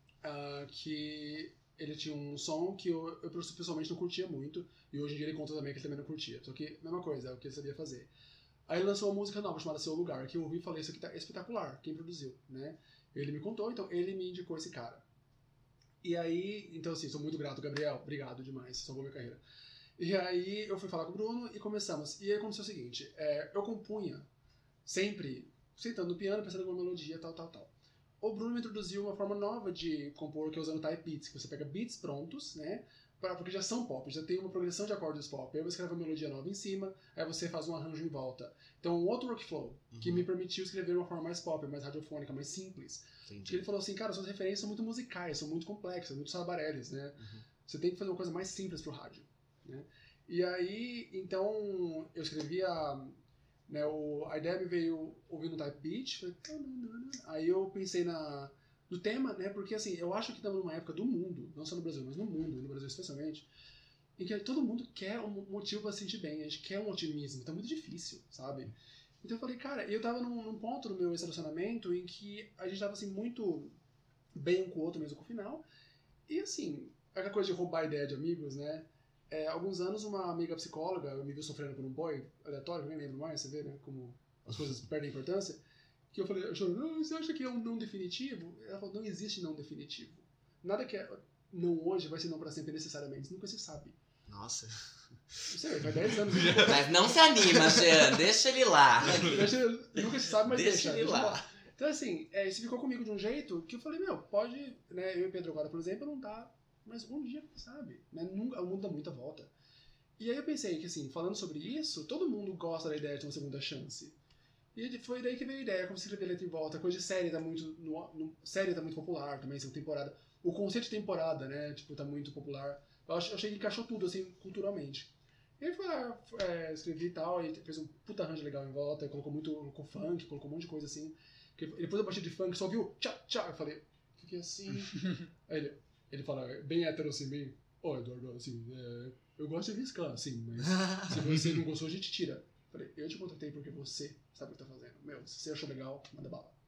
que ele tinha um som que eu pessoalmente não curtia muito, e hoje em dia ele conta também que ele também não curtia. Só que, mesma coisa, é o que ele sabia fazer. Aí ele lançou uma música nova chamada Seu Lugar, que eu ouvi e falei, isso aqui tá espetacular, quem produziu, né? Ele me contou, então ele me indicou esse cara. E aí, então assim, sou muito grato, Gabriel, obrigado demais, salvou minha carreira. E aí eu fui falar com o Bruno e começamos. E aí aconteceu o seguinte, eu compunha sempre sentando no piano, pensando em uma melodia, tal. O Bruno me introduziu uma forma nova de compor, que é usando type beats, que você pega beats prontos, né? Porque já são pop, já tem uma progressão de acordes pop. Aí você escreve uma melodia nova em cima, aí você faz um arranjo em volta. Então, um outro workflow que me permitiu escrever de uma forma mais pop, mais radiofônica, mais simples. Entendi. Ele falou assim, cara, suas referências são muito musicais, são muito complexas, muito Sara Bareilles, né? Você tem que fazer uma coisa mais simples pro rádio, né? E aí, então, eu escrevi a ideia me veio ouvindo type beat, falei, aí eu pensei no tema, né? Porque assim, eu acho que estamos numa época do mundo, não só no Brasil, mas no mundo, no Brasil especialmente, em que todo mundo quer um motivo pra se sentir bem, a gente quer um otimismo, tá muito difícil, sabe? Então eu falei, cara, eu tava num ponto no meu relacionamento em que a gente tava assim muito bem um com o outro, mesmo com o final, e assim, aquela coisa de roubar a ideia de amigos, né? Alguns anos uma amiga psicóloga me viu sofrendo por um boy aleatório, nem lembro mais, você vê, né? Como as coisas perdem importância. Que eu falei, você acha que é um não definitivo? Ela falou, não existe não definitivo. Nada que é não hoje vai ser não pra sempre necessariamente. Nunca se sabe. Nossa. Não sei, vai 10 anos. Mas não se anima, Jean, deixa ele lá. Nunca se sabe, mas Deixa ele lá. Então assim, isso ficou comigo de um jeito que eu falei, pode, né? Eu e o Pedro agora, por exemplo, não tá, mas um dia, sabe? Né, nunca, o mundo dá muita volta. E aí eu pensei que assim, falando sobre isso, todo mundo gosta da ideia de uma segunda chance. E foi daí que veio a ideia, como se escrever letra em volta. A coisa de série tá muito. Série tá muito popular também, segunda temporada. O conceito de temporada, né? Tipo, tá muito popular. Eu achei que encaixou tudo, assim, culturalmente. E aí foi lá, escrevi e tal, e fez um puta arranjo legal em volta, colocou funk, colocou um monte de coisa assim. Depois eu baixei de funk, só viu tchá. Eu falei, fiquei assim. Aí ele fala, bem hétero assim, bem. Eduardo, assim, eu gosto de riscar, assim, mas se você não gostou, a gente tira. Falei, eu te contratei porque você sabe o que tá fazendo. Se você achou legal, manda bala.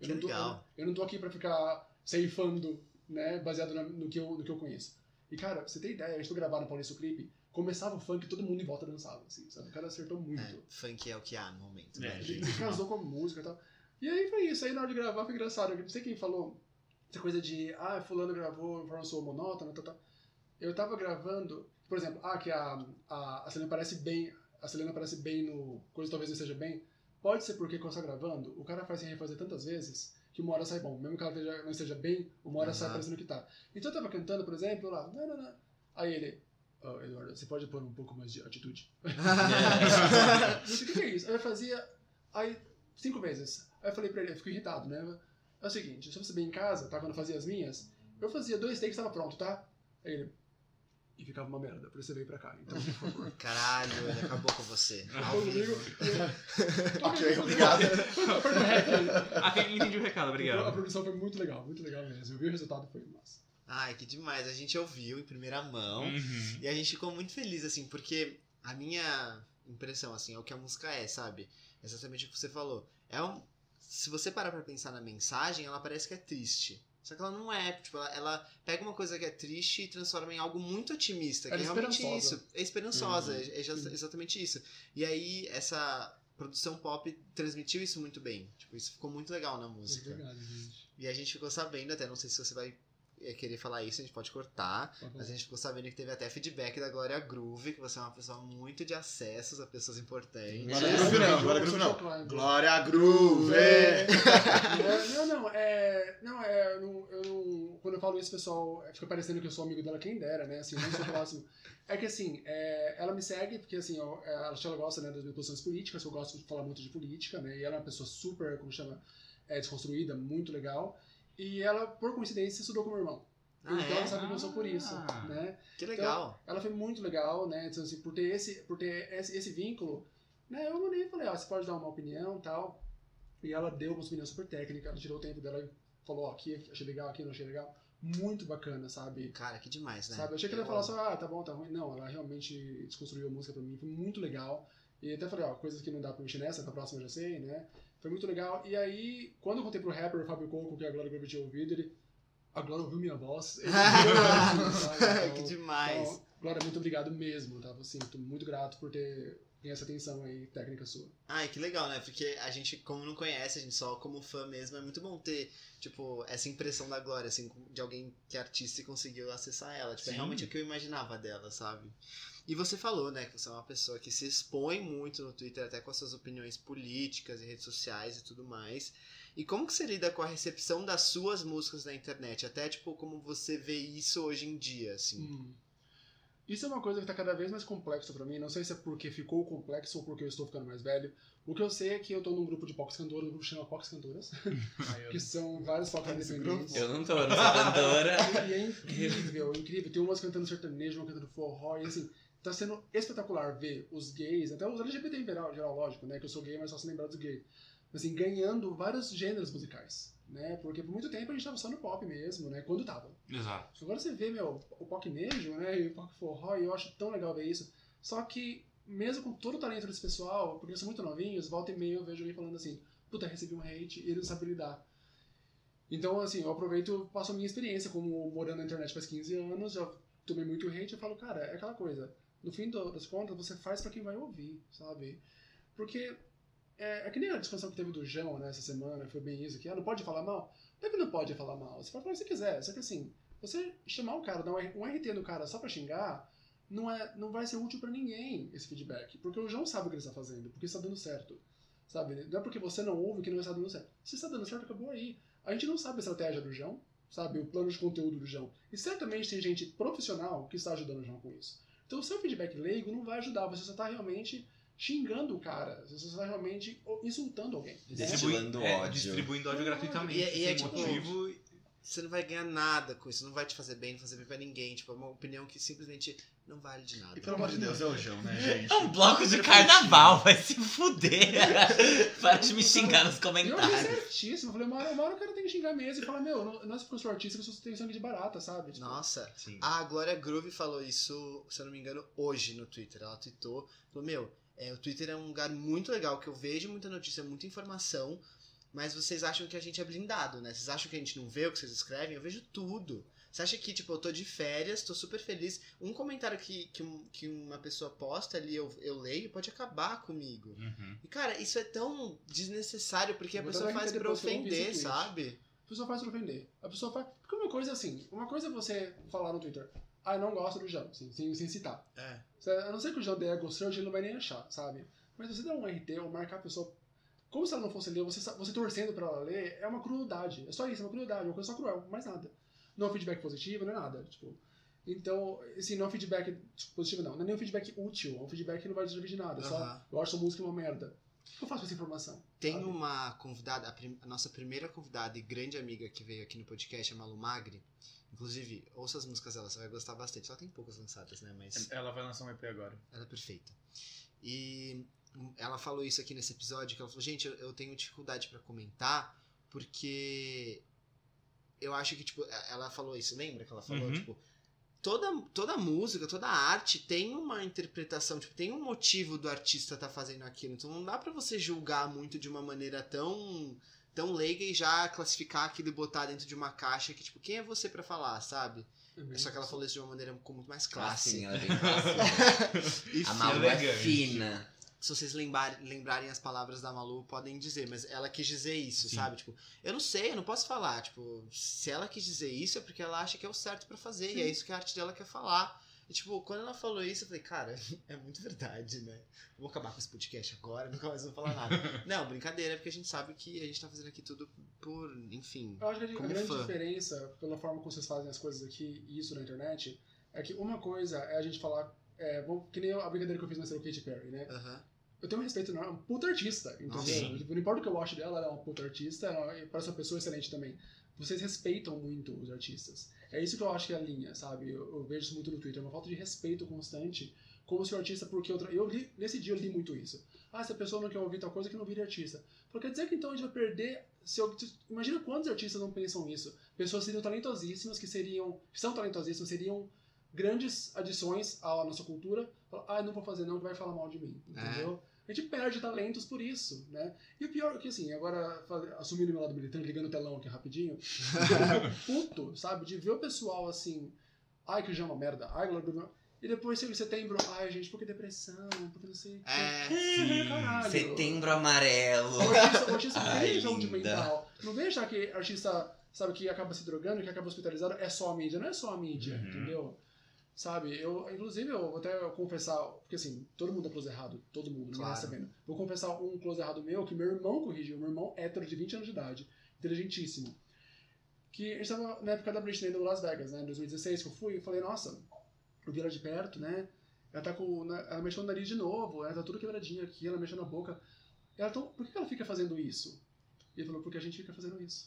Que legal. Eu não tô aqui pra ficar ceifando, né, baseado no que eu conheço. E, cara, pra você ter ideia, a gente foi gravar no Paulista o clipe, começava o funk e todo mundo em volta dançava, assim, sabe? O cara acertou muito. Funk é o que há no momento, É, né, Ele gente? casou com a música e tal. E aí foi isso. Aí na hora de gravar foi engraçado. Eu não sei quem falou essa coisa de, fulano gravou, forma sou monótona, tal. Eu tava gravando, por exemplo, que a Selena aparece bem no Coisa Talvez Não Esteja Bem. Pode ser porque quando você tá gravando, o cara faz sem refazer tantas vezes que uma hora sai bom. Mesmo que ela não esteja bem, uma hora sai parecendo que tá. Então eu tava cantando, por exemplo, lá, não. Aí ele, Eduardo, você pode pôr um pouco mais de atitude? Não sei o que é isso. Aí eu fazia, 5 vezes. Aí eu falei pra ele, eu fico irritado, né? É o seguinte, se você bem em casa, tá? Quando eu fazia as minhas, eu fazia 2 takes e tava pronto, tá? Aí ele, e ficava uma merda, por isso você veio pra cá. Então, por favor. Caralho, ele acabou com você. Ao Falou vivo. comigo. Ok, obrigado. Aperta o rec aí. Entendi o recado, A obrigado. produção foi muito legal mesmo. Eu vi o resultado, foi massa. Ai, que demais. A gente ouviu em primeira mão. Uhum. E a gente ficou muito feliz, assim, porque a minha impressão, assim, é o que a música é, sabe? Exatamente o que você falou. Se você parar pra pensar na mensagem, ela parece que é triste. Só que ela não é. Tipo, ela pega uma coisa que é triste e transforma em algo muito otimista. Que Ela é é realmente esperançosa. isso. É esperançosa. Exatamente isso. E aí, essa produção pop transmitiu isso muito bem. Tipo, isso ficou muito legal na música. Obrigado, gente. E a gente ficou sabendo, até não sei se você vai querer falar isso, a gente pode cortar, mas a gente ficou sabendo que teve até feedback da Glória Groove, que você é uma pessoa muito de acessos a pessoas importantes. Glória Groove não. Glória Groove! Quando eu falo isso, pessoal, fica parecendo que eu sou amigo dela, quem dera, né? Assim, não sou próximo. É que assim, ela me segue porque assim, ela gosta, né, das minhas posições políticas, eu gosto de falar muito de política, né? E ela é uma pessoa super, como chama, desconstruída, muito legal. E ela, por coincidência, estudou com o meu irmão. Então ela sabe que eu sou por isso, né? Que legal. Então, ela foi muito legal, né? Então, assim, por ter esse vínculo, né? Eu mandei e falei, você pode dar uma opinião e tal. E ela deu uma opinião super técnica, ela tirou o tempo dela e falou, aqui achei legal, aqui não achei legal. Muito bacana, sabe? Cara, que demais, né? Sabe? Eu achei que ela ia falar só, tá bom, tá ruim. Não, ela realmente desconstruiu a música pra mim, foi muito legal. E até falei, coisas que não dá pra mexer nessa, na próxima eu já sei, né? Foi muito legal. E aí, quando eu contei pro rapper, o Fábio Coco, que a Glória Groove tinha ouvido, a Glória ouviu minha voz. Ele Que demais. Então, Glória, muito obrigado mesmo, tá? Assim, tô muito grato por ter essa atenção aí, técnica sua. Ai, que legal, né? Porque a gente, como não conhece, a gente só como fã mesmo, é muito bom ter, tipo, essa impressão da Glória, assim, de alguém que é artista e conseguiu acessar ela. Tipo, é realmente o que eu imaginava dela, sabe? E você falou, né, que você é uma pessoa que se expõe muito no Twitter, até com as suas opiniões políticas e redes sociais e tudo mais. E como que você lida com a recepção das suas músicas na internet? Até, tipo, como você vê isso hoje em dia, assim? Isso é uma coisa que tá cada vez mais complexa pra mim. Não sei se é porque ficou complexo ou porque eu estou ficando mais velho. O que eu sei é que eu tô num grupo de Pox Cantoras, um grupo que chama Pox Cantoras, que são vários Pox independentes. Eu não sou cantora. E é incrível. Tem umas cantando sertanejo, uma cantando forró, e assim, tá sendo espetacular ver os gays, até os LGBT em geral, lógico, né, que eu sou gay, mas só se lembrar dos gays, assim, ganhando vários gêneros musicais, né, porque por muito tempo a gente tava só no pop mesmo, né, quando tava. Exato. Agora você vê, o pocnejo, né, e o pop forró, e eu acho tão legal ver isso, só que, mesmo com todo o talento desse pessoal, porque eles são muito novinhos, volta e meia eu vejo alguém falando assim, puta, recebi um hate, e ele não sabe lidar. Então, assim, eu aproveito, passo a minha experiência como morando na internet faz 15 anos, já tomei muito hate, eu falo, cara, é aquela coisa, no fim das contas, você faz pra quem vai ouvir, sabe? Porque é que nem a discussão que teve do João, né, essa semana, foi bem isso, que não pode falar mal. Não é que não pode falar mal, você pode falar o que você quiser, só que assim, você chamar o cara, dar um RT no cara só pra xingar, não vai ser útil pra ninguém esse feedback, porque o João sabe o que ele está fazendo, porque está dando certo, sabe? Não é porque você não ouve que não está dando certo. Se está dando certo, acabou aí. A gente não sabe a estratégia do João, sabe? O plano de conteúdo do João. E certamente tem gente profissional que está ajudando o João com isso. Então o seu feedback leigo não vai ajudar, você só está realmente xingando o cara, você está realmente insultando alguém. Destilando ódio. Distribuindo ódio gratuitamente, E é sem tipo, motivo. Você não vai ganhar nada com isso, não vai te fazer bem, não vai fazer bem pra ninguém. Tipo, é uma opinião que simplesmente não vale de nada. E pelo amor de Deus, é o João, né, gente? É um bloco de carnaval, vai se fuder. Para de me xingar nos Eu achei comentários. certíssimo. Eu falei, uma hora o cara tem que xingar mesmo e falar, não é porque eu sou artista que eu tenho sangue de barata, sabe? Tipo, Nossa, Sim. a Glória Groove falou isso, se eu não me engano, hoje no Twitter. Ela tweetou, falou, o Twitter é um lugar muito legal, que eu vejo muita notícia, muita informação, mas vocês acham que a gente é blindado, né? Vocês acham que a gente não vê o que vocês escrevem? Eu vejo tudo. Você acha que, tipo, eu tô de férias, tô super feliz. Um comentário que uma pessoa posta ali, eu leio, pode acabar comigo. Uhum. E, cara, isso é tão desnecessário, porque a Eu vou pessoa dar faz RT pra depois que eu não vi esse ofender, tweet. sabe? A pessoa faz pra ofender. A pessoa faz... Porque uma coisa é assim, uma coisa é você falar no Twitter, eu não gosto do Jean, assim, sem citar. É. A não ser que o Jean dê ego search, ele não vai nem achar, sabe? Mas você dar um RT ou marcar a pessoa como se ela não fosse ler, você torcendo pra ela ler, é uma crueldade. É só isso, é uma crueldade, uma coisa só cruel, mais nada. Não é um feedback positivo, não é nada. Tipo, então, assim, não é um feedback positivo, não é nem um feedback útil, é um feedback que não vai servir de nada. É só, eu acho sua música uma merda. O que eu faço com essa informação? Tem sabe? uma convidada, a nossa primeira convidada e grande amiga que veio aqui no podcast, a Malu Magri. Inclusive, ouça as músicas dela, você vai gostar bastante. Só tem poucas lançadas, né? Mas Ela vai lançar um EP agora. ela é perfeita. E ela falou isso aqui nesse episódio, que ela falou, gente, eu tenho dificuldade pra comentar, porque eu acho que, tipo, ela falou isso, lembra que ela falou, tipo, toda música, toda arte tem uma interpretação, tipo, tem um motivo do artista tá fazendo aquilo, então não dá pra você julgar muito de uma maneira tão leiga e já classificar aquilo e botar dentro de uma caixa que, tipo, quem é você pra falar, sabe? Só que ela falou isso de uma maneira com muito mais classe. Sim, ela é bem clássica. E A Malu é fina. se vocês lembrarem as palavras da Malu, podem dizer, mas ela quis dizer isso, Sim. sabe? Tipo, eu não sei, eu não posso falar. Tipo, se ela quis dizer isso é porque ela acha que é o certo pra fazer, e é isso que a arte dela quer falar. E, tipo, quando ela falou isso, eu falei, cara, é muito verdade, né? Vou acabar com esse podcast agora, nunca mais vou falar nada. Não, brincadeira, porque a gente sabe que a gente tá fazendo aqui tudo por, enfim, Eu acho que a como grande fã. diferença, pela forma como vocês fazem as coisas aqui e isso na internet, é que uma coisa é a gente falar, que nem a brincadeira que eu fiz na Katy Perry, né? Aham. Eu tenho um respeito enorme, é uma puta artista, entendeu? Sim. Tipo, não importa o que eu acho dela, ela é uma puta artista, ela parece uma pessoa excelente também. Vocês respeitam muito os artistas. É isso que eu acho que é a linha, sabe? Eu vejo isso muito no Twitter, é uma falta de respeito constante, como se o artista, porque nesse dia eu li muito isso. Se a pessoa não quer ouvir tal coisa, que não vire artista. Porque quer dizer que então a gente vai perder... Imagina quantos artistas não pensam isso. Pessoas seriam talentosíssimas, que são talentosíssimas, seriam grandes adições à nossa cultura. Não vou fazer não, que vai falar mal de mim, entendeu? A gente perde talentos por isso, né? E o pior é que, assim, agora, assumindo o meu lado militante, ligando o telão aqui rapidinho, eu fico puto, sabe? De ver o pessoal, assim, que já é uma merda, e depois, em setembro, gente, porque depressão, porque não sei o quê. Caralho. Setembro amarelo. O artista tem saúde linda. mental. Não vem achar que artista, sabe, que acaba se drogando, que acaba hospitalizado, é só a mídia. Não é só a mídia, entendeu? Sabe, inclusive, eu vou até confessar, porque assim, todo mundo é close errado, todo mundo, ninguém tá sabendo. Vou confessar um close errado meu, que meu irmão corrigiu, meu irmão hétero de 20 anos de idade, inteligentíssimo. Que a gente tava na época da Britney no Las Vegas, né, em 2016, que eu fui, e falei, nossa, eu vi ela de perto, né, ela mexeu no nariz de novo, ela tá toda quebradinha aqui, ela mexeu na boca. Ela, então, por que ela fica fazendo isso? E ele falou, porque a gente fica fazendo isso.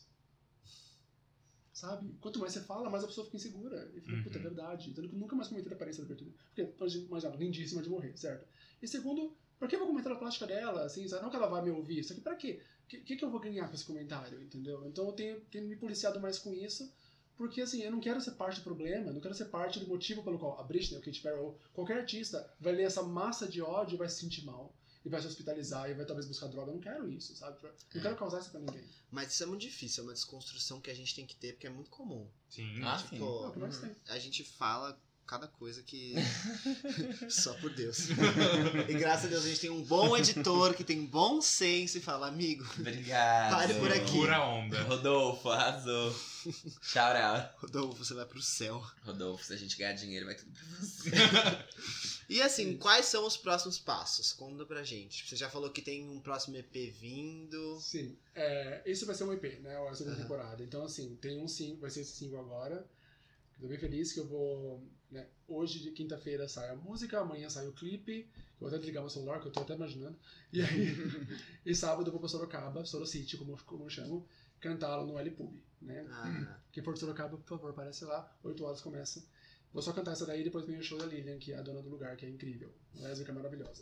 Sabe? Quanto mais você fala, mais a pessoa fica insegura. E fica, puta, é verdade. Então eu nunca mais comentei a aparência da Bertolini. Porque, imagina, lindíssima de morrer, certo? E segundo, por que eu vou comentar a plástica dela, assim, sabe? Não que ela vai me ouvir. Isso aqui pra quê? O que eu vou ganhar com esse comentário, entendeu? Então eu tenho me policiado mais com isso, porque, assim, eu não quero ser parte do problema, não quero ser parte do motivo pelo qual a Britney, o Katy Perry, ou qualquer artista vai ler essa massa de ódio e vai se sentir mal. E vai se hospitalizar, e vai talvez buscar droga. Eu não quero isso, sabe? Não quero causar isso pra ninguém. Mas isso é muito difícil, é uma desconstrução que a gente tem que ter, porque é muito comum. Sim. Sim. É o que mais tem. A gente fala cada coisa que... Só por Deus. E graças a Deus a gente tem um bom editor que tem bom senso e fala, amigo, Obrigado. pare por aqui. Pura onda. Rodolfo, arrasou. Shout out. Rodolfo, você vai pro céu. Rodolfo, se a gente ganhar dinheiro, vai tudo pra você. E assim, quais são os próximos passos? Conta pra gente. Você já falou que tem um próximo EP vindo. Sim. Esse vai ser um EP, né? A segunda temporada. Então, assim, tem um single, vai ser esse single agora. Tô bem feliz que eu vou... Né, hoje, de quinta-feira, sai a música, amanhã sai o clipe. Eu vou até desligar meu celular, que eu tô até imaginando. E aí, e sábado eu vou pra Sorocaba, Sorocity, como eu chamo, cantá-lo no L-Pub, né? Quem for de Sorocaba, por favor, aparece lá. 8 horas começa. Vou só cantar essa daí e depois vem o show da Lilian, que é a dona do lugar, que é incrível. Lésbica maravilhosa.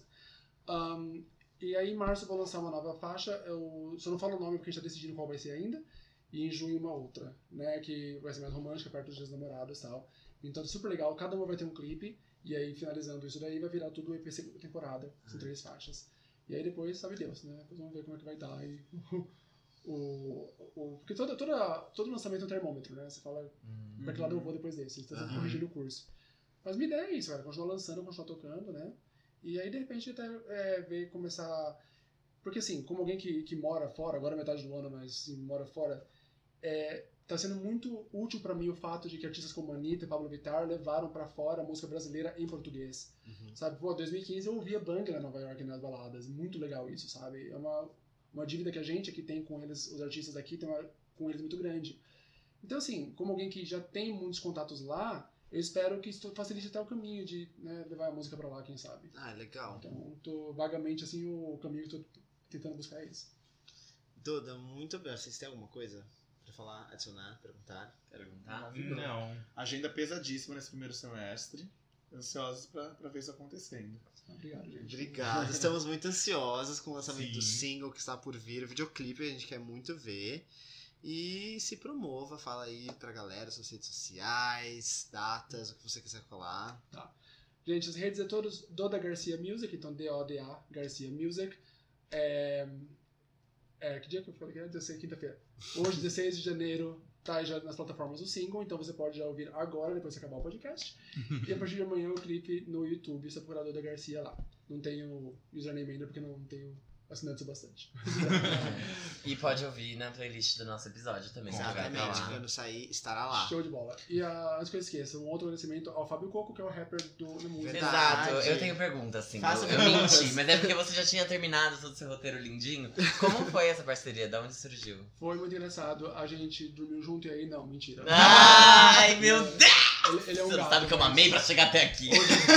E aí, em março, eu vou lançar uma nova faixa. Eu só não falo o nome porque a gente tá decidindo qual vai ser ainda. E em junho, uma outra, né? Que vai ser mais romântica, perto dos Dias dos Namorados e tal. Então, super legal. Cada uma vai ter um clipe. E aí, finalizando isso daí, vai virar tudo EP segunda temporada. São 3 faixas. E aí, depois, sabe Deus, né? Depois vamos ver como é que vai dar. E Porque todo lançamento é um termômetro, né? Você fala pra que lado eu vou depois desse, você tá corrigindo o curso. Mas minha ideia é isso, cara, continuar lançando, continuar tocando, né? E aí, de repente, até ver começar... Porque, assim, como alguém que mora fora, agora é metade do ano, mas assim, mora fora, tá sendo muito útil pra mim o fato de que artistas como Anitta e Pablo Vittar levaram pra fora a música brasileira em português. Sabe? Pô, 2015 eu ouvia Bang lá em Nova York nas baladas. Muito legal isso, sabe? É uma dívida que a gente aqui tem com eles, os artistas daqui, tem com eles muito grande. Então, assim, como alguém que já tem muitos contatos lá, eu espero que isso facilite até o caminho de, né, levar a música pra lá, quem sabe. Ah, legal. Então, tô vagamente, assim, o caminho que tô tentando buscar é esse. Duda, muito bem. Vocês têm alguma coisa pra falar, adicionar, perguntar? Não. Agenda pesadíssima nesse primeiro semestre. Ansiosos pra ver isso acontecendo. Obrigado, gente. Obrigado. Estamos muito ansiosos com o lançamento do Sim. single que está por vir. O videoclipe a gente quer muito ver. E se promova, fala aí pra galera, suas redes sociais, datas, o que você quiser falar. Gente, as redes é todas Doda Garcia Music, então D-O-D-A Garcia Music. Que dia que eu falei que era? 16, quinta-feira. Hoje, 16 de janeiro, tá já nas plataformas do single, então você pode já ouvir agora, depois que acabar o podcast. E a partir de amanhã o clipe no YouTube, você procurar Doda Garcia lá. Não tenho username ainda, porque não tenho assinantes o bastante. E pode ouvir na playlist do nosso episódio também. você vai pra Exatamente, lá. quando sair, estará lá. Show de bola. E antes que eu esqueça, um outro agradecimento ao Fábio Coco, que é o rapper da música. Verdade. Exato, eu tenho pergunta, assim. Faça Eu perguntas. menti, mas é porque você já tinha terminado todo o seu roteiro lindinho. Como foi essa parceria? Da onde surgiu? Foi muito engraçado, a gente dormiu junto e aí, não, mentira. Ai, meu Deus! Ele é um Você não gato, sabe que eu mas mamei pra chegar até aqui.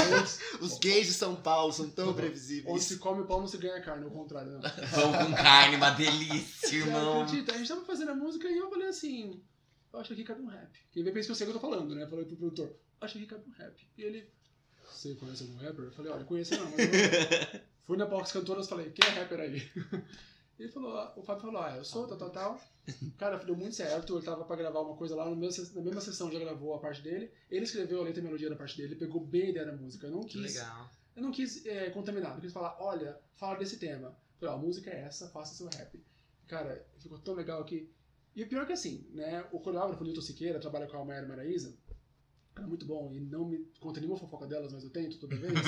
Os gays de São Paulo são tão Onde previsíveis. se come pão não se ganha carne, ao contrário, não. Pão com carne, uma delícia, Você irmão. acredita? A gente tava fazendo a música e eu falei assim, eu acho que aqui cabe um rap. Quem vê pensa que eu sei o que eu tô falando, né? Eu falei pro produtor, acho que aqui cabe um rap. E ele, você conhece algum rapper? Eu falei, olha, conheço não, mas eu fui na Box Cantoras e falei, quem é rapper aí? Ele falou, o Fábio falou, eu sou, tal. Cara, deu muito certo, ele tava pra gravar uma coisa lá, na mesma sessão já gravou a parte dele, ele escreveu a letra e a melodia da parte dele, pegou bem a ideia da música, eu não Que quis... legal. Eu não quis contaminar, eu quis falar, olha, fala desse tema. Eu falei, a música é essa, faça seu rap. Cara, ficou tão legal que... E o pior é que assim, né, o coreógrafo Nilton Siqueira trabalha com a Mayara Maraíza, cara, muito bom, e não me conta nenhuma fofoca delas, mas eu tento toda vez.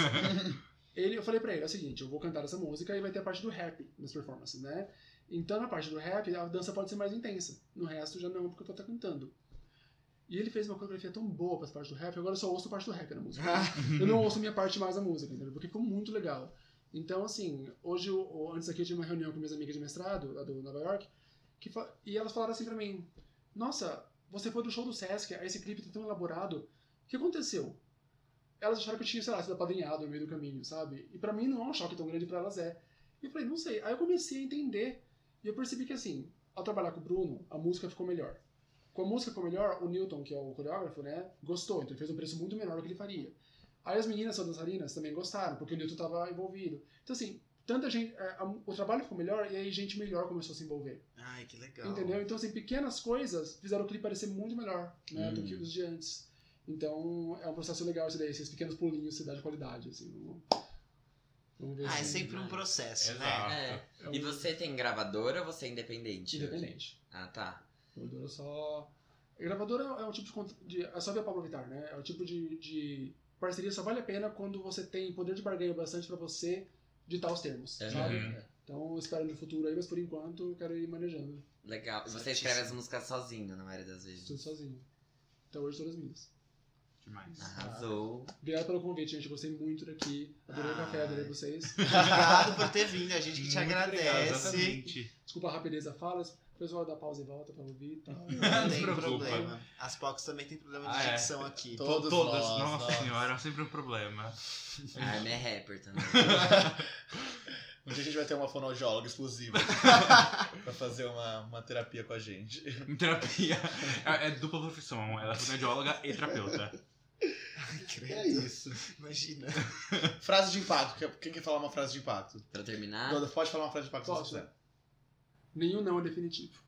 Eu falei pra ele, é o seguinte, eu vou cantar essa música e vai ter a parte do rap nas performances, né? Então na parte do rap, a dança pode ser mais intensa. No resto já não, porque eu tô até cantando. E ele fez uma coreografia tão boa para as partes do rap, agora eu só ouço a parte do rap na música. Eu não ouço a minha parte mais da música, entendeu? Porque ficou muito legal. Então, assim, hoje, antes aqui eu tive uma reunião com minhas amigas de mestrado, lá do Nova York, e elas falaram assim pra mim, nossa, você foi do show do Sesc, aí esse clipe tá tão elaborado, o que aconteceu? Elas acharam que eu tinha, sei lá, sido apadrinhado no meio do caminho, sabe? E pra mim não é um choque tão grande, pra elas é. E eu falei, não sei. Aí eu comecei a entender, e eu percebi que, assim, ao trabalhar com o Bruno, a música ficou melhor. Com a música ficou melhor, o Newton, que é o coreógrafo, né, gostou, então ele fez um preço muito menor do que ele faria. Aí as meninas, são dançarinas, também gostaram, porque o Newton estava envolvido. Então, assim, tanta gente, o trabalho ficou melhor e aí gente melhor começou a se envolver. Ai, que legal. Entendeu? Então, assim, pequenas coisas fizeram o clipe parecer muito melhor, né, do que os de antes. Então, é um processo legal esse daí, esses pequenos pulinhos se dá de qualidade, assim. Vamos ver É se- sempre um processo, né? Exato. É. E você tem gravadora ou você é independente? Independente. Ah, tá. Gravadora só... Gravadora é um tipo de... É só ver a Pablo Vittar, né? É o tipo de parceria só vale a pena quando você tem poder de barganha bastante pra você ditar os termos, Uhum. sabe? Então eu espero no futuro aí, mas por enquanto eu quero ir manejando. Legal. E você escreve as músicas sozinho, na maioria das vezes. Tudo sozinho. Então hoje todas minhas. Demais. Arrasou. Obrigado pelo convite, gente. Gostei muito daqui. Adorei o café, adorei vocês. Obrigado por ter vindo, a gente que te Muito obrigado, agradece. exatamente. Desculpa a rapidez da fala. O pessoal dá pausa e volta pra ouvir e tal. Não se tem preocupa. problema. As POCs também tem problema de Ah, é. dicção aqui. Todos Todas. nós, Nossa nós. senhora, é sempre um problema. A Armin é rapper também. Um dia a gente vai ter uma fonoaudióloga exclusiva pra fazer uma terapia com a gente. Em terapia. É dupla profissão. Ela é fonoaudióloga e terapeuta. É isso. Imagina. Frase de impacto. Quem quer falar uma frase de impacto? Pra terminar. Duda, pode falar uma frase de impacto se Posso? você quiser. Nenhum não é definitivo.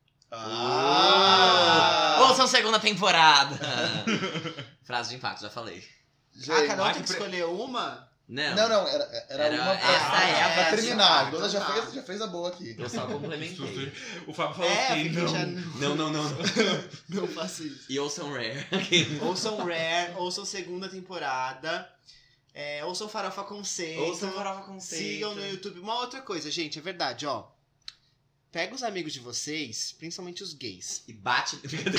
Ouçam segunda temporada! Frase de impacto, já falei. Ah, cada um Ai, tem que que escolher uma? Não. Não, era uma essa é a pra parte. terminar. A Dona então tá. já fez a boa aqui. Eu só complementei. O Fábio falou assim, porque já não. não faço isso. E ouçam Rare. Ouçam Rare, ouçam segunda temporada. Ouçam Farofa Conceito. Ouçam Farofa Conceito. Sigam no YouTube. Uma outra coisa, gente, é verdade, ó. Pega os amigos de vocês, principalmente os gays. E bate.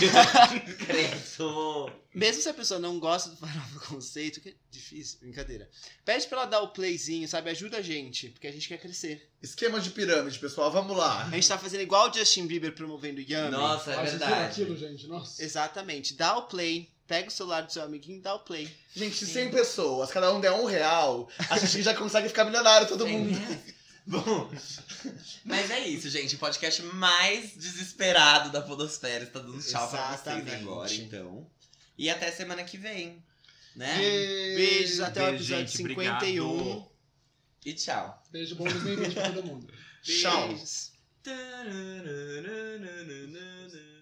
Credo. Mesmo se a pessoa não gosta do Farofa Conceito, que é difícil, brincadeira. Pede pra ela dar o playzinho, sabe? Ajuda a gente, porque a gente quer crescer. Esquema de pirâmide, pessoal, vamos lá. A gente tá fazendo igual o Justin Bieber promovendo Yummy. Nossa, é Vocês viram verdade. aquilo, gente? Nossa. Exatamente. Dá o play, pega o celular do seu amiguinho e dá o play. Gente, se 100 pessoas, cada um der R$1, a gente já consegue ficar milionário, todo Tem mundo. mesmo? Bom, mas é isso, gente. O podcast mais desesperado da podosfera está dando tchau pra vocês Exatamente. agora, então. E até semana que vem, né? Beijos, até o Beijo, episódio gente, 51. obrigado. E tchau. Beijo bom 2020 pra todo mundo. Tchau. Beijos.